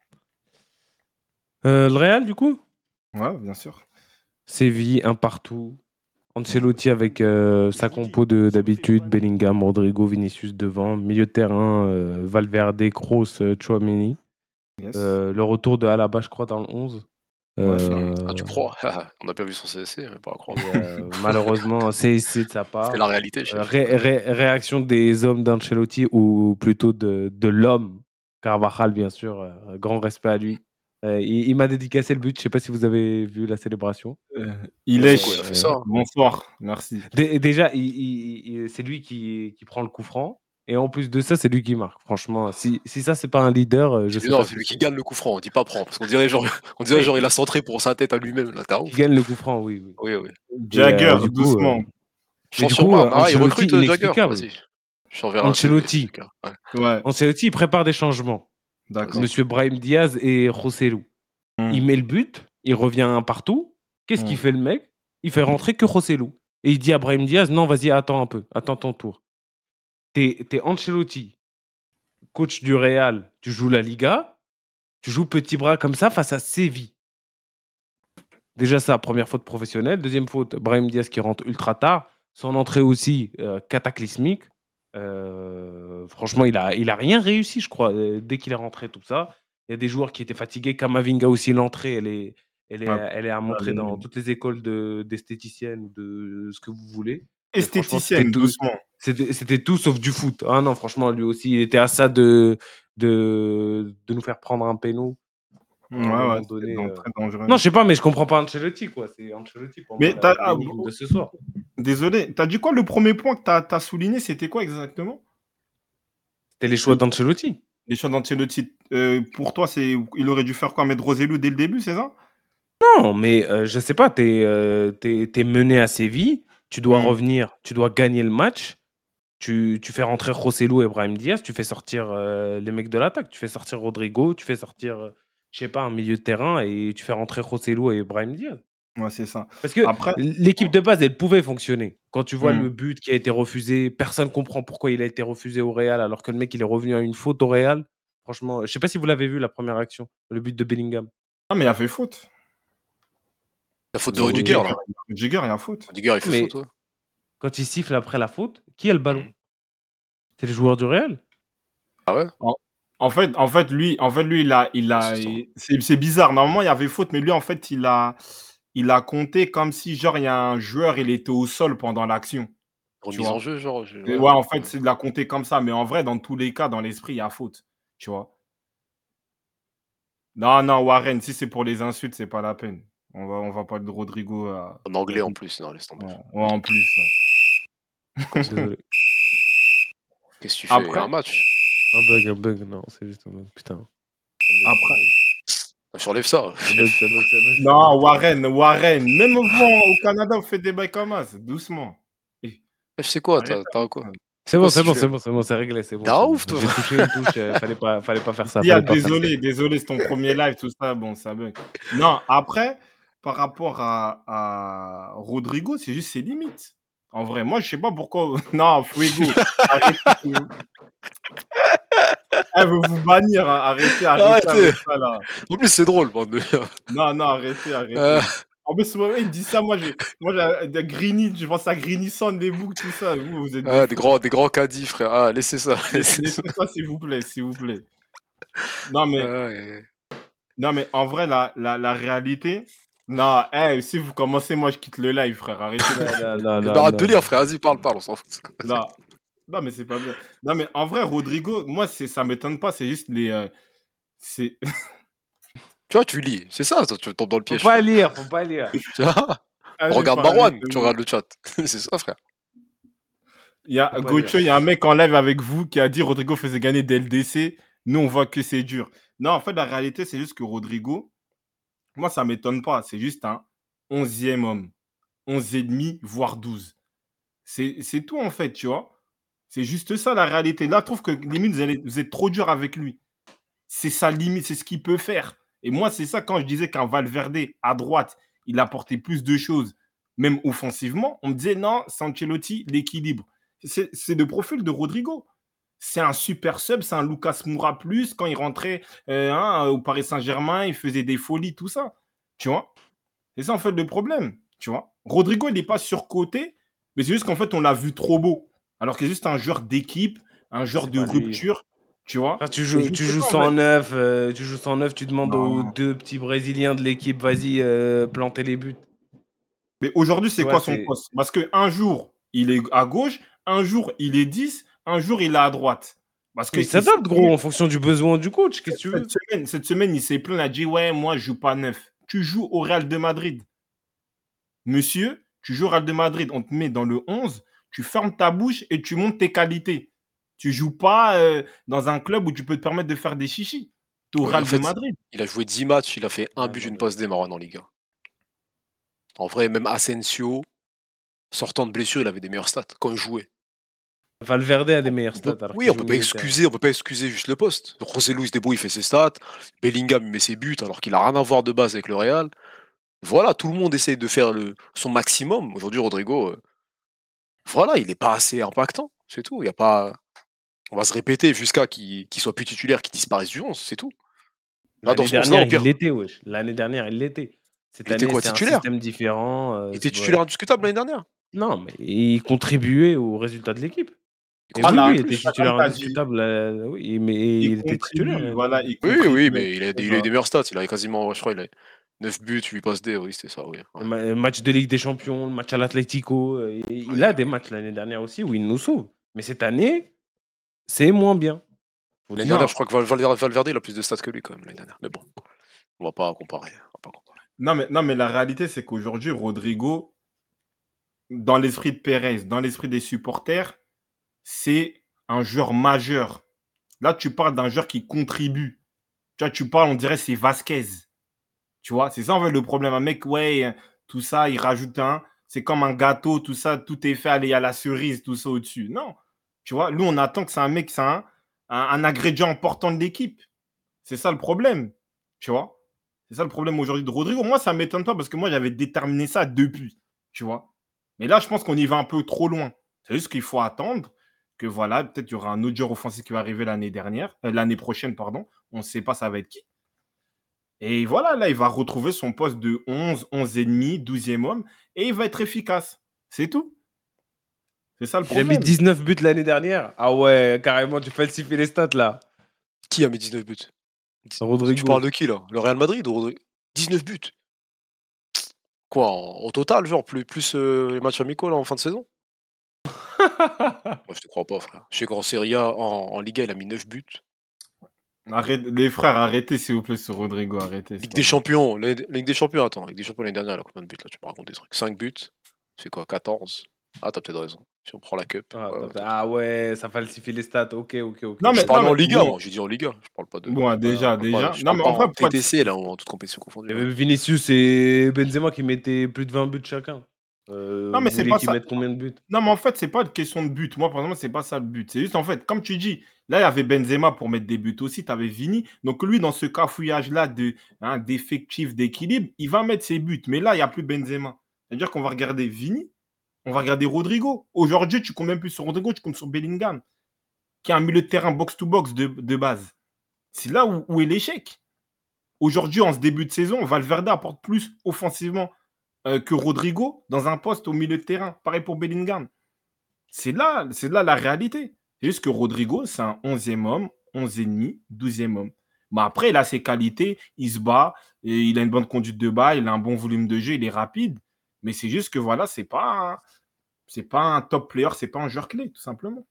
Le Real, du coup? Ouais, bien sûr. Séville, un partout. Ancelotti avec sa compo d'habitude, Bellingham, Rodrigo, Vinicius devant, milieu de terrain, Valverde, Kroos, Tchouaméni. Yes. Le retour de Alaba, je crois, dans le 11. Tu crois? On n'a pas vu son CSC, mais pas à croire. Malheureusement, c'est de sa part. C'est la réalité. Réaction des hommes d'Ancelotti, ou plutôt de l'homme Carvajal, bien sûr. Grand respect à lui. Il m'a dédicacé le but. Je ne sais pas si vous avez vu la célébration. Il est fait ça. Bonsoir, merci. Déjà, c'est lui qui prend le coup franc. Et en plus de ça, c'est lui qui marque. Franchement, si ça, c'est pas un leader, je sais pas. Non, c'est lui qui gagne le coup franc. On dit pas prend. Parce qu'on dirait genre il a centré pour sa tête à lui-même. Là, il gagne le coup franc, oui. Oui. Jagger, doucement. Il recrute Jagger. Vas-y. Ancelotti. Ouais. Ancelotti, il prépare des changements. D'accord. Monsieur Brahim Diaz et Joselu. Il met le but, il revient partout. Qu'est-ce qu'il fait le mec? Il fait rentrer que Joselu. Et il dit à Brahim Diaz, non, vas-y, attends un peu, attends ton tour. T'es Ancelotti, coach du Real, tu joues la Liga, tu joues petit bras comme ça face à Séville. Déjà ça, première faute professionnelle. Deuxième faute, Brahim Diaz qui rentre ultra tard. Son entrée aussi cataclysmique. Franchement, il a rien réussi, je crois, dès qu'il est rentré, tout ça. Il y a des joueurs qui étaient fatigués. Kamavinga aussi, l'entrée, elle est à montrer dans toutes les écoles d'esthéticiennes, de ce que vous voulez. Esthéticienne, doucement. C'était tout sauf du foot. Ah non, franchement, lui aussi, il était à ça de nous faire prendre un péno. Ouais, donné, très dangereux. Non, je sais pas, mais je comprends pas Ancelotti, quoi. C'est Ancelotti pour moi, l'énigme de ce soir. Désolé, t'as dit quoi? Le premier point que t'as souligné, c'était quoi exactement? C'était les choix d'Ancelotti. Les choix d'Ancelotti. Pour toi, il aurait dû faire quoi? Mettre Roselu dès le début, c'est ça? Non, mais je sais pas, t'es mené à Séville, tu dois revenir, tu dois gagner le match, tu fais rentrer Joselu et Brahim Diaz, tu fais sortir les mecs de l'attaque, tu fais sortir Rodrigo, tu fais sortir, je sais pas, un milieu de terrain et tu fais rentrer Joselu et Brahim Diaz. Ouais, c'est ça. Parce que l'équipe de base, elle pouvait fonctionner. Quand tu vois le but qui a été refusé, personne ne comprend pourquoi il a été refusé au Real alors que le mec, il est revenu à une faute au Real. Franchement, je sais pas si vous l'avez vu, la première action, le but de Bellingham. Ah, mais il a fait faute. La faute de Rudiger, là. Rudiger, il a faute. Rudiger, il fait faute, ouais. Quand il siffle après la faute, qui a le ballon? C'est le joueur du Real. Ah ouais? En fait, lui, c'est bizarre. Normalement, il y avait faute, mais lui, en fait, il a compté comme si, genre, il y a un joueur, il était au sol pendant l'action. Remise en jeu, genre. Ouais, en fait, il a compté comme ça. Mais en vrai, dans tous les cas, dans l'esprit, il y a faute. Tu vois. Non, Warren, si c'est pour les insultes, c'est pas la peine. On va pas de Rodrigo. En anglais, en plus. Non, laisse tomber. Ouais, en plus. Désolé. Qu'est-ce que tu fais? Après, un match. Un bug, non, c'est juste un bug, putain. Après. J'enlève ça. Non, Warren. Même au Canada, on fait des bails comme ça, doucement. Je sais quoi, t'as quoi? C'est bon, c'est réglé, c'est bon. T'as ouf, toi. J'ai touché une touche, fallait pas faire ça. Désolé, c'est ton premier live, tout ça, bon, ça bug. Non, après, par rapport à Rodrigo, c'est juste ses limites. En vrai, moi, je sais pas pourquoi. Non, Fuego, arrêtez. Elle veut vous bannir, hein. Arrêtez avec ça, là. En plus, c'est drôle, bande de... Non, arrêtez. En plus, il me dit ça, moi, j'ai Greeny, je pense à Greeny Sand, des boucs, tout ça. Vous êtes des grands caddies, frère. Ah, laissez ça. Laissez ça, s'il vous plaît. Non, mais en vrai, la réalité... Non, si vous commencez, moi, je quitte le live, frère. Arrêtez. Arrête de lire, frère. Vas-y, parle, on s'en fout. Non, mais c'est pas bien. Non, mais en vrai, Rodrigo, moi, ça m'étonne pas. C'est juste les... Tu vois, tu lis. C'est ça, tu tombes dans le piège. Faut pas lire. Regarde Marwan, tu regardes le chat. C'est ça, frère. Il y a Gocho, il y a un mec en live avec vous qui a dit Rodrigo faisait gagner des LDC. Nous, on voit que c'est dur. Non, en fait, la réalité, c'est juste que Rodrigo, Moi, ça ne m'étonne pas. C'est juste un 11e homme. 11 et demi, voire 12. C'est tout, en fait, tu vois. C'est juste ça, la réalité. Là, je trouve que limite, vous êtes trop dur avec lui. C'est sa limite, c'est ce qu'il peut faire. Et moi, c'est ça, quand je disais qu'un Valverde, à droite, il apportait plus de choses, même offensivement, on me disait, non, Sancelotti, l'équilibre. C'est le profil de Rodrigo. C'est un super sub, c'est un Lucas Moura plus. Quand il rentrait au Paris Saint-Germain, il faisait des folies, tout ça. Tu vois. C'est ça, en fait, le problème. Tu vois. Rodrigo, il n'est pas surcoté, mais c'est juste qu'en fait, on l'a vu trop beau. Alors qu'il est juste un joueur d'équipe, un joueur de rupture. Tu vois. Enfin, tu joues 109, tu joues 109, tu demandes aux deux petits Brésiliens de l'équipe, vas-y, planter les buts. Mais aujourd'hui, c'est quoi son poste? Parce qu'un jour, il est à gauche, un jour, il est 10, un jour, il est à droite. Parce que il s'adapte, gros, en fonction du besoin du coach. Qu'est-ce que tu veux? Cette semaine, il s'est plaint, il a dit, ouais, moi, je joue pas 9. Tu joues au Real de Madrid. Monsieur, tu joues au Real de Madrid, on te met dans le 11, tu fermes ta bouche et tu montes tes qualités. Tu joues pas dans un club où tu peux te permettre de faire des chichis. Tu es au Real de Madrid. Il a joué 10 matchs, il a fait un but, une passe démarrant en Ligue 1. En vrai, même Asensio, sortant de blessure, il avait des meilleures stats quand il jouait. Valverde a des meilleures stats. Oui, on peut pas excuser juste le poste. Joselu, il se débrouille, il fait ses stats. Bellingham, il met ses buts alors qu'il a rien à voir de base avec le Real. Voilà, tout le monde essaye de faire son maximum. Aujourd'hui, Rodrigo, voilà, il n'est pas assez impactant, c'est tout. Il y a pas... On va se répéter jusqu'à qu'il soit plus titulaire, qu'il disparaisse du 11, c'est tout. L'année dernière, il l'était, wesh. L'année dernière, il l'était. Cette année, c'est un système différent. Il était titulaire indiscutable l'année dernière. Non, mais il contribuait au résultat de l'équipe. Oui, il était titulaire indiscutable. Oui, mais il était titulaire. Voilà, oui, mais il a eu des meilleures stats. Il avait quasiment, je crois, il a 9 buts, 8 passes D, oui, c'était ça, oui. Le match de Ligue des Champions, le match à l'Atlético. Il a des matchs l'année dernière aussi où il nous sauve. Mais cette année, c'est moins bien. L'année dernière, je crois que Valverde, il a plus de stats que lui, quand même, l'année dernière. Mais bon, on va pas comparer. Non, mais la réalité, c'est qu'aujourd'hui, Rodrigo, dans l'esprit de Pérez, dans l'esprit des supporters, c'est un joueur majeur. Là, tu parles d'un joueur qui contribue. Tu vois, tu parles, on dirait c'est Vasquez. Tu vois, c'est ça en fait le problème. Un mec, ouais, tout ça, il rajoute un. C'est comme un gâteau, tout ça, tout est fait, allez, il y a la cerise, tout ça au-dessus. Non. Tu vois, nous, on attend que c'est un mec, c'est un ingrédient important de l'équipe. C'est ça le problème. Tu vois. C'est ça le problème aujourd'hui de Rodrigo. Moi, ça ne m'étonne pas parce que moi, j'avais déterminé ça depuis. Tu vois. Mais là, je pense qu'on y va un peu trop loin. C'est juste qu'il faut attendre que voilà, peut-être il y aura un autre joueur offensif qui va arriver l'année prochaine, pardon. On ne sait pas ça va être qui. Et voilà, là, il va retrouver son poste de 11, 11 et demi, 12e homme, et il va être efficace. C'est tout. C'est ça le problème. Il a mis 19 buts l'année dernière. Ah ouais, carrément, tu falsifies les stats, là. Qui a mis 19 buts? Rodrigo. Tu parles de qui, là? Le Real Madrid ou Rodrigo? 19 buts? Quoi, au total, genre, plus les matchs amicaux, là, en fin de saison? Moi, je te crois pas, frère. Je sais qu'en Serie A, en Liga, il a mis 9 buts. Les frères, arrêtez s'il vous plaît sur Rodrigo, arrêtez. Ligue des Champions, Ligue des Champions, attends, Ligue des Champions l'année dernière, elle a combien de buts là? Tu me racontes des trucs. 5 buts, c'est quoi, 14? Ah, t'as peut-être raison. Si on prend la Cup. Ouais, ça falsifie les stats, ok. Non, mais je parle en Liga, moi, j'ai dit en Liga, je parle pas de. Bon, déjà. Je non, mais en fait, TTC, là, en toute compétition confondue. Il y avait Vinicius et Benzema qui mettaient plus de 20 buts chacun. Non, mais c'est pas ça. Combien de buts? Non, mais en fait, c'est pas une question de but. Moi, par exemple, c'est pas ça le but. C'est juste, en fait, comme tu dis, là, il y avait Benzema pour mettre des buts aussi. Tu avais Vini. Donc, lui, dans ce cafouillage-là d'effectif, d'équilibre, il va mettre ses buts. Mais là, il n'y a plus Benzema. C'est-à-dire qu'on va regarder Vini, on va regarder Rodrigo. Aujourd'hui, tu comptes même plus sur Rodrigo, tu comptes sur Bellingham, qui a un milieu de terrain box-to-box de base. C'est là où est l'échec. Aujourd'hui, en ce début de saison, Valverde apporte plus offensivement que Rodrigo dans un poste au milieu de terrain. Pareil pour Bellingham. C'est là la réalité. C'est juste que Rodrigo, c'est un 11e homme, 11 et demi, 12e homme. Mais après, il a ses qualités, il se bat, et il a une bonne conduite de balle, il a un bon volume de jeu, il est rapide. Mais c'est juste que voilà, c'est pas un top player, c'est pas un joueur clé, tout simplement.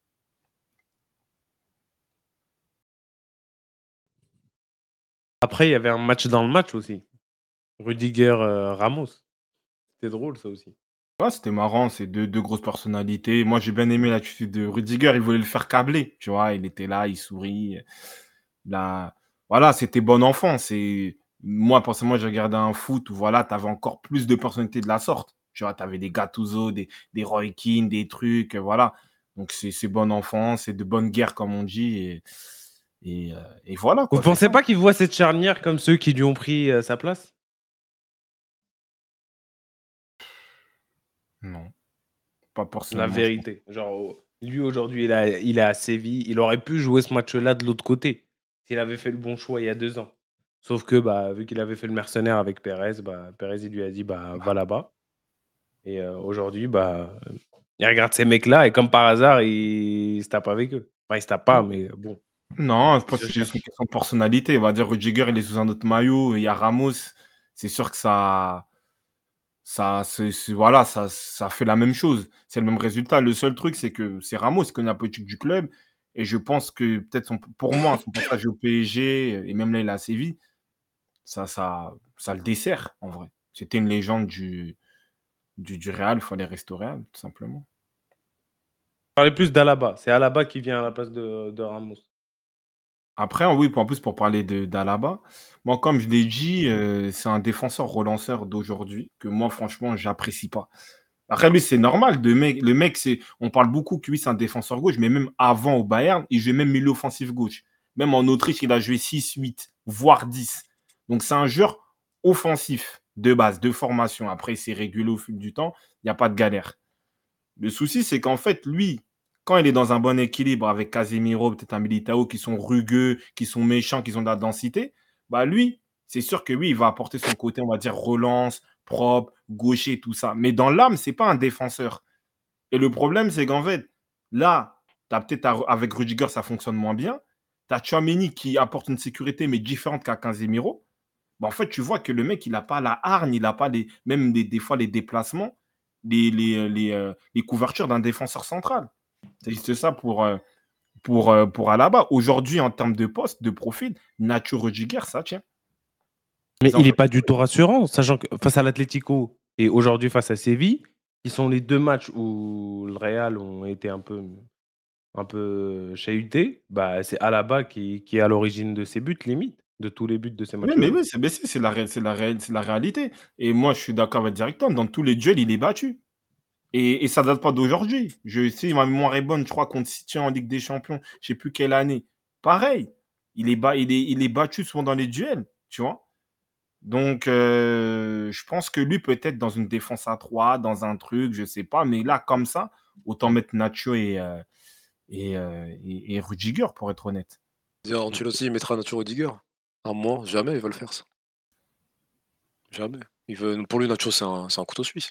Après, il y avait un match dans le match aussi. Rudiger-Ramos. C'était drôle, ça aussi. Ouais, c'était marrant, c'est deux grosses personnalités. Moi, j'ai bien aimé l'attitude de Rudiger, il voulait le faire câbler, tu vois, il était là, il sourit. Là, voilà, c'était bon enfant. Moi, personnellement, j'ai regardé un foot où voilà, tu avais encore plus de personnalités de la sorte. Tu vois, tu avais des Gattuso, des Roy Keane, des trucs, voilà. Donc, c'est bon enfant, c'est de bonne guerre, comme on dit. Et voilà, Vous quoi, c'est pensez ça. pas qu'il voit cette charnière comme ceux qui lui ont pris sa place? Non, pas La personnellement, je pense. vérité. Genre, lui, aujourd'hui, il est à Séville. Il aurait pu jouer ce match-là de l'autre côté s'il avait fait le bon choix il y a 2 ans. Sauf que, bah, vu qu'il avait fait le mercenaire avec Pérez, bah, Pérez, il lui a dit, bah, va là-bas. Et aujourd'hui, bah, il regarde ces mecs-là et comme par hasard, il se tape avec eux. Enfin, il se tape pas, mais bon, Non, je il pense se que c'est juste une cherche. question de personnalité. On va dire Rudiger, il est sous un autre maillot. Il y a Ramos. C'est sûr que voilà, ça fait la même chose. C'est le même résultat. Le seul truc, c'est que c'est Ramos qui connaît la politique du club. Et je pense que peut-être pour moi, son passage au PSG et même là, il est à Séville, ça le dessert en vrai. C'était une légende du Real. Il fallait rester au Real, tout simplement. Parler plus d'Alaba. C'est Alaba qui vient à la place de Ramos. Après, oui, en plus, pour parler d'Alaba, moi, comme je l'ai dit, c'est un défenseur relanceur d'aujourd'hui que moi, franchement, j'apprécie pas. Après, lui, c'est normal. Le mec, on parle beaucoup que lui, c'est un défenseur gauche, mais même avant au Bayern, il jouait même milieu offensif gauche. Même en Autriche, il a joué 6, 8, voire 10. Donc, c'est un joueur offensif de base, de formation. Après, c'est régulé au fil du temps. Il n'y a pas de galère. Le souci, c'est qu'en fait, lui, quand il est dans un bon équilibre avec Casemiro, peut-être un Militao, qui sont rugueux, qui sont méchants, qui ont de la densité, bah lui, c'est sûr que oui, il va apporter son côté, on va dire, relance, propre, gaucher, tout ça. Mais dans l'âme, c'est pas un défenseur. Et le problème, c'est qu'en fait, là, avec Rudiger, ça fonctionne moins bien. Tu as Tchouaméni qui apporte une sécurité, mais différente qu'à Casemiro. Bah, en fait, tu vois que le mec, il n'a pas la hargne, il n'a pas même des fois les déplacements, les couvertures d'un défenseur central. C'est juste ça pour Alaba. Aujourd'hui, en termes de poste, de profil, Nacho Rudiger, ça tient. Mais Ça, il on n'est peut- pas du tout rassurant, sachant que face à l'Atlético et aujourd'hui face à Séville, qui sont les 2 matchs où le Real ont été un peu chahutés, bah, c'est Alaba qui est à l'origine de ces buts, limite, de tous les buts de ces Oui, mais matchs-là. oui, c'est baissé, c'est la réalité. Et moi, je suis d'accord avec directement. Dans tous les duels, il est battu. Et ça date pas d'aujourd'hui. Si ma mémoire est bonne, je crois contre City en Ligue des Champions, je sais plus quelle année. Pareil, il est battu souvent dans les duels, tu vois. Donc, je pense que lui, peut-être dans une défense à 3, dans un truc, je sais pas. Mais là, comme ça, autant mettre Nacho et Rudiger, pour être honnête. Dire Ancelotti, il mettra Nacho Rudiger. À moi, jamais il va le faire ça. Jamais. Pour lui, Nacho, c'est un couteau suisse.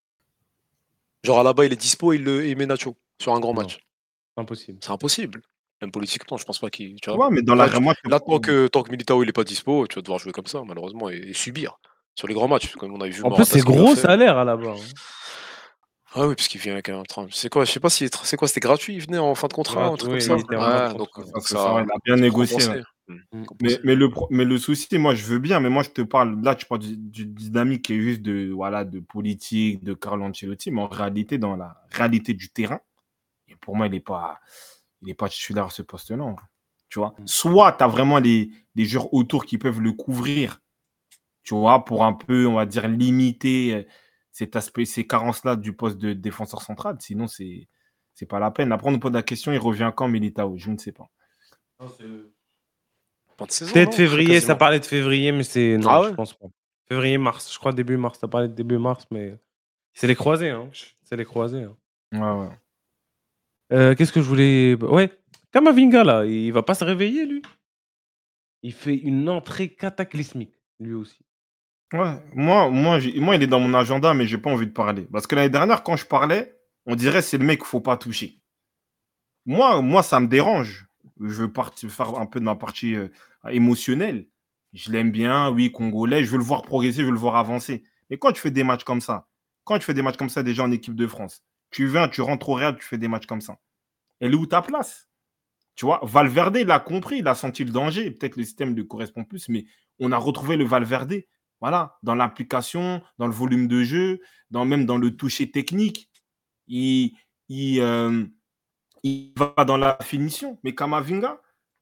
Genre là-bas, il est dispo, il met Nacho sur un grand Non, match. impossible. C'est impossible. Même politiquement, je pense pas qu'il. Tu vois. Ouais, mais dans Là, l'arrêt, moi, tant que Militao il est pas dispo, tu vas devoir jouer comme ça, malheureusement, et subir. Sur les grands matchs, comme on a vu En plus, Morata c'est ce qu'il a gros fait. salaire Alaba, hein. Ah oui, parce qu'il vient avec un train. C'est quoi? Je sais pas si c'est quoi, c'était gratuit, il venait en fin de contrat, un truc comme Oui, ça? il était en fin de Ouais, donc contrat. il a bien c'est pour négocié. Ouais. compenser. Mmh. Compenser. Mais le souci, moi, je veux bien, mais moi, je te parle, là, tu parles du dynamique qui est juste voilà, de politique, de Carlo Ancelotti, mais en réalité, dans la réalité du terrain, et pour moi, il est pas titulaire à ce poste-là, en vrai. Tu vois, Mmh. soit tu as vraiment des joueurs autour qui peuvent le couvrir, tu vois, pour un peu, on va dire, limiter cet aspect, ces carences-là du poste de défenseur central. Sinon, c'est pas la peine. Après, on nous pose la question, il revient quand, Militao? Je ne sais pas. Non, c'est Fin de saison, peut-être non? Très février, ça quasiment. parlait de février, mais c'est non, Ah je ouais? pense pas. Février, mars, je crois début mars, ça parlait de début mars, mais c'est les croisés, hein. C'est les croisés, hein. Ouais, ouais. Qu'est-ce que je voulais ouais, Camavinga là, il va pas se réveiller lui? Il fait une entrée cataclysmique, lui aussi. Ouais, moi, il est dans mon agenda, mais j'ai pas envie de parler. Parce que l'année dernière, quand je parlais, on dirait c'est le mec qu'il faut pas toucher. Moi, ça me dérange. Je veux faire un peu de ma partie émotionnelle. Je l'aime bien, oui, congolais. Je veux le voir progresser, je veux le voir avancer. Mais quand tu fais des matchs comme ça, déjà en équipe de France, tu viens, tu rentres au Real, tu fais des matchs comme ça. Elle est où ta place? Tu vois, Valverde, il a compris, il a senti le danger. Peut-être le système lui correspond plus, mais on a retrouvé le Valverde. Voilà, dans l'application, dans le volume de jeu, même dans le toucher technique. Il, il, euh, il va dans la finition. Mais Kamavinga,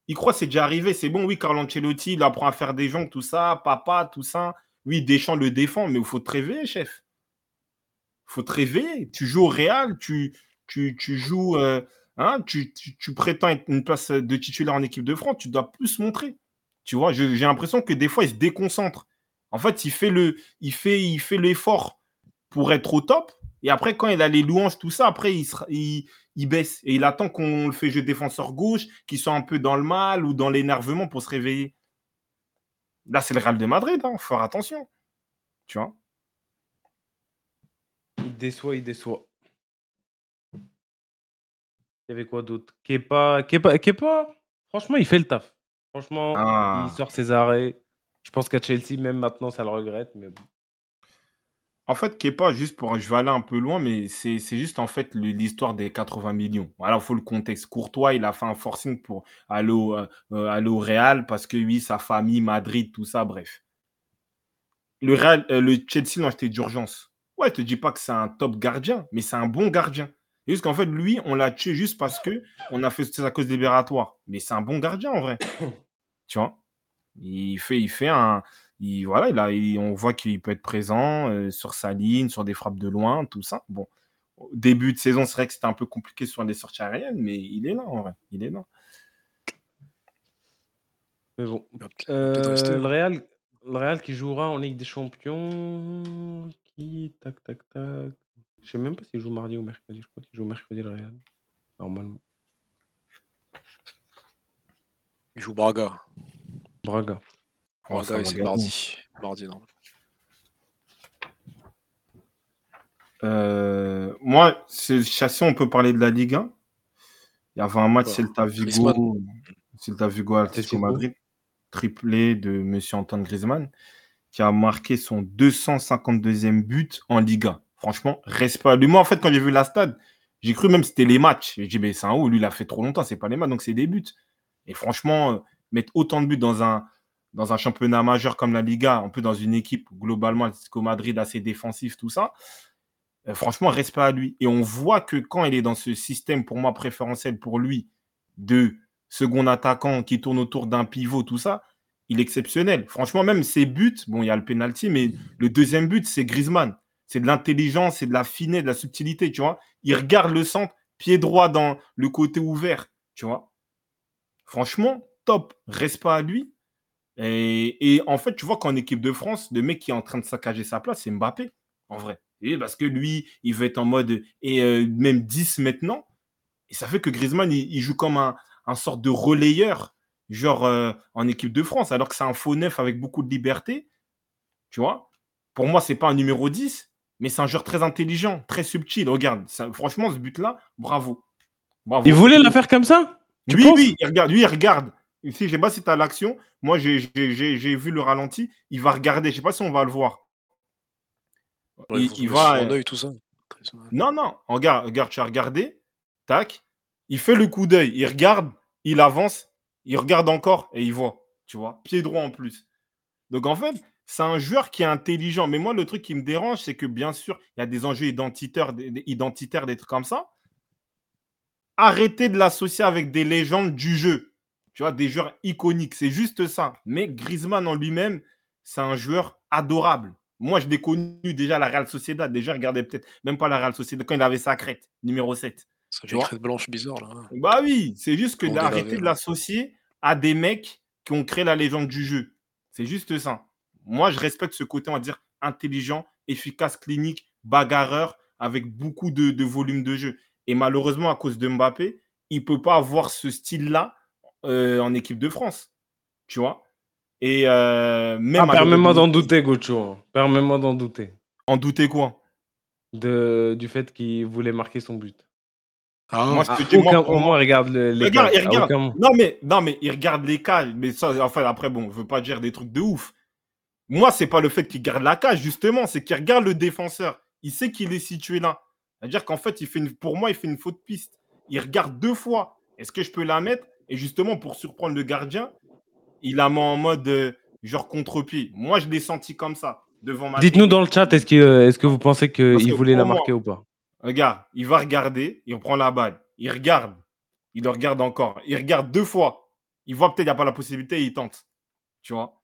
Il croit que c'est déjà arrivé. C'est bon, oui, Carlo Ancelotti, il apprend à faire des jongles, tout ça, papa, tout ça. Oui, Deschamps le défend, mais il faut te réveiller, chef. Il faut te réveiller. Tu joues au Real, tu joues, tu prétends être une place de titulaire en équipe de France, tu dois plus montrer. Tu vois, j'ai l'impression que des fois, il se déconcentre. En fait, il fait l'effort pour être au top. Et après, quand il a les louanges, tout ça, après, il baisse. Et il attend qu'on le fait jouer défenseur gauche, qu'il soit un peu dans le mal ou dans l'énervement pour se réveiller. Là, c'est le Real de Madrid. Il faut faire attention. Tu vois. Il déçoit. Il y avait quoi d'autre? Kepa, franchement, il fait le taf. Franchement, il sort ses arrêts. Je pense qu'à Chelsea, même maintenant, ça le regrette. Mais bon. En fait, Kepa, je vais aller un peu loin, mais c'est juste en fait l'histoire des 80 millions. Voilà, il faut le contexte. Courtois, il a fait un forcing pour aller au Real parce que oui, sa famille, Madrid, tout ça, bref. Le Chelsea l'a acheté d'urgence. Ouais, je te dis pas que c'est un top gardien, mais c'est un bon gardien. Et juste qu'en fait, lui, on l'a tué juste parce que on a fait sa cause libératoire. Mais c'est un bon gardien en vrai. Tu vois? Voilà, on voit qu'il peut être présent sur sa ligne, sur des frappes de loin, tout ça. Bon, au début de saison, c'est vrai que c'était un peu compliqué sur les sorties aériennes, mais il est là en vrai. Il est là. Mais bon. Le Real qui jouera en Ligue des Champions. Tac. Je sais même pas s'il joue mardi ou mercredi. Je crois qu'il joue mercredi, le Real. Normalement. Il joue Braga. Braga, c'est mardi. Mardi, non. Moi, Chassis, on peut parler de la Ligue 1. Il y avait un match Celta Vigo Atlético Madrid, triplé de M. Antoine Griezmann, qui a marqué son 252e but en Liga. Franchement, respect à lui. Moi, en fait, quand j'ai vu la stade, j'ai cru même que c'était les matchs. J'ai dit, mais c'est un haut, lui, il a fait trop longtemps, c'est pas les matchs, donc c'est des buts. Et franchement, mettre autant de buts dans un championnat majeur comme la Liga, un peu dans une équipe globalement, Atlético Madrid assez défensif, tout ça, franchement, respect à lui. Et on voit que quand il est dans ce système, pour moi, préférentiel pour lui, de second attaquant qui tourne autour d'un pivot, tout ça, il est exceptionnel. Franchement, même ses buts, bon, il y a le penalty, mais le deuxième but, c'est Griezmann. C'est de l'intelligence, c'est de la finesse, de la subtilité, tu vois. Il regarde le centre, pied droit dans le côté ouvert, tu vois. Franchement, top. Respect à lui. Et en fait, tu vois qu'en équipe de France, le mec qui est en train de saccager sa place, c'est Mbappé, en vrai. Et parce que lui, il veut être en mode même 10 maintenant. Et ça fait que Griezmann, il joue comme un sorte de relayeur, genre en équipe de France, alors que c'est un faux neuf avec beaucoup de liberté. Tu vois? Pour moi, c'est pas un numéro 10, mais c'est un joueur très intelligent, très subtil. Regarde, franchement, ce but-là, bravo. Il voulait la faire comme ça? Oui, il regarde. Ici, je sais pas si tu as l'action. Moi, j'ai vu le ralenti. Il va regarder. Je sais pas si on va le voir. Il va. Son œil, tout ça. Non. Regarde, tu as regardé. Tac. Il fait le coup d'œil. Il regarde. Il avance. Il regarde encore et il voit. Tu vois? Pied droit en plus. Donc, en fait, c'est un joueur qui est intelligent. Mais moi, le truc qui me dérange, c'est que bien sûr, il y a des enjeux identitaires, des trucs comme ça. Arrêtez de l'associer avec des légendes du jeu. Tu vois, des joueurs iconiques. C'est juste ça. Mais Griezmann en lui-même, c'est un joueur adorable. Moi, je l'ai connu déjà à la Real Sociedad. Déjà, regardez peut-être même pas la Real Sociedad quand il avait sa crête, numéro 7. Ça fait une crête blanche bizarre, là. Bah oui, c'est juste que d'arrêter de l'associer à des mecs qui ont créé la légende du jeu. C'est juste ça. Moi, je respecte ce côté, on va dire, intelligent, efficace, clinique, bagarreur, avec beaucoup de volume de jeu. Et malheureusement, à cause de Mbappé, il ne peut pas avoir ce style-là en équipe de France. Tu vois? Et même permets-moi d'en douter, Gocho. Permets-moi d'en douter. En douter quoi? Du fait qu'il voulait marquer son but. Moi, au moins, regarde les cas. Regarde. Non, mais il regarde les cas. Mais ça, enfin, après, bon, je veux pas dire des trucs de ouf. Moi, c'est pas le fait qu'il garde la cage, justement, c'est qu'il regarde le défenseur. Il sait qu'il est situé là. C'est-à-dire qu'en fait, pour moi, il fait une faute piste. Il regarde 2 fois. Est-ce que je peux la mettre? Et justement, pour surprendre le gardien, il la met en mode genre contre-pied. Moi, je l'ai senti comme ça, devant ma Dites-nous dans le chat, est-ce que vous pensez qu'il voulait la marquer ou pas? Regarde, il va regarder, il prend la balle. Il regarde. Il le regarde encore. Il regarde 2 fois. Il voit peut-être qu'il n'y a pas la possibilité et il tente. Tu vois.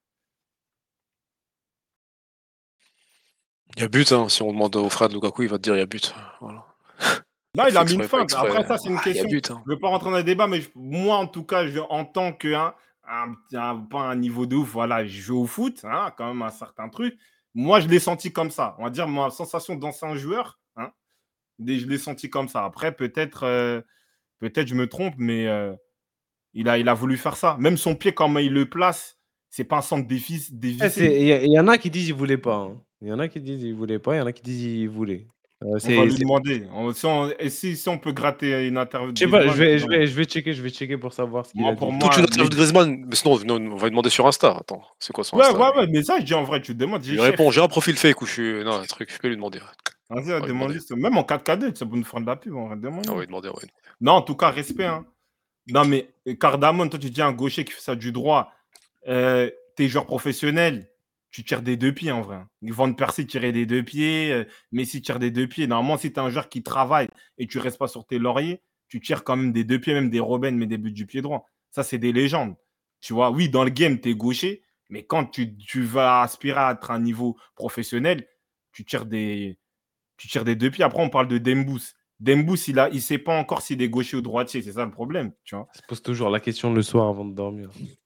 Il y a but, hein. Si on demande au frère de Lukaku, il va te dire il y a but. Voilà. Là, il Fait a mis une exprès, pas feinte. Après, exprès. ça, c'est une Il y a question. but, hein. Je ne veux pas rentrer dans le débat, mais moi, en tout cas, en tant que pas un niveau de ouf, voilà, je joue au foot, hein, quand même un certain truc. Moi, je l'ai senti comme ça. On va dire, ma sensation d'ancien joueur, hein, je l'ai senti comme ça. Après, peut-être je me trompe, mais il a voulu faire ça. Même son pied, comment il le place, c'est pas un centre dévissé. Il y en a qui disent qu'ils ne voulaient pas. Hein. Il y en a qui disent qu'ils ne voulaient pas, il y en a qui disent qu'ils voulaient. On va lui demander. Si on peut gratter une interview de Je sais pas, Griezmann, je vais checker pour savoir ce qu'il moi, a dit. pour Toute moi, une interview de Griezmann, mais sinon, on va lui demander sur Insta. Attends, c'est quoi son Insta? ouais, mais ça, je dis en vrai, tu te demandes. Il répond, j'ai un profil fake où je suis. Non, un truc, je peux lui demander. Vas-y, On va lui demande-lui. demander. Même en 4K2, ça peut nous faire de la pub. On va demander. On va lui demander, ouais. Non, en tout cas, respect. Hein. Non, mais Cardamone, toi, tu dis un gaucher qui fait ça du droit. T'es joueur professionnel, tu tires des deux pieds en vrai. Van Persie tirait des deux pieds, Messi tire des deux pieds. Normalement, si tu es un joueur qui travaille et tu restes pas sur tes lauriers, tu tires quand même des deux pieds, même des Robben, mais des buts du pied droit. Ça, c'est des légendes. Tu vois, oui, dans le game, tu es gaucher, mais quand tu vas aspirer à être à un niveau professionnel, tu tires des deux pieds. Après, on parle de Dembous. Dembous, il ne sait pas encore s'il est gaucher ou droitier. C'est ça le problème. Tu vois. Il se pose toujours la question le soir avant de dormir.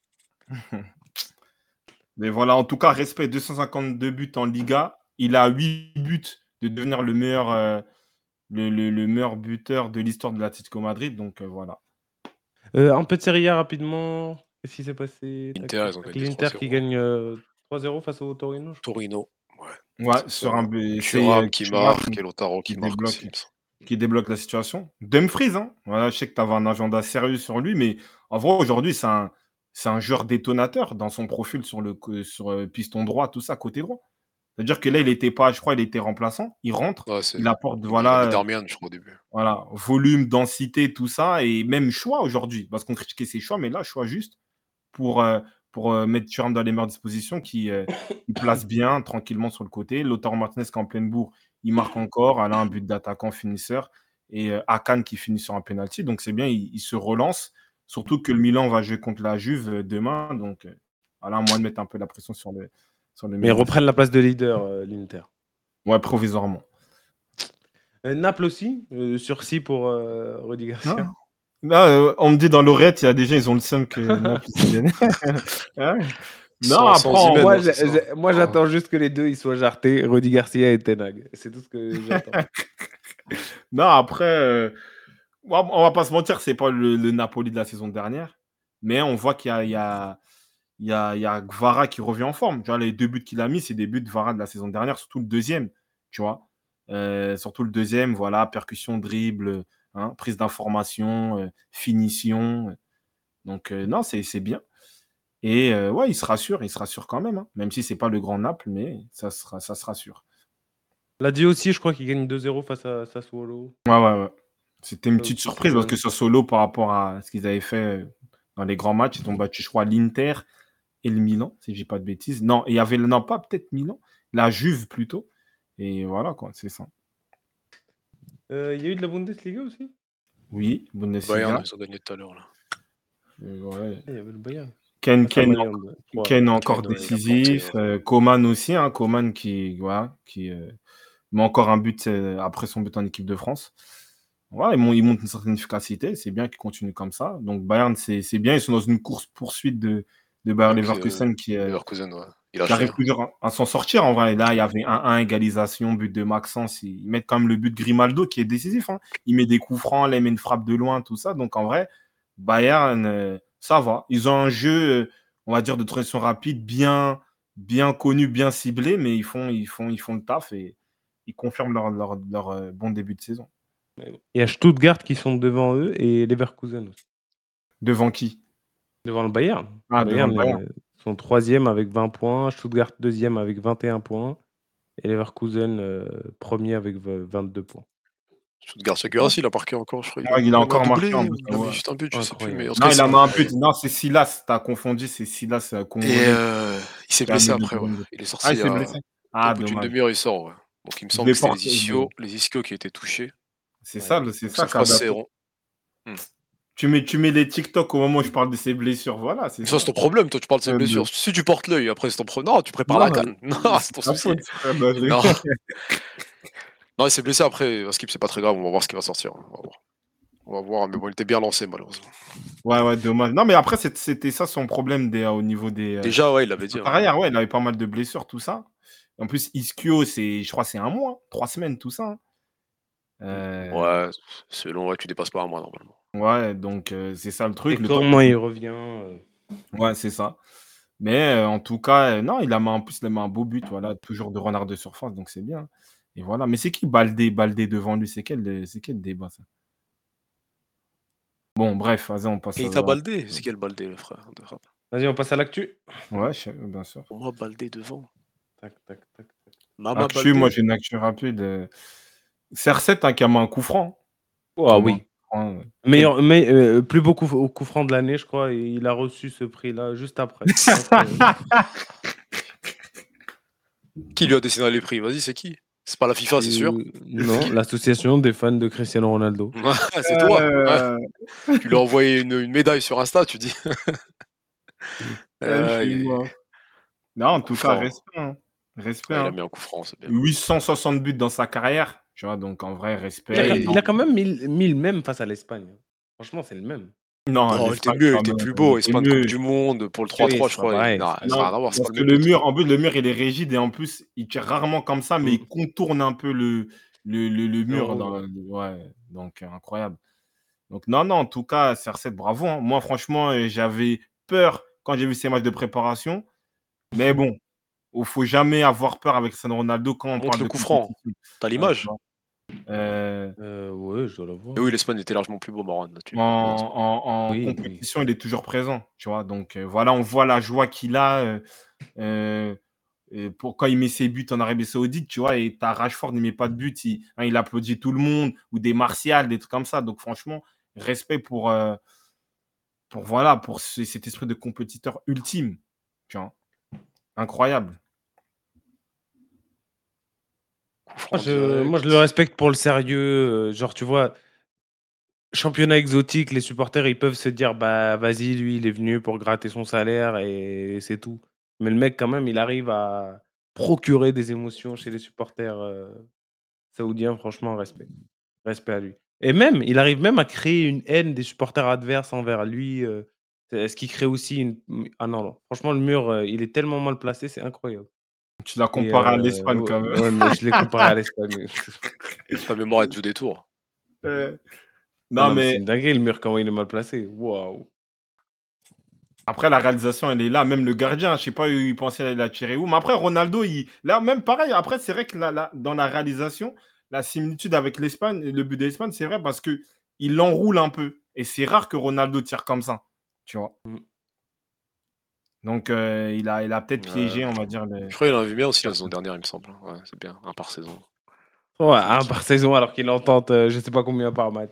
Mais voilà, en tout cas, respect, 252 buts en Liga. Il a 8 buts de devenir le meilleur, le meilleur buteur de l'histoire de l'Atlético Madrid. Donc voilà. Un peu de Serie A rapidement. Qu'est-ce qui s'est passé? L'Inter, ils ont gagné L'Inter 3-0. qui gagne 3-0 face au Torino. Torino, ouais. Sur un but. Thuram qui marque et Lautaro qui marque aussi. Qui débloque la situation. Dumfries, hein. Voilà, je sais que tu avais un agenda sérieux sur lui, mais en vrai, aujourd'hui, c'est un joueur détonateur dans son profil sur piston droit, tout ça, côté droit. C'est-à-dire que là, il était pas, je crois, il était remplaçant. Il rentre, il apporte, voilà. Darmian, je crois, au début. Voilà, volume, densité, tout ça, et même choix aujourd'hui. Parce qu'on critiquait ses choix, mais là, choix juste pour mettre Thuram dans les meilleures dispositions, qui place bien, tranquillement sur le côté. Lautaro Martinez qui est en pleine bourre, il marque encore. Elle a un but d'attaquant finisseur. Et Akan qui finit sur un penalty. Donc c'est bien, il se relance. Surtout que le Milan va jouer contre la Juve demain. Donc voilà, à moins de mettre un peu la pression sur le mais ils reprennent la place de leader, l'Inter. Ouais, provisoirement. Naples aussi, sursis pour Rudy Garcia. Là, on me dit dans l'oreillette, il y a des gens, ils ont le seum que Naples gagne. Non, après, moi j'attends juste que les deux ils soient jartés, Rudy Garcia et Ten Hag. C'est tout ce que j'attends. Non, après, on va pas se mentir, c'est pas le Napoli de la saison dernière, mais on voit qu'il y a Kvara qui revient en forme. Tu vois, les 2 buts qu'il a mis, c'est des buts de Kvara de la saison dernière, surtout le deuxième. Tu vois, surtout le deuxième, voilà, percussion, dribble, hein, prise d'information, finition. Donc non, c'est bien. Et ouais, il se rassure quand même, hein, même si c'est pas le grand Naples, mais ça se rassure. Lazio aussi, je crois qu'il gagne 2-0 face à Sassuolo. Ouais. C'était une petite surprise parce que Sassuolo, par rapport à ce qu'ils avaient fait dans les grands matchs, ils ont battu, je crois, l'Inter et le Milan, si je dis pas de bêtises. Non, il y avait pas peut-être Milan, la Juve plutôt. Et voilà, quoi, c'est ça. Il y a eu de la Bundesliga aussi? Oui, Bundesliga. Bayern, ils ont gagné tout à l'heure, là. Ouais. Il y avait le Bayern. Ken encore décisif. Coman aussi, hein, Coman qui met encore un but après son but en équipe de France. Ouais, il montre une certaine efficacité, c'est bien qu'il continue comme ça. Donc Bayern, c'est bien, ils sont dans une course-poursuite de Bayer Leverkusen qui arrive toujours à s'en sortir en vrai. Et là, il y avait 1-1 égalisation, but de Maxence. Ils mettent quand même le but de Grimaldo qui est décisif. Hein. Il met des coups francs, là, il met une frappe de loin, tout ça. Donc en vrai, Bayern, ça va. Ils ont un jeu, on va dire, de transition rapide, bien connu, bien ciblé, mais ils font le taf et ils confirment leur bon début de saison. Il y a Stuttgart qui sont devant eux et Leverkusen aussi. Devant qui? Devant le Bayern. Devant le Bayern. Ils sont 3e avec 20 points, Stuttgart 2e avec 21 points et Leverkusen 1er avec 22 points. Stuttgart, c'est Guerassi, il a marqué encore, je crois. Il a encore marqué un but. Il a juste un but, je sais plus. Mais non, il a mis un but. Non, c'est Silas, t'as confondu, c'est Silas Congolais. Et il s'est blessé après, ouais. Il est sorti. Il s'est blessé. Au bout d'une demi-heure, il sort, ouais. Donc il me semble que c'est les ischios qui étaient touchés. C'est ça. Ça fera serrant. tu mets les TikTok au moment où je parle de ses blessures. Voilà, c'est Ça, ça. c'est ton problème, toi, tu parles de ses Euh, de- blessures. Si tu portes l'œil, après, c'est ton problème. Non, tu prépares Non, la CAN. Non, c'est c'est ton ta souci. faute, frère. Non, Non, non, il s'est blessé après. Skip, c'est pas très grave. On va voir ce qui va sortir. On va voir. On va voir. Mais bon, il était bien lancé, malheureusement. Ouais, dommage. Non, mais après, c'était ça son problème au niveau Déjà, ouais, il l'avait dit. sa Hein. carrière. Ouais, il avait pas mal de blessures, tout ça. En plus, Ischio, je crois, c'est un mois, 3 semaines, tout ça. Hein. Ouais, selon, ouais, tu dépasses pas un mois, normalement. Ouais, donc c'est ça le truc. Et Le temps comment il revient Ouais, c'est ça. Mais en tout cas, non, en plus, il a mis un beau but, voilà, toujours de renard de surface, donc c'est bien. Et voilà. Mais c'est qui Baldé devant lui? C'est quel débat, ça? Bon, bref, vas-y, on passe Keita à. Baldé, c'est quel Baldé, le frère de rap? Vas-y, on passe à l'actu. Ouais, bien sûr. Pour moi, Baldé devant. Tac, tac, tac, tac. Mama Actu, moi, Baldé. j'ai une actu rapide. CR7 hein, qui a mis un coup franc. Ah Qui a mis un oui. coup franc, Meilleur, mais plus beau coup franc de l'année, je crois, et il a reçu ce prix-là juste après. Qui lui a dessiné les prix? Vas-y, c'est qui? C'est pas la FIFA, c'est sûr. Non, l'association des fans de Cristiano Ronaldo. C'est toi. Ouais. Euh, Tu lui as envoyé une médaille sur Insta, tu dis. je suis mort. Non, en tout cas, franc. respect. Hein. Respect. Ouais, il a Hein. mis un coup franc, c'est bien. 860 buts dans sa carrière. Tu vois, donc en vrai, respect. Il a quand même mis le même face à l'Espagne. Franchement, c'est le même. Non, Non, il était l'Espagne, mieux, il quand était même, plus il beau. était Espagne Coupe mieux. du Monde pour le Oui, 3-3, c'est je pas crois. pareil, Non, c'est ça Non, n'a rien à voir, c'est pas parce le que même le but. mur, en plus, le mur, il est rigide et en plus, il tire rarement comme ça, mais il contourne un peu le mur. Oh. Ouais, donc incroyable. Donc, non, en tout cas, CR7, bravo. Hein. Moi, franchement, j'avais peur quand j'ai vu ces matchs de préparation. Mais bon, il ne faut jamais avoir peur avec Cristiano Ronaldo quand on Montre parle le de coup franc. compétition. T'as Ouais, tu l'image? vois. Ouais, je dois l'avoir. Et oui, l'Espagne était largement plus beau, Moran, là-dessus. En Oui. compétition, il est toujours présent, tu vois. Donc, voilà, on voit la joie qu'il a pour quand il met ses buts en Arabie Saoudite, tu vois. Et t'as Rashford, il met pas de but, il applaudit tout le monde, ou des Martial, des trucs comme ça. Donc, franchement, respect pour cet esprit de compétiteur ultime, tu vois. Incroyable. Coup franc Moi, je direct. le respecte pour le sérieux. Genre, tu vois, championnat exotique, les supporters, ils peuvent se dire, bah, vas-y, lui, il est venu pour gratter son salaire et c'est tout. Mais le mec, quand même, il arrive à procurer des émotions chez les supporters saoudiens. Franchement, respect. Respect à lui. Et même, il arrive même à créer une haine des supporters adverses envers lui. Ce qui crée aussi une. Ah non, non. Franchement, le mur, il est tellement mal placé, c'est incroyable. Tu l'as Et comparé à l'Espagne, quand même. ouais, mais je l'ai comparé à l'Espagne. Ta mémoire, elle te joue des tours. Non, Non, mais c'est mais une dinguerie, le mur, comment il est mal placé. Waouh. après, la réalisation, elle est là. Même le gardien, je sais pas, il pensait la tirer où. Mais après, Ronaldo, là, même pareil. Après, c'est vrai que dans la réalisation, la similitude avec l'Espagne, le but de l'Espagne, c'est vrai parce qu'il l'enroule un peu. Et c'est rare que Ronaldo tire comme ça. Tu vois. Donc, il a peut-être piégé, on va dire. Je crois qu'il en a vu bien aussi la saison dernière, il me semble. Ouais, c'est bien, un par saison. Ouais, un par saison, alors qu'il en tente je sais pas combien par match.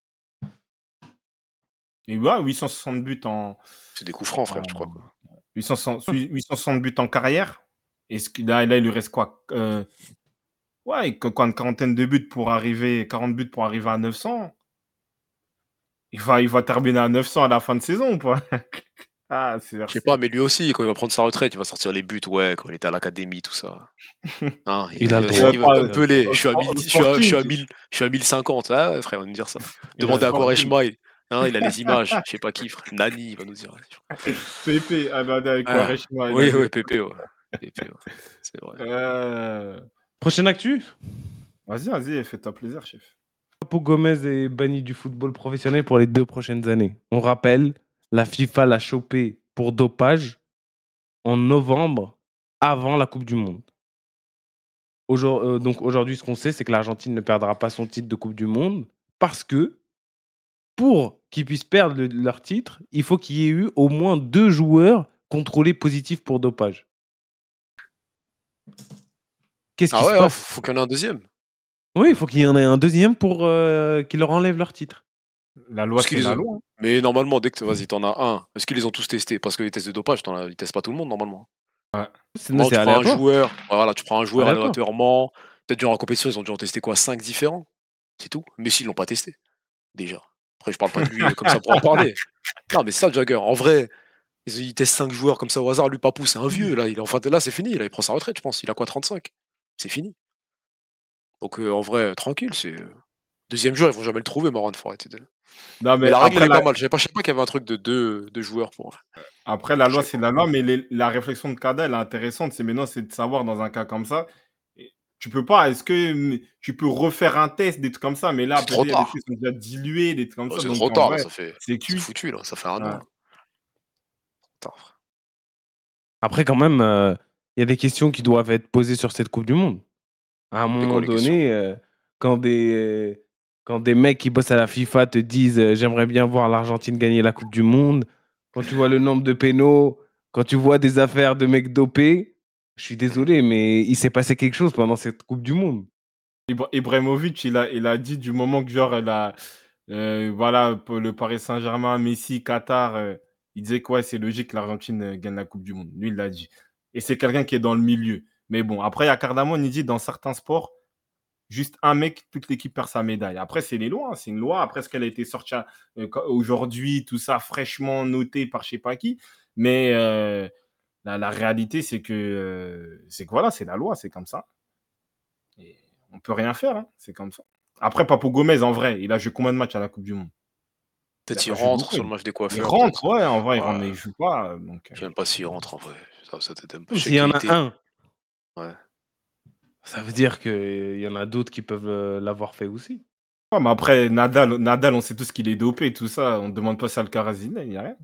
Et ouais, 860 buts C'est des coups francs, frère, je crois. Quoi. 860 buts en carrière. Et là, il lui reste quoi Ouais, une quarantaine de buts pour arriver, 40 buts pour arriver à 900. Il va terminer à 900 à la fin de saison ou pas Ah, c'est Je sais pas, mais lui aussi, quand il va prendre sa retraite, il va sortir les buts, ouais, quand il était à l'académie, tout ça. Hein, Il a le droit. il va comme Pelé. Je suis à 1050. Ah, ouais, frère, il va nous dire ça. Demandez à Quaresma. Il a les images. Je sais pas qui, frère. Nani, il va nous dire. Pépé, avec Quaresma. Oui, Pépé, ouais. C'est vrai. Prochaine actu Vas-y, fais-toi plaisir, chef. Papo Gomez est banni du football professionnel pour les 2 prochaines années. On rappelle, la FIFA l'a chopé pour dopage en novembre, avant la Coupe du Monde. Donc aujourd'hui, ce qu'on sait, c'est que l'Argentine ne perdra pas son titre de Coupe du Monde parce que pour qu'ils puissent perdre leur titre, il faut qu'il y ait eu au moins 2 joueurs contrôlés positifs pour dopage. Qu'est-ce qui se passe? Faut qu'il y en ait un deuxième. Oui, il faut qu'il y en ait un deuxième pour qu'ils leur enlèvent leur titre. La loi, c'est la loi. Mais normalement, dès que vas-y, t'en as un. Est-ce qu'ils les ont tous testés? Parce que les tests de dopage, ils testent pas tout le monde normalement. Ouais. C'est aléatoire. Tu prends un joueur aléatoirement. Peut-être durant la compétition, ils ont dû en tester quoi? 5 différents. C'est tout. Mais s'ils l'ont pas testé. Déjà. Après, je parle pas de lui comme ça pour en parler. Non, mais ça, Jagger, en vrai, il teste 5 joueurs comme ça au hasard. Lui, Papou, c'est un vieux. Là, là c'est fini. Là, il prend sa retraite, je pense. Il a quoi, 35? C'est fini. Donc, en vrai, tranquille. Deuxième joueur, ils vont jamais le trouver, Marwan, faut arrêter de... Non, Mais mais la règle, elle après, est pas mal. Je sais pas qu'il y avait un truc de deux joueurs pour. la Je loi, sais c'est pas. la loi, mais la réflexion de Kada, elle est intéressante. C'est maintenant, c'est de savoir dans un cas comme ça, tu peux pas, est-ce que tu peux refaire un test, des trucs comme ça, mais là, C'est peut-être trop il y a des trucs tard. qui sont déjà dilués, des trucs comme ça, C'est donc trop en tard, là. vrai, c'est C'est cuit. foutu, là. Ça fait un Ouais. an. Tard. Après, quand même, il y a des questions qui doivent être posées sur cette Coupe du Monde. À un C'est quoi moment les questions? donné, quand des mecs qui bossent à la FIFA te disent j'aimerais bien voir l'Argentine gagner la Coupe du Monde, quand tu vois le nombre de pénaux, quand tu vois des affaires de mecs dopés, je suis désolé, mais il s'est passé quelque chose pendant cette Coupe du Monde. Ibrahimovic, il a dit du moment que genre, voilà, pour le Paris Saint-Germain, Messi, Qatar, il disait que ouais, c'est logique que l'Argentine gagne la Coupe du Monde. Lui, il l'a dit. Et c'est quelqu'un qui est dans le milieu. Mais bon, après, il y a Cardamone, il dit dans certains sports, juste un mec, toute l'équipe perd sa médaille. Après, c'est les lois, hein, c'est une loi. Après, ce qu'elle a été sortie aujourd'hui, tout ça, fraîchement noté par je sais pas qui. Mais la réalité, c'est que voilà, c'est la loi, c'est comme ça. Et on peut rien faire, hein, c'est comme ça. Après, Papo Gomez, en vrai, il a joué combien de matchs à la Coupe du Monde? Il a Peut-être il pas joué rentre beaucoup. sur le match des Il coiffeurs, rentre, peut-être. ouais, en vrai, il rentre, mais il Ouais. joue pas. Donc, Je sais même pas s'il rentre en vrai. Ça t'aide pas. Je sais S'il y en qu'il a était. un, Ouais. ça veut dire qu'il y en a d'autres qui peuvent l'avoir fait aussi. ouais, mais après, Nadal, on sait tous qu'il est dopé, tout ça. On ne demande pas ça à Alcaraz, il n'y a rien.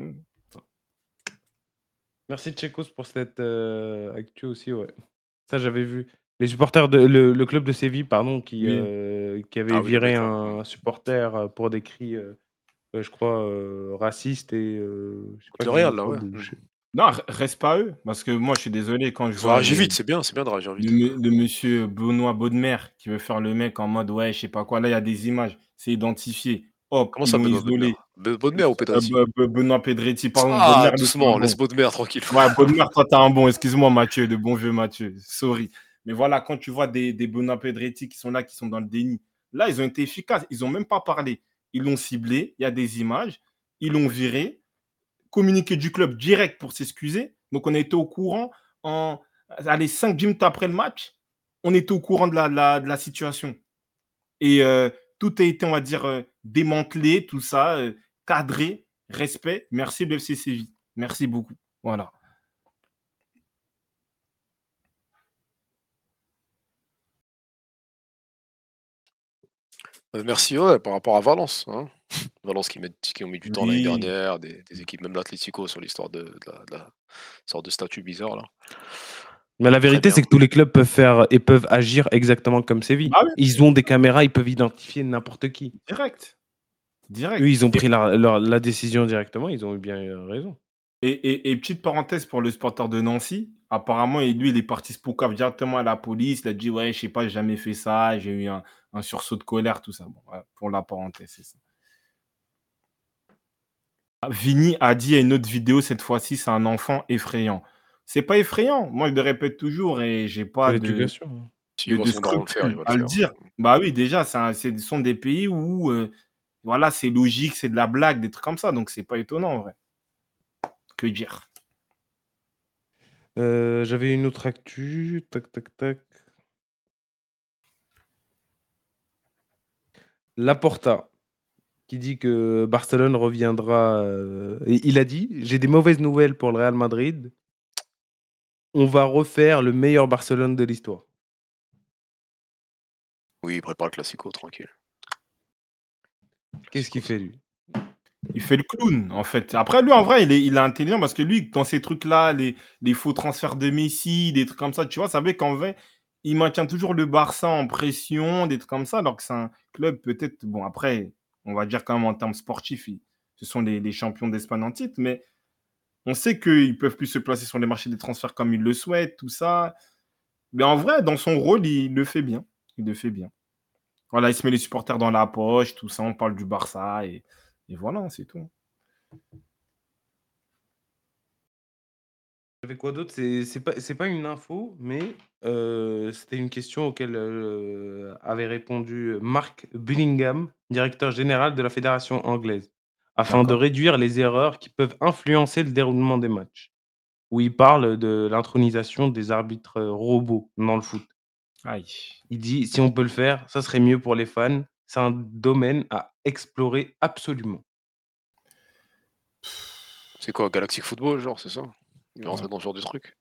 Merci Tchekos pour cette actu aussi, ouais. Ça, j'avais vu. Les supporters le club de Séville, pardon, qui Oui. avait Ah oui, le viré mec là. un supporter pour des cris, je crois, racistes et je sais pas, Le Real, là, ouais. xénophobes. Non, reste pas eux, parce que moi, je suis désolé quand je Ils ont vois réagi vite, c'est bien de réagir vite. le monsieur Benoît Baudemer qui veut faire le mec en mode ouais, je sais pas quoi. Là, il y a des images, c'est identifié. Hop, Comment ils ça, l'ont Benoît Bodmer? isolé. Bodmer ou Pedretti? Benoît Pedretti, pardon, Ah, Baudemer, lui, c'est un doucement, bon. laisse Bodmer tranquille. Ouais, Baudemer, toi, t'as un bon. Excuse-moi, Mathieu, de bon vieux Mathieu. Sorry. Mais voilà, quand tu vois des Benoît Pedretti qui sont là, qui sont dans le déni, là, ils ont été efficaces. Ils n'ont même pas parlé. Ils l'ont ciblé. Il y a des images. Ils l'ont viré. Communiqué du club direct pour s'excuser. Donc, on a été au courant allez, 5 minutes après le match. On était au courant de la situation. Et tout a été, on va dire, démantelé, tout ça, cadré, respect. Merci le FC Séville. Merci beaucoup. Voilà. Merci, ouais, par rapport à Valence. Hein. Valence qui ont mis du temps l'année Oui. dernière, des équipes, même l'Atlético, sur l'histoire de la sorte de statut bizarre là. Mais la Très vérité, bien. c'est que tous les clubs peuvent faire et peuvent agir exactement comme Séville. Bah oui. Ils ont des caméras, ils peuvent identifier n'importe qui. Direct. Eux, ils ont pris la décision directement, ils ont eu bien raison. Et petite parenthèse pour le supporter de Nancy, apparemment, lui, il est parti se poucave directement à la police. Il a dit, ouais, je sais pas, j'ai jamais fait ça, j'ai eu un sursaut de colère, tout ça. Bon, voilà, pour la parenthèse, c'est ça. Vini a dit à une autre vidéo, cette fois-ci, c'est un enfant effrayant. C'est pas effrayant. Moi, je le répète toujours et j'ai C'est pas l'éducation. Hein. S'il voit son daron le faire, il scrupule va le à le faire. dire. Bah oui, déjà, ce sont des pays où, voilà, c'est logique, c'est de la blague, des trucs comme ça. Donc, c'est pas étonnant, en vrai. Que dire? J'avais une autre actu. Tac, tac, tac. Laporta, qui dit que Barcelone reviendra. Et il a dit, j'ai des mauvaises nouvelles pour le Real Madrid. On va refaire le meilleur Barcelone de l'histoire. Oui, il prépare le Classico, tranquille. Qu'est-ce qu'il fait, lui? Il fait le clown, en fait. Après, lui, en vrai, il est intelligent parce que lui, dans ces trucs-là, les faux transferts de Messi, des trucs comme ça, tu vois, ça veut qu'en vrai, il maintient toujours le Barça en pression, des trucs comme ça, alors que c'est un club peut-être, bon, après, on va dire quand même en termes sportifs, ce sont les champions d'Espagne en titre, mais on sait qu'ils ne peuvent plus se placer sur les marchés des transferts comme ils le souhaitent, tout ça. Mais en vrai, dans son rôle, il le fait bien. Il le fait bien. Voilà, il se met les supporters dans la poche, tout ça, on parle du Barça, et voilà, c'est tout. J'avais quoi d'autre? C'est pas une info, mais c'était une question auquel avait répondu Mark Billingham, directeur général de la fédération anglaise, afin de D'accord. réduire les erreurs qui peuvent influencer le déroulement des matchs. Où il parle de l'intronisation des arbitres robots dans le foot. Aïe. Il dit si on peut le faire, ça serait mieux pour les fans. C'est un domaine à explorer absolument. C'est quoi, Galactic Football, genre, c'est ça? Il est rentré Ouais. dans ce genre de truc.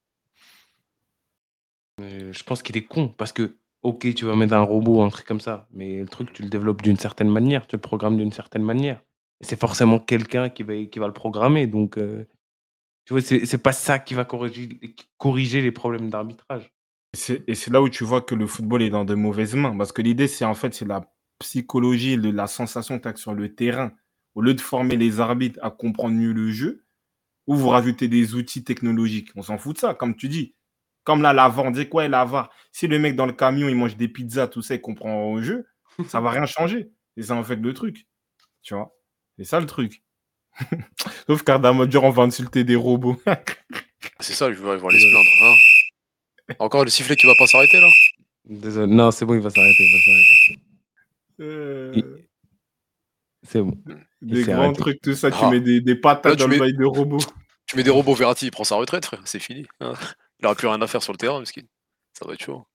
Je pense qu'il est con parce que, OK, tu vas mettre un robot, un truc comme ça, mais le truc, tu le développes d'une certaine manière, tu le programmes d'une certaine manière. Et c'est forcément quelqu'un qui va le programmer. Donc, tu vois, c'est pas ça qui va corriger les problèmes d'arbitrage. Et c'est là où tu vois que le football est dans de mauvaises mains. Parce que l'idée, c'est en fait, c'est la psychologie, la sensation que tu as sur le terrain. Au lieu de former les arbitres à comprendre mieux le jeu, ou vous rajoutez des outils technologiques. On s'en fout de ça, comme tu dis. Comme là, la VAR, on dit quoi, la VAR? Si le mec dans le camion, il mange des pizzas, tout ça, il comprend au jeu, ça va rien changer. Et ça en fait le truc. Tu vois? C'est ça le truc. Sauf qu'Ardamadur, on va insulter des robots. C'est ça, ils vont aller se plaindre. Hein. Encore le sifflet qui va pas s'arrêter là? Désolé. Non, c'est bon, il va s'arrêter. Euh, C'est bon, il des s'est grands arrêté. trucs, tout ça, tu Ah, mets des là, patates dans le bail de robot. tu mets des robots, Verratti, il prend sa retraite, frère, c'est fini. Hein. Il aura plus rien à faire sur le terrain, parce que ça va être chaud.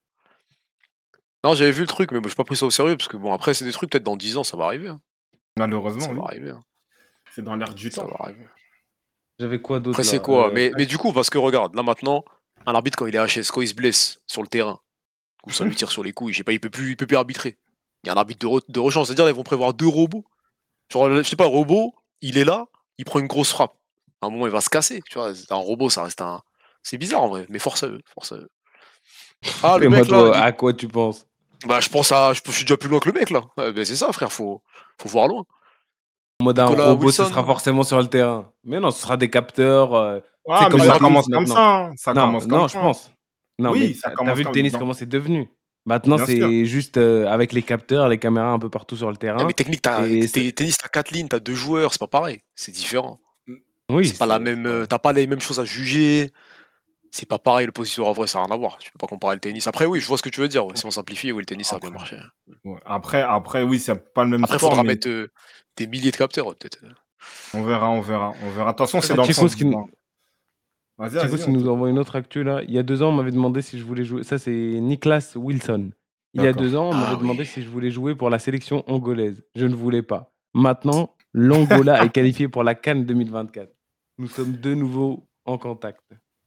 Non, j'avais vu le truc, mais bon, j'ai pas pris ça au sérieux, parce que bon, après, c'est des trucs, peut-être dans 10 ans, ça va arriver. Hein. Malheureusement, Ça va oui. arriver. Hein. C'est dans l'air du Ça temps. va arriver. J'avais quoi Après, d'autre c'est là? quoi? Mais du coup, parce que regarde, là maintenant, un arbitre, quand il est HS, quand il se blesse sur le terrain, ou ça lui tire sur les couilles, je sais pas, il peut plus arbitrer. Il y a un arbitre de rechange, c'est-à-dire ils vont prévoir 2 robots. Genre, je sais pas, le robot, il est là, il prend une grosse frappe. À un moment, il va se casser, tu vois. C'est un robot, ça reste un. C'est bizarre en vrai, mais force à eux, force à eux. Ah, le Fais-moi mec là, toi, à quoi tu penses? bah, je pense à. Je suis déjà plus loin que le mec là. Ben, c'est ça, frère, faut voir loin. En mode un Nicolas robot, ce sera Wilson. forcément sur le terrain. Mais non, ce sera des capteurs. Tu sais, Ah, mais comme Ah, il y le ça aura des. tennis commence comme maintenant. ça, hein. Ça Non, commence comme non, ça, je hein. pense. Non, mais Oui, ça t'as commence vu le comme tennis, dans. comment c'est devenu? Maintenant, Bien sûr. c'est juste avec les capteurs, les caméras un peu partout sur le Ah, mais terrain. technique, Et tennis, t'as 4 lignes, t'as 2 joueurs, c'est pas pareil. C'est différent. oui, C'est pas la même. T'as pas les mêmes choses à juger. C'est pas pareil le position en vrai, ça n'a rien à voir. Tu peux pas comparer le tennis. Après, oui, je vois ce que tu veux dire. Ouais. Si on simplifie, oui, le tennis, ça a bien Après, marché. ouais. Après, oui, c'est pas le même Après, il sport, faudra mais mettre des milliers de capteurs, peut-être. on verra, on verra, on verra. De toute façon, c'est ah, dans le Tchekos sens qui, du vent. Vas-y, Tchekos, vas-y, il on nous t'écoute. envoie une autre actu là. Il y a 2 ans, on m'avait demandé si je voulais jouer. Ça, c'est Niklas Wilson. Il y a D'accord. 2 ans, on m'avait Ah oui. demandé si je voulais jouer pour la sélection angolaise. Je ne voulais pas. Maintenant, l'Angola est qualifié pour la CAN 2024. Nous sommes de nouveau en contact.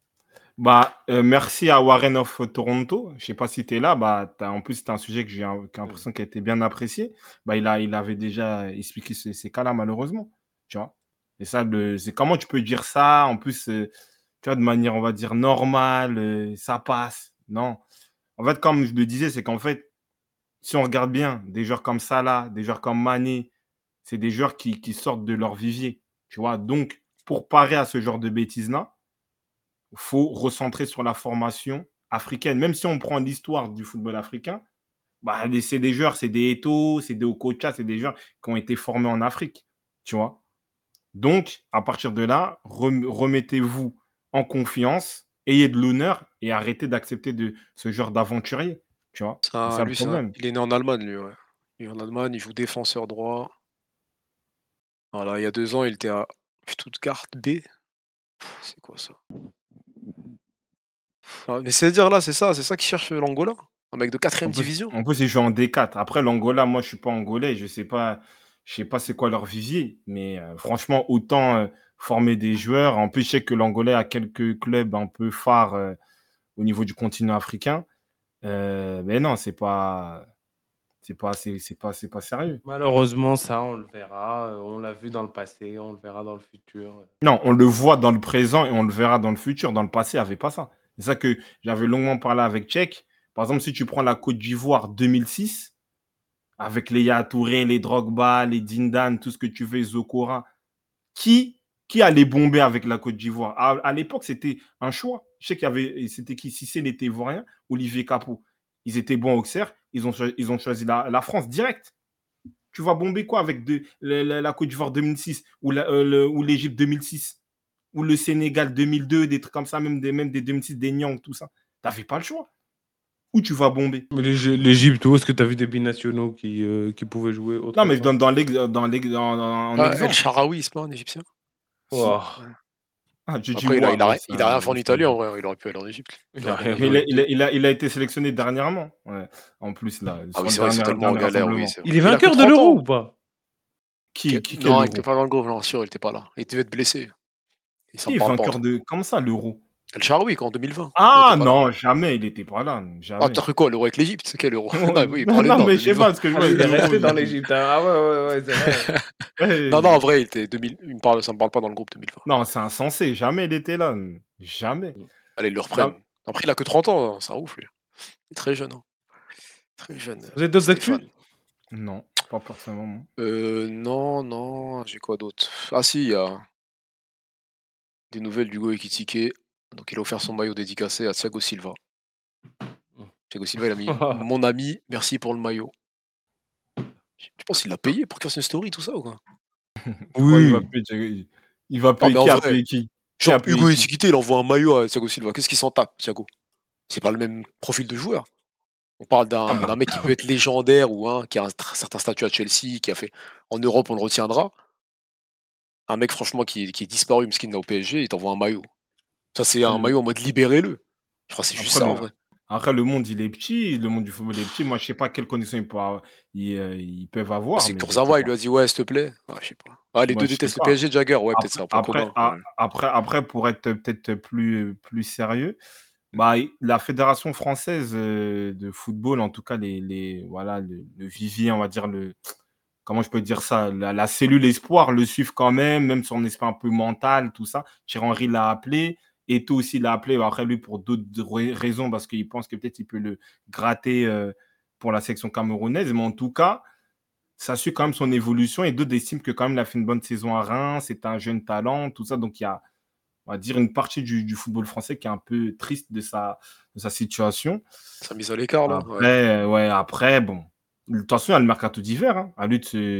Bah, merci à Warren of Toronto. Je sais pas si tu es là. Bah, en plus, c'est un sujet que j'ai l'impression qui a été bien apprécié. Bah, il avait déjà expliqué ces cas-là, malheureusement. Tu vois. Et ça, c'est comment tu peux dire ça, en plus, tu vois, de manière, on va dire, normale, ça passe. Non. En fait, comme je le disais, c'est qu'en fait, si on regarde bien, des joueurs comme Salah, des joueurs comme Mané, c'est des joueurs qui sortent de leur vivier. Tu vois. Donc, pour parer à ce genre de bêtises-là, il faut recentrer sur la formation africaine. Même si on prend l'histoire du football africain, bah, c'est des joueurs, c'est des Eto'o, c'est des Okocha, c'est des joueurs qui ont été formés en Afrique. Tu vois. Donc, à partir de là, remettez-vous en confiance, ayez de l'honneur et arrêtez d'accepter ce genre d'aventurier. Tu vois. C'est Ça, ça le lui, ça, problème. il est né en Allemagne, lui, ouais. Il est en Allemagne, il joue défenseur droit. Voilà, il y a 2 ans, il était à Stuttgart B. C'est quoi ça? Ah, mais c'est-à-dire là, c'est ça qui cherche l'Angola? Un mec de 4ème En plus, division? en plus, ils jouent en D4. Après, l'Angola, moi, je ne suis pas angolais. Je sais pas c'est quoi leur vivier. Mais franchement, autant former des joueurs. En plus, je sais que l'Angolais a quelques clubs un peu phares au niveau du continent africain. Mais non, c'est pas sérieux. Malheureusement, ça, on le verra. On l'a vu dans le passé, on le verra dans le futur. Non, on le voit dans le présent et on le verra dans le futur. Dans le passé, il n'y avait pas ça. C'est ça que j'avais longuement parlé avec Tchèque. Par exemple, si tu prends la Côte d'Ivoire 2006, avec les Yaya Touré, les Drogba, les Dindan, tout ce que tu veux, Zokora, qui, qui allait bomber avec la Côte d'Ivoire? À l'époque, c'était un choix. Je sais qu'il y avait, c'était qui? Cissé, l'été ivoirien, Olivier Capot. Ils étaient bons au Auxerre, ils ont choisi la France direct. Tu vas bomber quoi avec la Côte d'Ivoire 2006 ou l'Égypte 2006? ou le Sénégal 2002, des trucs comme ça, même des 2006, des Nyang, tout ça. T'avais pas le choix. Où tu vas bomber? Mais l'Égypte, où est-ce que tu as vu des binationaux qui pouvaient jouer Non, autre mais part? en El exemple. Sharawi, c'est pas un Égyptien? Oh. Ah, tu dis Après, il a, ouais, il a, ouais, rien- il a rien fait en Italie, en vrai. Il aurait pu aller en Égypte. Il a rien Mais fait. il a été sélectionné dernièrement. Ouais. En plus, là, Ah sur oui, le c'est vrai, ils sont tellement en dernier galère, oui, rassemblement. c'est vrai. Il est Il a que vainqueur de 30 l'Euro ans. ou pas? Quel Non, il euro? était pas dans le groupe, non, sûr, il était pas là. Il devait être blessé. Il s'en Qui est parle pas vainqueur trop. de. Comment ça, l'euro? El Sharawi, en 2020. Il Ah était pas là. non, jamais, il était pas là. Ah, Jamais. t'as cru quoi, l'euro avec l'Égypte? C'est quel euro? Oh, Non, oui, il parlait non, non, mais je sais 2020. pas, ce que je Ah, vois lui, avec il est l'euro. resté dans j'ai dit. l'Égypte. Hein. Ah ouais, c'est vrai. Ouais, Non, en vrai, il était 2000. Ça me parle pas dans le groupe 2020. non, c'est insensé. Jamais il était là. Jamais. Allez, ils le Non, reprennent. Après, il a que 30 ans, hein, c'est un ouf, lui. Il est très jeune, hein. Très jeune, Vous avez d'autres actus? Stéphane. non, pas forcément. Non. Non, j'ai quoi d'autre? Ah si, il y a des nouvelles d'Hugo Ekitike. Donc il a offert son maillot dédicacé à Thiago Silva. Thiago Silva, il a mis mon ami, merci pour le maillot. Tu penses qu'il l'a payé pour faire une story, tout ça ou quoi? Pourquoi il va Oui. payer? Il va Non, payer mais en qui a vrai, payé qui? Qui genre a payé Hugo qui? Ekitike, il envoie un maillot à Thiago Silva. Qu'est-ce qu'il s'en tape, Thiago? C'est pas le même profil de joueur. On parle Ah d'un bah, mec qui peut être légendaire ou qui a un certain statut à Chelsea, qui a fait en Europe, on le retiendra. Un mec franchement qui est disparu, Mskin là au PSG, il t'envoie un maillot. Ça, c'est un le- maillot en mode libérez-le. Je crois que c'est juste après, ça en vrai. après, le monde, il est petit. Le monde du football est petit. Moi, je sais pas quelles conditions ils peuvent avoir, C'est mais je sais Kurzawa, il pas. lui a dit ouais, s'il te plaît. Ah, je sais pas. Ah, les Moi, deux je sais détestent le pas. PSG, Jagger. Ouais, peut-être c'est un point Après, commun. Ouais. après, pour être peut-être plus sérieux, bah, la Fédération française de football, en tout cas, voilà, le vivier, on va dire, comment je peux dire ça, la cellule espoir le suivent quand même son aspect un peu mental, tout ça. Thierry Henry l'a appelé, Eto'o aussi l'a appelé, après lui pour d'autres raisons, parce qu'il pense que peut-être il peut le gratter pour la section camerounaise, mais en tout cas, ça suit quand même son évolution et d'autres estiment que quand même il a fait une bonne saison à Reims, c'est un jeune talent, tout ça. Donc il y a, on va dire, une partie du football français qui est un peu triste de sa situation. Sa mise à l'écart là. Ouais. Après, bon, de toute façon, il y a le mercato d'hiver, hein, à lui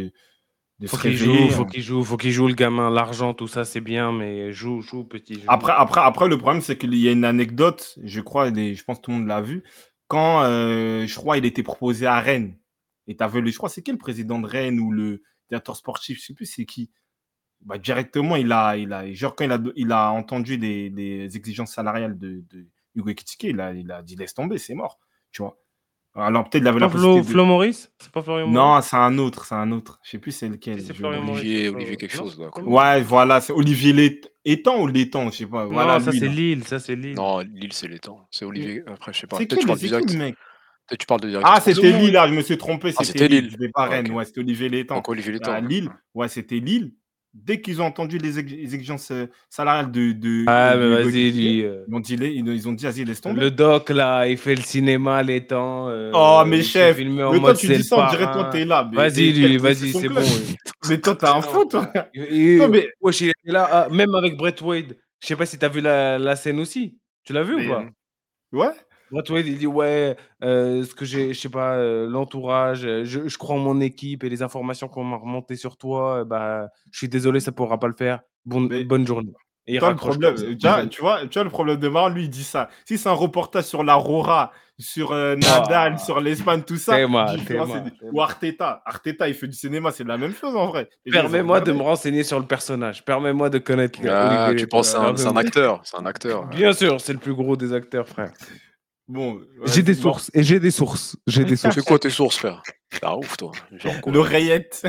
de se Faut qu'il joue, réveiller. faut qu'il joue le gamin. L'argent, tout ça, c'est bien, mais joue, petit, joue. Après, le problème, c'est qu'il y a une anecdote, je crois, je pense que tout le monde l'a vu, quand, je crois, il était proposé à Rennes. Et tu avais je crois, c'est qui le président de Rennes ou le directeur sportif, je sais plus c'est qui. Bah, directement, genre quand il a entendu des exigences salariales de Hugo Ekitike, il a dit laisse tomber, c'est mort, tu vois. Alors peut-être il avait la Pas possibilité Flo Maurice? C'est pas Florian Maurice? Non, c'est un autre, c'est un autre. Je sais plus c'est lequel. Si, c'est Florian Maurice. Olivier quelque Non? chose là. Ouais, voilà, c'est Olivier Étang ou Létang, je sais pas. Voilà, Non, ça lui c'est là. Lille, Non, Lille, c'est les temps. C'est Olivier. Après, je sais pas. C'est Peut-être qui, tu parles du c'est qui le direct. mec? Peut-être tu parles de directeur Ah, sportif. c'était Lille, là, je me suis trompé, Ah, c'était c'était Lille. Lille. C'était pas Ah, Rennes, ok. ouais, c'était Olivier Létang. Donc Olivier Létang. Lille, ouais, c'était Lille. Dès qu'ils ont entendu les exigences salariales de Ah, mais Hugo vas-y, Ekitike, lui. ils ont dit, vas-y, laisse tomber. Le doc, là, il fait le cinéma, les temps. Oh, mes il se chefs, filme en mais toi, mode tu c'est dis le ça, on dirait toi, parrain. t'es là. Vas-y, lui, C'est vas-y, son c'est club. bon. Mais toi, t'as un fou, toi. Non, mais Wesh, il est là, ah, même avec Brett Wade. Je sais pas si t'as vu la scène aussi. Tu l'as vu ou pas? ouais. Brett Wade, il dit ouais, ce que j'ai, je sais pas, l'entourage, je crois en mon équipe et les informations qu'on m'a remontées sur toi, bah, je suis désolé, ça pourra pas le faire. Mais Bonne journée. Et il toi, le raccroche comme ça. problème, tu vois le problème de Marc, lui, il dit ça. Si c'est un reportage sur la Rora, sur Nadal, Ah, sur l'Espagne, tout ça, Théma. ou Arteta. Arteta, il fait du cinéma, c'est la même chose en vrai. Permets-moi de me renseigner sur le personnage. Permets-moi de connaître Ah, Olivier tu Létang. penses que c'est un acteur. C'est un acteur. Bien sûr, c'est le plus gros des acteurs, frère. Bon, J'ai des bon. sources. Et j'ai des sources. J'ai des sources. C'est quoi tes sources, frère? T'es un ouf, toi. Genre quoi? L'oreillette.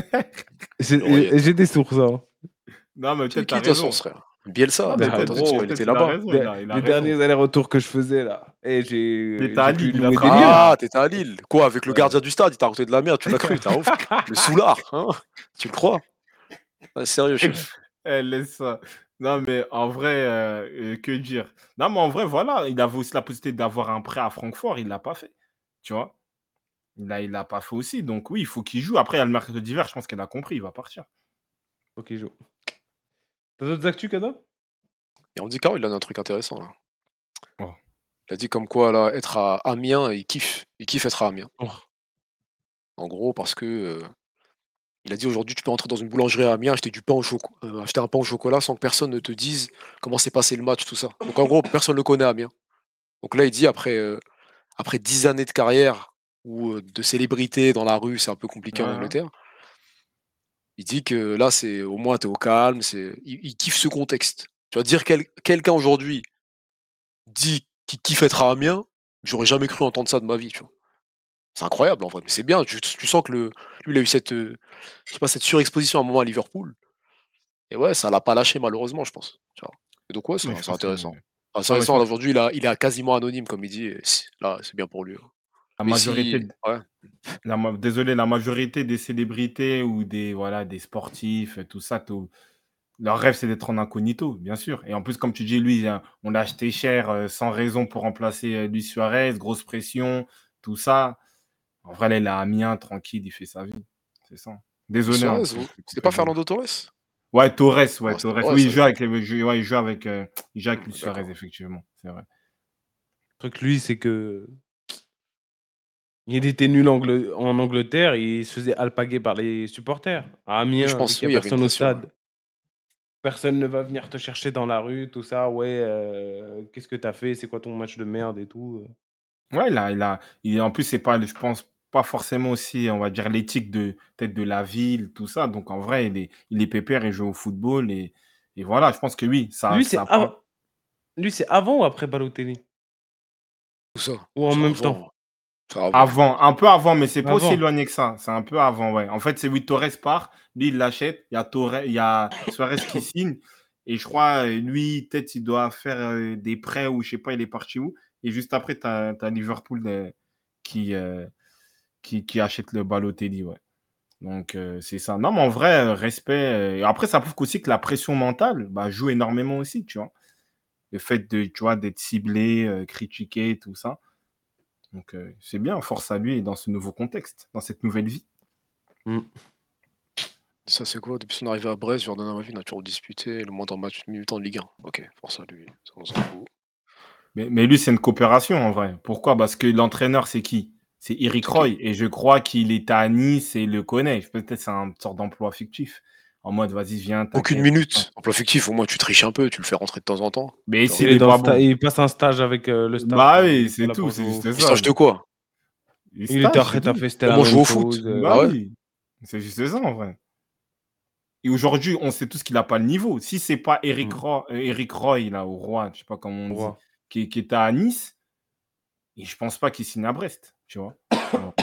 J'ai des sources. Hein. Non, mais C'est peut-être qui t'as ta raison. source, frère? Bielsa, Non, mais attends, gros, il peut-être était il a là-bas. raison. Il a Les raison. derniers allers-retours que je faisais là. Et T'étais à j'ai pu Lille, il louer a des travaillé. lieux. Ah, t'étais à Lille. Quoi, avec le gardien du stade, il t'a raconté de la merde, tu l'as cru, t'es un ouf. Le soulard, hein? Tu le crois? Ah, sérieux, chef. Laisse ça. Non, mais en vrai, que dire? Non, mais en vrai, voilà, il avait aussi la possibilité d'avoir un prêt à Francfort, il l'a pas fait. Tu vois? Il l'a pas fait aussi. Donc oui, il faut qu'il joue. Après, il y a le mercato d'hiver, je pense qu'elle a compris, il va partir. Ok, joue. T'as d'autres actus, Kada? Et on dit Caro, il a un truc intéressant, là. Oh. Il a dit comme quoi, là, être à Amiens, il kiffe. Il kiffe être à Amiens. Oh. En gros, parce que Il a dit aujourd'hui, tu peux entrer dans une boulangerie à Amiens, acheter un pain au chocolat sans que personne ne te dise comment s'est passé le match, tout ça. Donc en gros, personne ne le connaît à Amiens. Donc là, il dit après 10 années de carrière ou de célébrité dans la rue, c'est un peu compliqué en Ouais. Angleterre. Il dit que là, c'est au moins tu es au calme, il kiffe ce contexte. Tu vas dire quelqu'un aujourd'hui dit qu'il kiffe être à Amiens, j'aurais jamais cru entendre ça de ma vie, tu vois. C'est incroyable en vrai, mais c'est bien. Tu sens que lui, il a eu je sais pas, cette surexposition à un moment à Liverpool. Et ouais, ça l'a pas lâché malheureusement, je pense. Tu vois. Et donc ouais, Mais je c'est pense que intéressant. Enfin, c'est non, mais je intéressant. Là, pense que aujourd'hui, il est quasiment anonyme, comme il dit. Et là, c'est bien pour lui, hein. la Mais majorité si, ouais, désolé, la majorité des célébrités ou des sportifs, tout ça, leur rêve, c'est d'être en incognito, bien sûr. Et en plus, comme tu dis, lui, on l'a acheté cher, sans raison pour remplacer, Luis Suarez, grosse pression, tout ça. En vrai, là, il est à Amiens, tranquille, il fait sa vie. C'est ça. Luis Désolé, hein, Suarez, je t'ai c'était coupé pas de ouf. Fernando Torres? Ouais, Torres, ouais, Ah, c'était Torres. Torres Oui, il joue avec. avec ouais, il joue avec Luis Suarez, D'accord. effectivement, c'est vrai. Le truc, lui, c'est que il était nul en Angleterre, il se faisait alpaguer par les supporters. À Oui, je Amiens, vu pense, qu'il y a oui, il y avait une personne au pression, ouais. stade, personne ne va venir te chercher dans la rue, tout ça. Ouais, qu'est-ce que tu as fait? C'est quoi ton match de merde et tout? Ouais, en plus, c'est pas, je pense, pas forcément aussi, on va dire, l'éthique peut-être de la ville, tout ça. Donc, en vrai, il est pépère, il joue au football et voilà, je pense que oui, ça, Lui, c'est ça av parle. lui, c'est avant ou après Balotelli? Tout ça, Ou en c'est même temps? avant. C'est avant, je Avant, pense. un peu avant, mais c'est pas aussi Avant. éloigné que ça. C'est un peu avant, ouais. En fait, c'est oui, Torres part, lui, il l'achète, il y a Suarez qui signe, et je crois, lui, peut-être, il doit faire des prêts ou je sais pas, il est parti où. Et juste après, tu as Liverpool qui, euh, qui achète le Balotelli, ouais. Donc, c'est ça. Non, mais en vrai, respect. Et après, ça prouve aussi que la pression mentale bah, joue énormément aussi, tu vois. Le fait tu vois, d'être ciblé, critiqué, tout ça. Donc, c'est bien, force à lui dans ce nouveau contexte, dans cette nouvelle vie. Mmh. Ça, c'est quoi? Depuis son arrivée à Brest, Jordan Amavi n'a toujours disputé le moindre match militant de Ligue 1. Ok, force à lui, ça on s'en fout. Mais lui, c'est une coopération en vrai. Pourquoi? Parce que l'entraîneur, c'est qui? C'est Eric C'est qui? Roy. Et je crois qu'il est à Nice et le connaît. Peut-être c'est une sorte d'emploi fictif. En mode, vas-y, viens, Aucune t'inquiète. minute. Emploi fictif, au moins tu triches un peu, tu le fais rentrer de temps en temps. Mais Ça s'il Il va. est n'est dans le pas sta bon. il passe un stage avec, le staff, Bah il oui, est pas c'est là tout, pour c'est jouer au juste foot. ça. Stage de quoi? Les Il était à stages, c'est Getafe, tout. c'était la Comment même jouer au foot? chose, Bah Ah ouais? oui, c'est juste ça en vrai. Et aujourd'hui, on sait tous qu'il n'a pas le niveau. Si c'est pas mmh, Eric Roy, là, au Roi, je sais pas comment on dit, roi. qui était à Nice, et je pense pas qu'il signe à Brest, tu vois. Alors,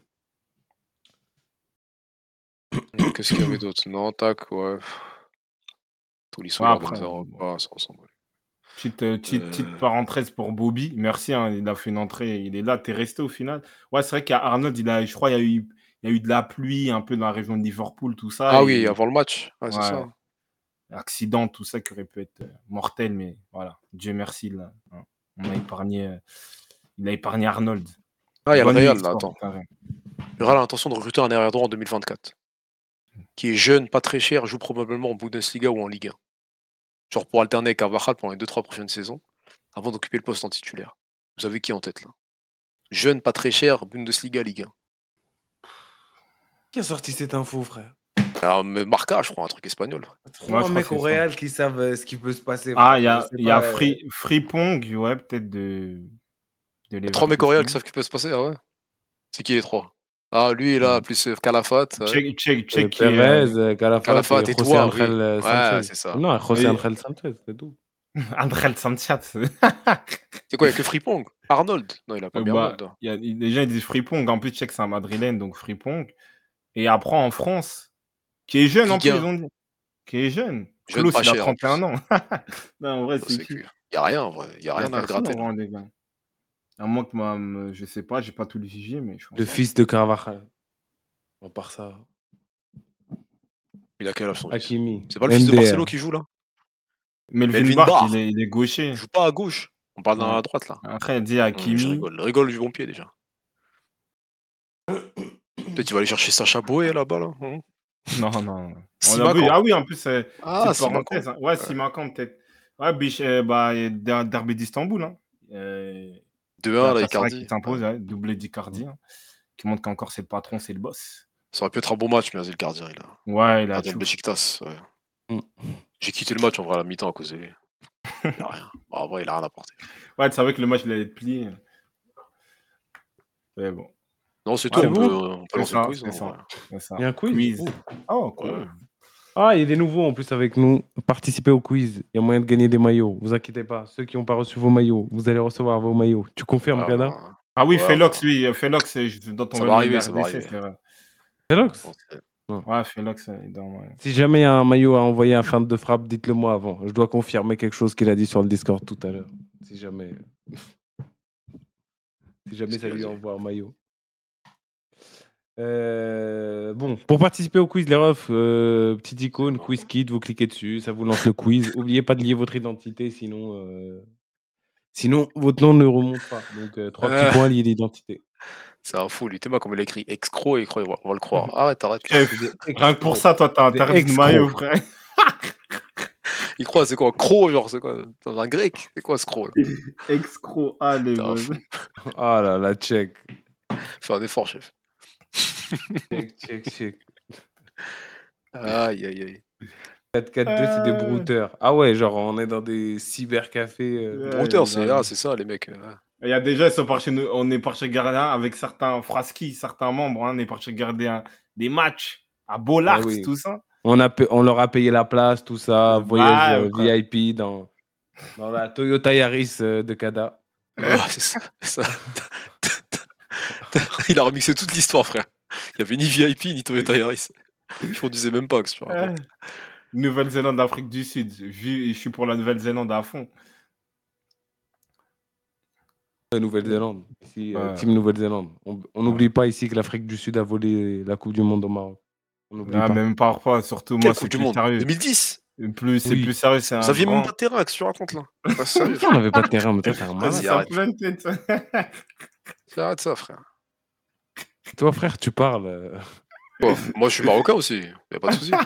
Qu'est-ce qu'il y avait d'autre? Non, tac, ouais. Tolisso, ouais, Jordan après, bon, Zarraga, ça ressemble. petite parenthèse pour Bobby. Merci, hein, il a fait une entrée, il est là, t'es resté au final. Ouais, c'est vrai qu'à Arnold, je crois, il y a eu de la pluie un peu dans la région de Liverpool, tout ça, Ah oui, et avant le match. Ouais, c'est ouais, ça. accident, tout ça qui aurait pu être mortel, mais voilà, Dieu merci, là, hein, on a épargné, il a épargné Arnold. Ah, il y a le Bonne Real, là, victoire, attends. carré. Le Real a l'intention de recruter un arrière droit en 2024. Qui est jeune, pas très cher, joue probablement en Bundesliga ou en Ligue 1. Genre pour alterner avec Carvajal pendant les 2-3 prochaines saisons, avant d'occuper le poste en titulaire. Vous avez qui en tête là? Jeune, pas très cher, Bundesliga, Ligue 1. Qui a sorti cette info, frère? Alors, mais Marca, je crois, un truc espagnol, frère. Trop Ouais, un je crois mec que c'est au ça. Real qui savent, ce qui peut se passer, Ah, frère. Je sais il y a pas, Frimpong, ouais, peut-être de Il y a 3 mecs au Real qui Leverkusen. savent ce qui peut se passer, ah ouais? C'est qui les 3? Ah, lui est là, plus Calafat, ouais. Tchèque qui est. Perez, Calafat Calafat et et José toi, oui. Angel, Ouais, Sanchez. c'est ça. Non, José Et Angel Sanchez, c'est tout. André Sanchez. C'est quoi, il y a que Frimpong? Arnold? Non, il a pas mis Bah, Arnold, là. déjà, ils disent Frimpong. En plus, je sais que c'est un Madrilène, donc Frimpong. Et après, en France, qui est jeune en Ligue plus, ils 1, ont dit. Qui est jeune. jeune Klaus, pas il a cher en 31 plus. ans. Non, en vrai, Bah, c'est c'est qui? que y a rien en vrai, y a Il y a rien à personne gratter en là. vrai, les gars. À moins que je sais pas, j'ai pas tout le vivier, mais je Le pense pas. fils de Carvajal. À part ça, Il a quel âge son fils? Hakimi, C'est pas le fils de Marcelo MDR. qui joue là? Melvin Melvin Bark, Barr, il est il gaucher. joue pas à gauche. On parle dans Ouais. la droite là. Après, elle dit Je Hakimi. rigole, rigole du bon pied déjà. Peut-être il va aller chercher Sacha Boey là-bas là. Non, non. On a vu. Simakan. Ah oui, en plus, Ah, petite Simakan. parenthèse, hein. Ouais, Ouais. Simakan, peut-être. Ouais, bah, Derby d'Istanbul, hein. 2-1 là, Galatasaray qui Icardi. Ouais. s'impose, ouais, doublé d'Icardi, hein, qui montre qu'encore c'est le patron, c'est le boss. Ça aurait pu être un bon match, mais vas-y, le gardien, il a. Ouais, il a Gardien de tout. Beşiktaş, ouais. Mm. J'ai quitté le match en vrai à la mi-temps à cause de lui. Il a rien. Bon, en vrai, il a rien apporté. Ouais, tu savais que le match il allait être plié. Mais bon. Non, c'est Ouais, tout, C'est bon on peut C'est lancer le ça, quiz. c'est En ça. vrai. C'est ça. Il y a un quiz. Oh, Ouais. cool. Ah, il y a des nouveaux en plus avec nous. Participez au quiz. Il y a moyen de gagner des maillots. Vous inquiétez pas. Ceux qui n'ont pas reçu vos maillots, vous allez recevoir vos maillots. Tu confirmes, Ouais, Gada? bah, Ah oui, ouais, Felox, bah, oui. Felox, dont on ça veut va le arriver, la ça va RDC, arriver. c'est vrai. Felox? Bon, Ouais, Felox, ouais. Si jamais il y a un maillot à envoyer à fin de frappe, dites-le moi avant. Je dois confirmer quelque chose qu'il a dit sur le Discord tout à l'heure. Si jamais qu'est-ce ça qu'il a lui dit envoie un maillot. Bon, pour participer au quiz, les refs, petite icône, quiz kit, vous cliquez dessus, ça vous lance le quiz. N'oubliez pas de lier votre identité, sinon votre nom ne remonte pas. Donc 3 petits points, lier l'identité. C'est un fou, lui. T'es moi comme il a écrit excro et il croit, on va le croire. Arrête, arrête. Chef, rien que pour ça, toi, t'as Des interdit de excros. maillot, frère. Il croit, c'est quoi, cro, genre, c'est quoi? Dans un grec? C'est quoi, scro, là? Excro, allez, T'es un bon. fou. Ah là là, check. Fais un effort, chef. Check. Aïe, aïe, aïe. 4-4-2, c'est des brouteurs. Ah ouais, genre on est dans des cybercafés. Brouter, c'est ça, les mecs. Il y a déjà, on est parti garder avec certains Fraski, certains membres, on est parti garder des matchs à Bollard, oui. tout ça. On leur a payé la place, tout ça, voyage Ouais, VIP dans la Toyota Yaris de Kada. Ah, c'est ça. Il a remixé toute l'histoire, frère. Il n'y avait ni VIP ni Toyota Yaris. Je ne disais même pas que tu racontes. Nouvelle-Zélande, Afrique du Sud. Je suis pour la Nouvelle-Zélande à fond. Nouvelle-Zélande. Ici, Ouais. Team Nouvelle-Zélande. On n'oublie pas ici que l'Afrique du Sud a volé la Coupe du Monde au Maroc. On n'oublie pas. Même parfois, surtout Quelle moi, Coupe c'est du plus Monde sérieux. 2010. C'est plus sérieux, c'est Vous un n'aviez même grand... pas de terrain, qu'est-ce que tu racontes là? Pas sérieux. On n'avait pas de terrain, mais toi, t'es un malade. Vas-y, Ça arrête. plein de tête. Arrête ça, frère. Toi, frère, tu parles. Bon, moi, je suis marocain aussi. Il n'y a pas de souci.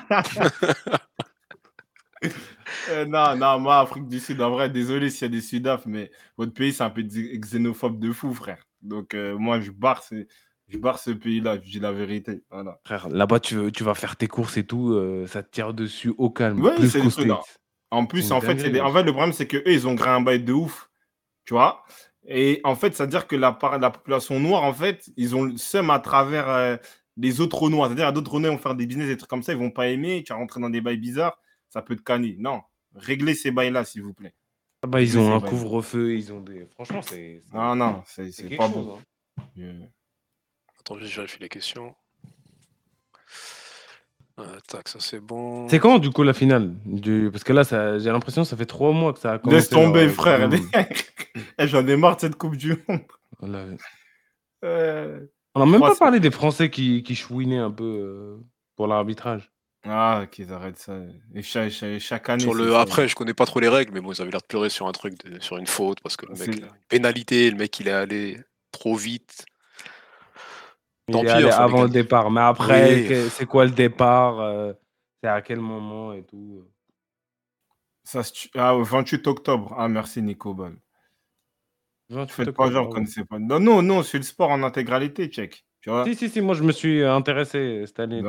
Non, moi, Afrique du Sud, en vrai, désolé s'il y a des Sudaf, mais votre pays, c'est un peu xénophobe de fou, frère. Donc, moi, je barre ce pays-là, je dis la vérité. Voilà. Frère, là-bas, tu vas faire tes courses et tout, ça te tire dessus au calme. Oui, plus c'est qu'aux des trucs. States. En plus, C'est une en fait, dinguerie, en fait, le problème, c'est qu'eux, ils ont créé un bail de ouf, tu vois. Et en fait, c'est-à-dire que la population noire, en fait, ils ont le seum à travers les autres noirs. C'est-à-dire, d'autres noirs vont faire des business, des trucs comme ça, ils vont pas aimer, tu vas rentrer dans des bails bizarres, ça peut te canner. Non, réglez ces bails-là, s'il vous plaît. Ah bah, ils ont un couvre-feu, ils ont des. Franchement, c'est. Non, c'est pas bon. Hein. Attends, je vérifie les questions. Tac, ça c'est bon. C'est quand du coup la finale Parce que là, j'ai l'impression que ça fait 3 mois que ça a commencé. Laisse tomber, frère. J'en ai marre de cette Coupe du Monde. On n'a même pas parlé des Français qui chouinaient un peu pour l'arbitrage. Ah, qu'ils arrêtent ça. Et chaque année. Après, je connais pas trop les règles, mais bon, ils avaient l'air de pleurer sur un truc, sur une faute, parce que le mec, pénalité, le mec, il est allé trop vite. Tant pis, avant le départ. Mais après, c'est quoi le départ c'est à quel moment et tout. Au 28 octobre. Ah, merci Nico Ball. 28 Faites pas genre, connaissez pas. Non, c'est le sport en intégralité, check. Tu vois? Si, moi je me suis intéressé cette année.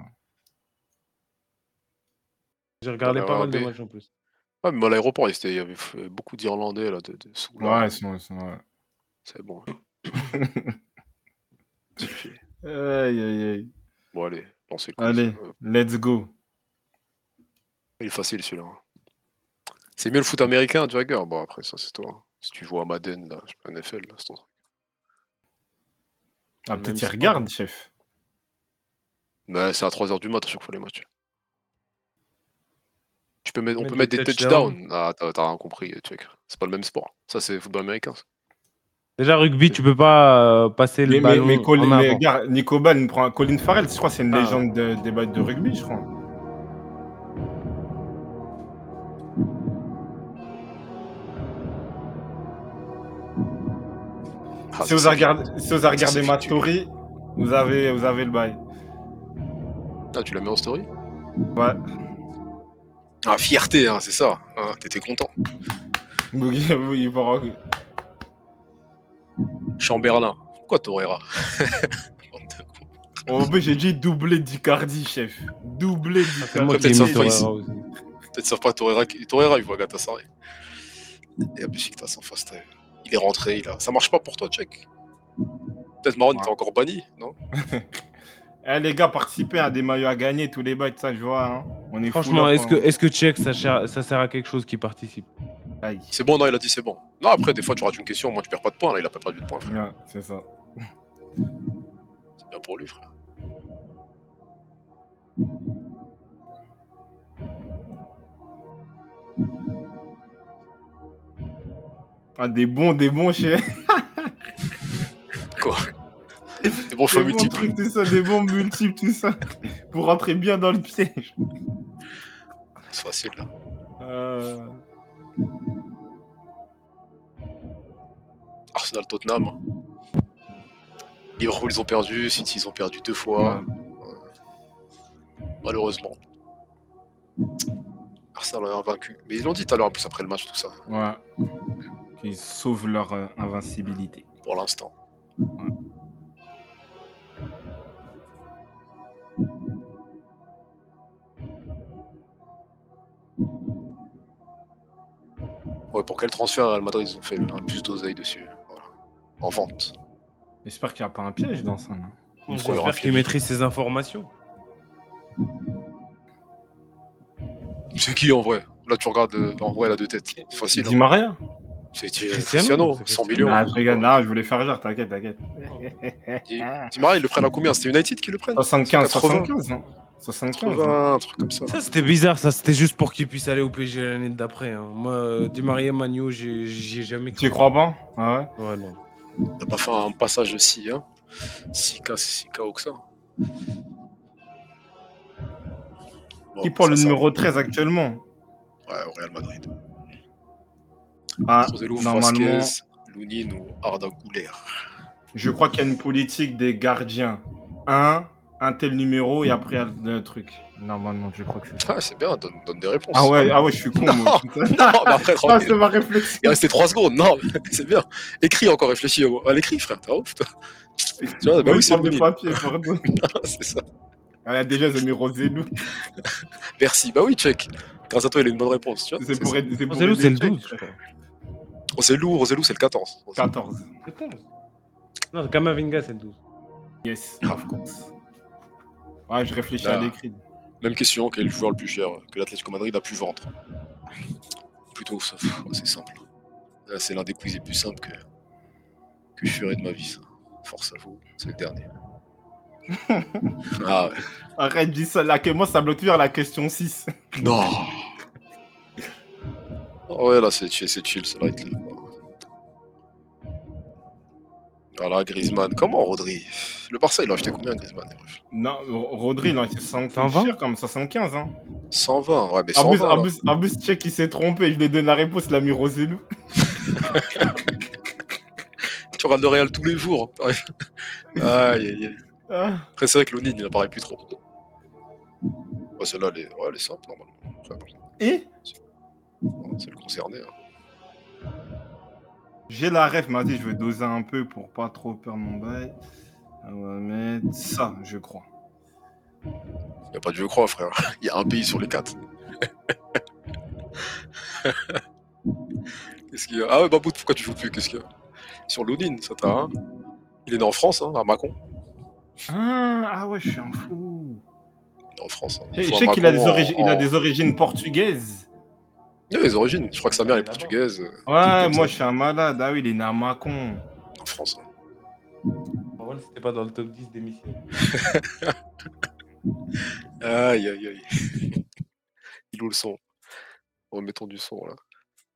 J'ai regardé pas mal de matchs en plus. Ouais, mais à l'aéroport, il y avait beaucoup d'Irlandais là, sous là. Ouais, ouais. C'est bon. Aïe. Bon, allez, lancez le quiz. Allez, let's go. Il est facile celui-là. C'est mieux le foot américain, Jagger. Bon, après, ça, c'est toi. Si tu joues à Madden, là, je sais pas, NFL, là, c'est ton truc. Ah, peut-être qu'il regarde, chef. Mais c'est à 3h du mat à chaque fois les matchs. On peut mettre des touchdowns. Ah, t'as rien compris, check. C'est pas le même sport. Ça, c'est football américain. Ça. Déjà, rugby, tu peux pas passer le ballon en avant. Regarde, Nico Ball nous prend Colin Farrell. Je crois que c'est une légende des bails de rugby, je crois. Si vous avez regardé ma story, vous avez le bail. Ah, tu l'as mis en story? Ouais. Ah, fierté, hein, c'est ça. Ah, t'étais content. Oui, Chamberlain. Pourquoi Torreira? En fait, j'ai dit doublé d'Icardi, chef. Doublé C'est d'Icardi. moi qui ai mis Torreira aussi. Peut-être ça pas Torreira, il voit Galatasaray. Et à Beşiktaş en face, il est rentré, ça marche pas pour toi, Tchèque. Peut-être Marron, il était encore banni, non? Eh, les gars, participez à des maillots à gagner, tous les bails, ça, je vois. Hein. On est Franchement, est-ce que Tchèque, ça sert à quelque chose qui participe? Aïe. C'est bon, non, il a dit c'est bon. Non, après, des fois, tu rates une question, moi, tu perds pas de points, là, il a pas perdu de points, frère. Ouais, c'est ça. C'est bien pour lui, frère. Ah, des bons, chef. Quoi? Des bons choix Des bons multiples. trucs, tout ça, des bons multiples, tout ça. Pour rentrer bien dans le piège. C'est facile, là. Arsenal, Tottenham. Liverpool, ils ont perdu. City, ils ont perdu 2 fois. Malheureusement. Arsenal est invaincu. Mais ils l'ont dit tout à l'heure, en plus, après le match, tout ça. Ouais. Ils sauvent leur invincibilité. Pour l'instant. Ouais. Ouais, pour quel transfert Real Madrid ils ont fait un plus d'oseille dessus, voilà. En vente. J'espère qu'il n'y a pas un piège dans ça. J'espère qu'il maîtrise ses informations. C'est qui en vrai? Là tu regardes en vrai la deux têtes. C'est facile. Di Maria. C'est Cristiano, 100 millions. Ah, je regarde, non, je voulais faire genre, t'inquiète. Di Maria, ils le prennent à combien? C'était United qui le prennent? 75, non 75. Un truc comme ça. Ça c'était bizarre, ça c'était juste pour qu'il puisse aller au PSG l'année d'après. Hein. Moi, Di Maria, Manu, j'y ai jamais cru. Tu y crois pas? Ah ouais? Ouais, non. T'as pas fait un passage de 6, hein? 6K, c'est 6K ou que ça. Bon, Qui porte le numéro 13 actuellement? Ouais, au Real Madrid. Ah, Joselu, normalement, Vasquez, Lunin ou Arda Güler. je crois qu'il y a une politique des gardiens. Un tel numéro et après le truc. Normalement, je crois que c'est ça. Ah, c'est bien, donne des réponses. Ah ouais, je suis con. Non, moi. non, mais après, Ah, tranquille. c'est ma réflexion. Il restait 3 secondes. Non, c'est bien. Écris encore, réfléchis. À l'écrit, frère. T'as ouf, toi. Tu vois, bah oui, c'est le le papier, pardon. c'est ça. Ah, déjà, j'ai mis Roselu. Merci. Bah oui, check. Grâce à toi, il a une bonne réponse. Tu vois, C'est pour aider. Roselu, c'est le 12. Roselu, c'est le 14. 14. Non, Kamavinga, c'est le 12. Yes, of course. Ouais, je réfléchis Là. à l'écrit. Même question, quel est le joueur le plus cher que l'Atlético Madrid a pu vendre? Plutôt, ça, c'est simple. Là, c'est l'un des quiz les plus simples que je ferai de ma vie, ça. Force à vous, c'est le dernier. Ah ouais. Arrête, dis ça. Là, que moi, ça bloque vers la question 6. Non. Oh ouais, là, c'est chill, c'est light. Voilà, Griezmann. Comment, Rodri? Le Barça, il a acheté combien, Griezmann? Non, Rodri, il a été 120 cher comme 75. Hein. 120, ouais, mais 120. Abus, check, il s'est trompé. Je lui ai donné la réponse, il a mis Roselu. Tu regardes le Real tous les jours. Aïe, aïe, aïe. Ah. Après, c'est vrai que Lunin, il apparaît plus trop. Ouais, celle-là, elle est simple, normalement. Et C'est le concerné. Hein. j'ai la ref, m'a dit, je vais doser un peu pour pas trop perdre mon bail. On va mettre ça, je crois. Il n'y a pas de je crois, frère. Il y a un pays sur les 4. Qu'est-ce qu'il y a? Ah ouais, Babout, pourquoi tu joues plus? Qu'est-ce qu'il y a? Sur Lunin, ça t'a. Hein, il est né en France, hein, à Mâcon. Ah ouais, je suis un fou. Il est en France. Hein. Je sais qu'il a des origines portugaises. Il a des origines. Je crois que sa mère est portugaise. Ouais, moi je suis un malade. Ah oui, il est né à Mâcon. En France. Hein. En vrai, c'était pas dans le top 10 d'émission. Aïe, aïe, aïe. Il ouvre le son. Remettons du son, là.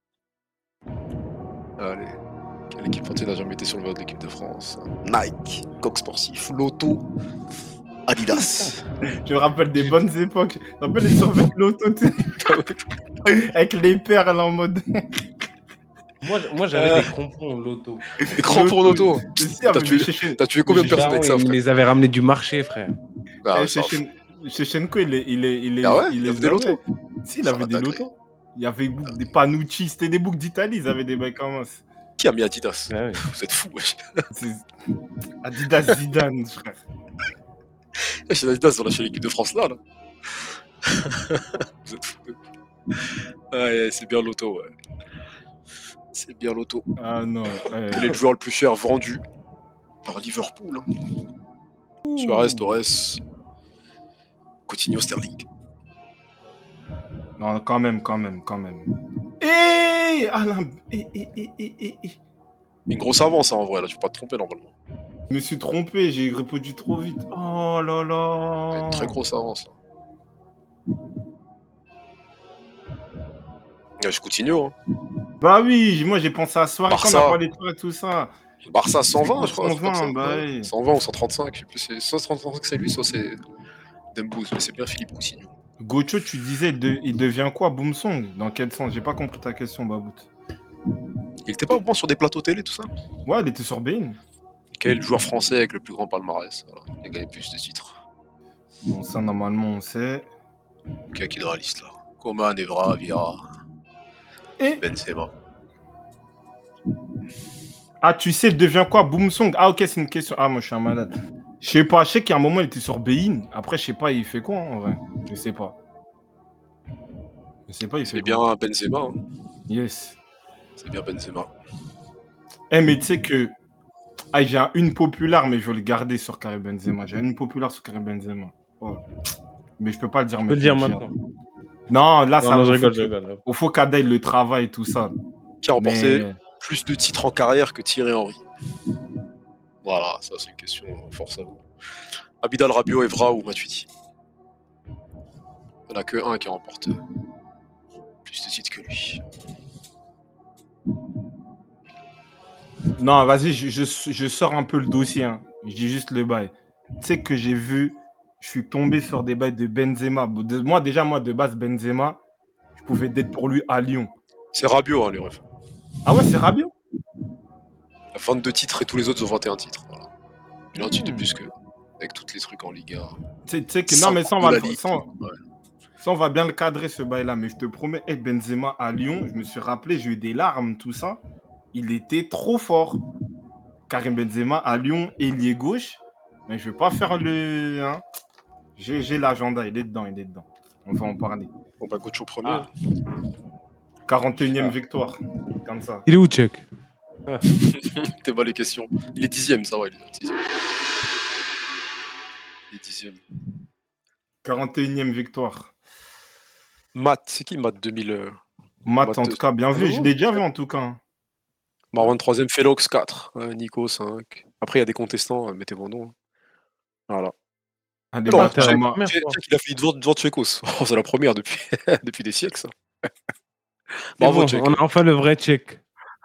Allez. Quelle équipe entière n'a jamais été sur le maillot de l'équipe de France? Nike, Coq Sportif, Lotto, Adidas. Je me rappelle des bonnes époques. Je me rappelle les survêtements Lotto, tu sais, avec les perles en mode. Moi j'avais des crampons Lotto. Des crampons Lotto. T'as tué combien de personnes avec ça, frère? Il les avait ramenés du marché, frère. Ah, Shevchenko, il est. Ah ouais, il avait des Lotto. Si, il avait des Lotto. Il y avait des Panucci, c'était des boucs d'Italie, ils avaient des mecs comme ça. Qui a mis Adidas? Ah ouais. Vous êtes fous, wesh. Adidas Zidane, frère. Adidas, ils ont lâché l'équipe de France là. Vous êtes fous. Ouais, c'est bien l'auto, ouais. C'est bien l'auto. Ah non. Quel est le joueur le plus cher vendu par Liverpool? Suarez, Torres, Coutinho, Sterling. Non, quand même. Alain. Une grosse avance, hein, en vrai, là, tu peux pas te tromper normalement. Je me suis trompé, j'ai répondu trop vite. Oh là là. Une très grosse avance. Je Coutinho. Hein. Bah oui, moi j'ai pensé à soirée quand on a parlé de toi et tout ça. Barça 120, je crois. 120, bah oui. 120 ou 135, je sais plus. C'est soit 135 c'est lui, soit c'est Dembouz. Mais c'est bien Philippe Coutinho. Gocho, tu disais, il devient quoi, Boomsong? Dans quel sens? J'ai pas compris ta question, Babout. Il était pas au point sur des plateaux télé, tout ça? Ouais, il était sur Bein. Quel joueur français avec le plus grand palmarès? Voilà. Il a gagné plus de titres. Bon, ça, normalement, on sait. Qui est dans la liste, là? Coman, Evra, Vieira. Et Benzema. Ah, tu sais, il devient quoi, Boomsong? Ah, ok, c'est une question. Ah, moi, je suis un malade. Je sais pas, je sais qu'à un moment, il était sur Bein. Après, je sais pas, il fait quoi, en vrai? Je sais pas. Il fait quoi. C'est bien Benzema. Hein. Yes. C'est bien Benzema. Mais tu sais que... Ah, j'ai une populaire, mais je vais le garder sur Karim Benzema. J'ai une populaire sur Karim Benzema. Oh. Mais je peux pas le dire maintenant. Je peux le dire maintenant. Non, là, ça va. Je rigole. Il faut qu'Adèle le travail et tout ça. Qui a remporté plus de titres en carrière que Thierry Henry? Voilà, ça c'est une question force à vous. Abidal, Rabiot, Evra ou Matuidi? Il n'y en a que un qui remporte plus de titres que lui. Non, vas-y, je sors un peu le dossier. Hein. Je dis juste le bail. Tu sais que j'ai vu, je suis tombé sur des bails de Benzema. Moi, de base, Benzema, je pouvais d'être pour lui à Lyon. C'est Rabiot, hein, les refs. Ah ouais, c'est Rabiot? Il a 22 titres et tous les autres ont 21 titres. Voilà. Il a un titre de plus que avec tous les trucs en Liga. Tu sais que non, mais ça, on va bien le cadrer ce bail-là. Mais je te promets, Benzema à Lyon, je me suis rappelé, j'ai eu des larmes, tout ça. Il était trop fort. Karim Benzema à Lyon, ailier gauche. Mais je ne vais pas faire le... Hein. J'ai l'agenda, il est dedans. On va en parler. Bon, bah, Gocho premier. 41e victoire. Comme ça. Il est où, Tchèque? T'es pas les questions. Il est 10e, ça va, il est 10e. Il est 10e. 41e victoire. Matt, c'est qui Matt 2000 Matt, en tout cas, bien vu. Je l'ai déjà vu, en tout cas. Marwan 3e, Felox 4. Nico 5. Après, il y a des contestants, mettez vos noms. Voilà. Ah, il a fini devant Tchekos. Oh, c'est la première depuis, depuis des siècles, ça. Bravo, bon, on a enfin le vrai Tchèque.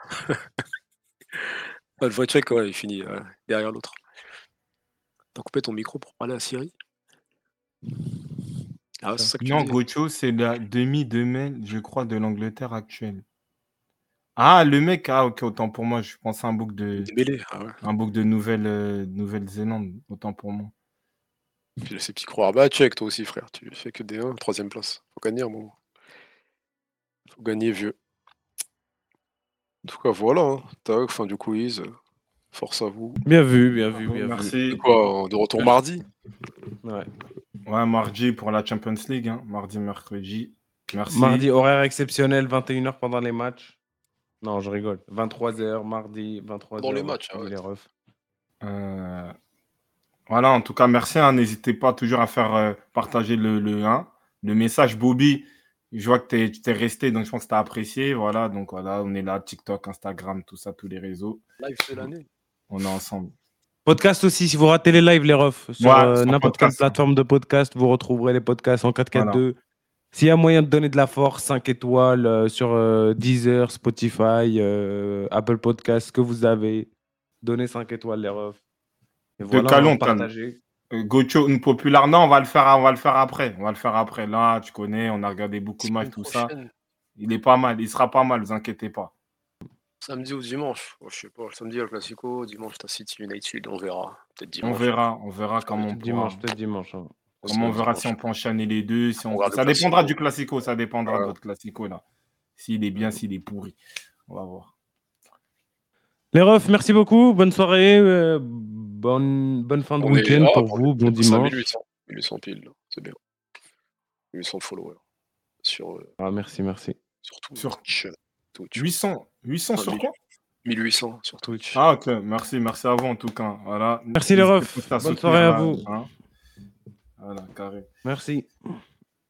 Le vrai Tchèque, ouais, il finit derrière l'autre. T'as coupé ton micro pour parler à Siri? Ah, c'est ça que non, Gocho, c'est la demi-de-mêle, je crois, de l'Angleterre actuelle. Ah, le mec, ok, autant pour moi, je pense à un bouc de... Un bouc de Nouvelle-Zélande, autant pour moi. Puis ces petits croire. Bah, check, toi aussi, frère. Tu fais que des 1, 3e place. Faut gagner un moment. Faut gagner, vieux. En tout cas, voilà. Hein. Tac, fin du quiz. Force à vous. Bien vu. Merci. C'est quoi, de retour mardi? Ouais, mardi pour la Champions League. Hein. Mardi, mercredi. Merci. Mardi, horaire exceptionnel, 21h pendant les matchs. Non, je rigole. 23h, mardi, 23h. Dans les matchs, les refs. Voilà, en tout cas, merci. Hein. N'hésitez pas toujours à faire partager le message. Bobby, je vois que tu t'es resté, donc je pense que tu as apprécié. Voilà, donc voilà, on est là, TikTok, Instagram, tout ça, tous les réseaux. Live, c'est l'année. On est ensemble. Podcast aussi, si vous ratez les lives, les refs, sur n'importe quelle plateforme de podcast, vous retrouverez les podcasts en 4-4-2. Voilà. S'il y a moyen de donner de la force, 5 étoiles sur Deezer, Spotify, Apple Podcasts, que vous avez, donnez 5 étoiles, les refs. Et voilà, Calon, partager. Gocho, une populaire. Non, on va le faire après. Là, tu connais, on a regardé beaucoup de matchs, tout ça. Il est pas mal. Il sera pas mal, ne vous inquiétez pas. Samedi ou dimanche? Je sais pas. Samedi, le Classico. Dimanche, t'as City United. On verra. Peut-être dimanche. On verra comment on pourra. Peut-être dimanche. Hein. Comment on verra si on peut enchaîner les deux. Si on... Ça dépendra du Classico. Ça dépendra de votre Classico, là. S'il est bien, s'il est pourri. On va voir. Les refs, merci beaucoup. Bonne soirée. Bonne fin de week-end pour vous. Bon dimanche. 1800 piles, c'est bien. 800 followers. Merci. Sur Twitch. 800 sur quoi? 1800 sur Twitch. Ah, ok, merci à vous en tout cas. Voilà. Merci les refs. Bonne soirée à vous. Voilà, carré. Merci.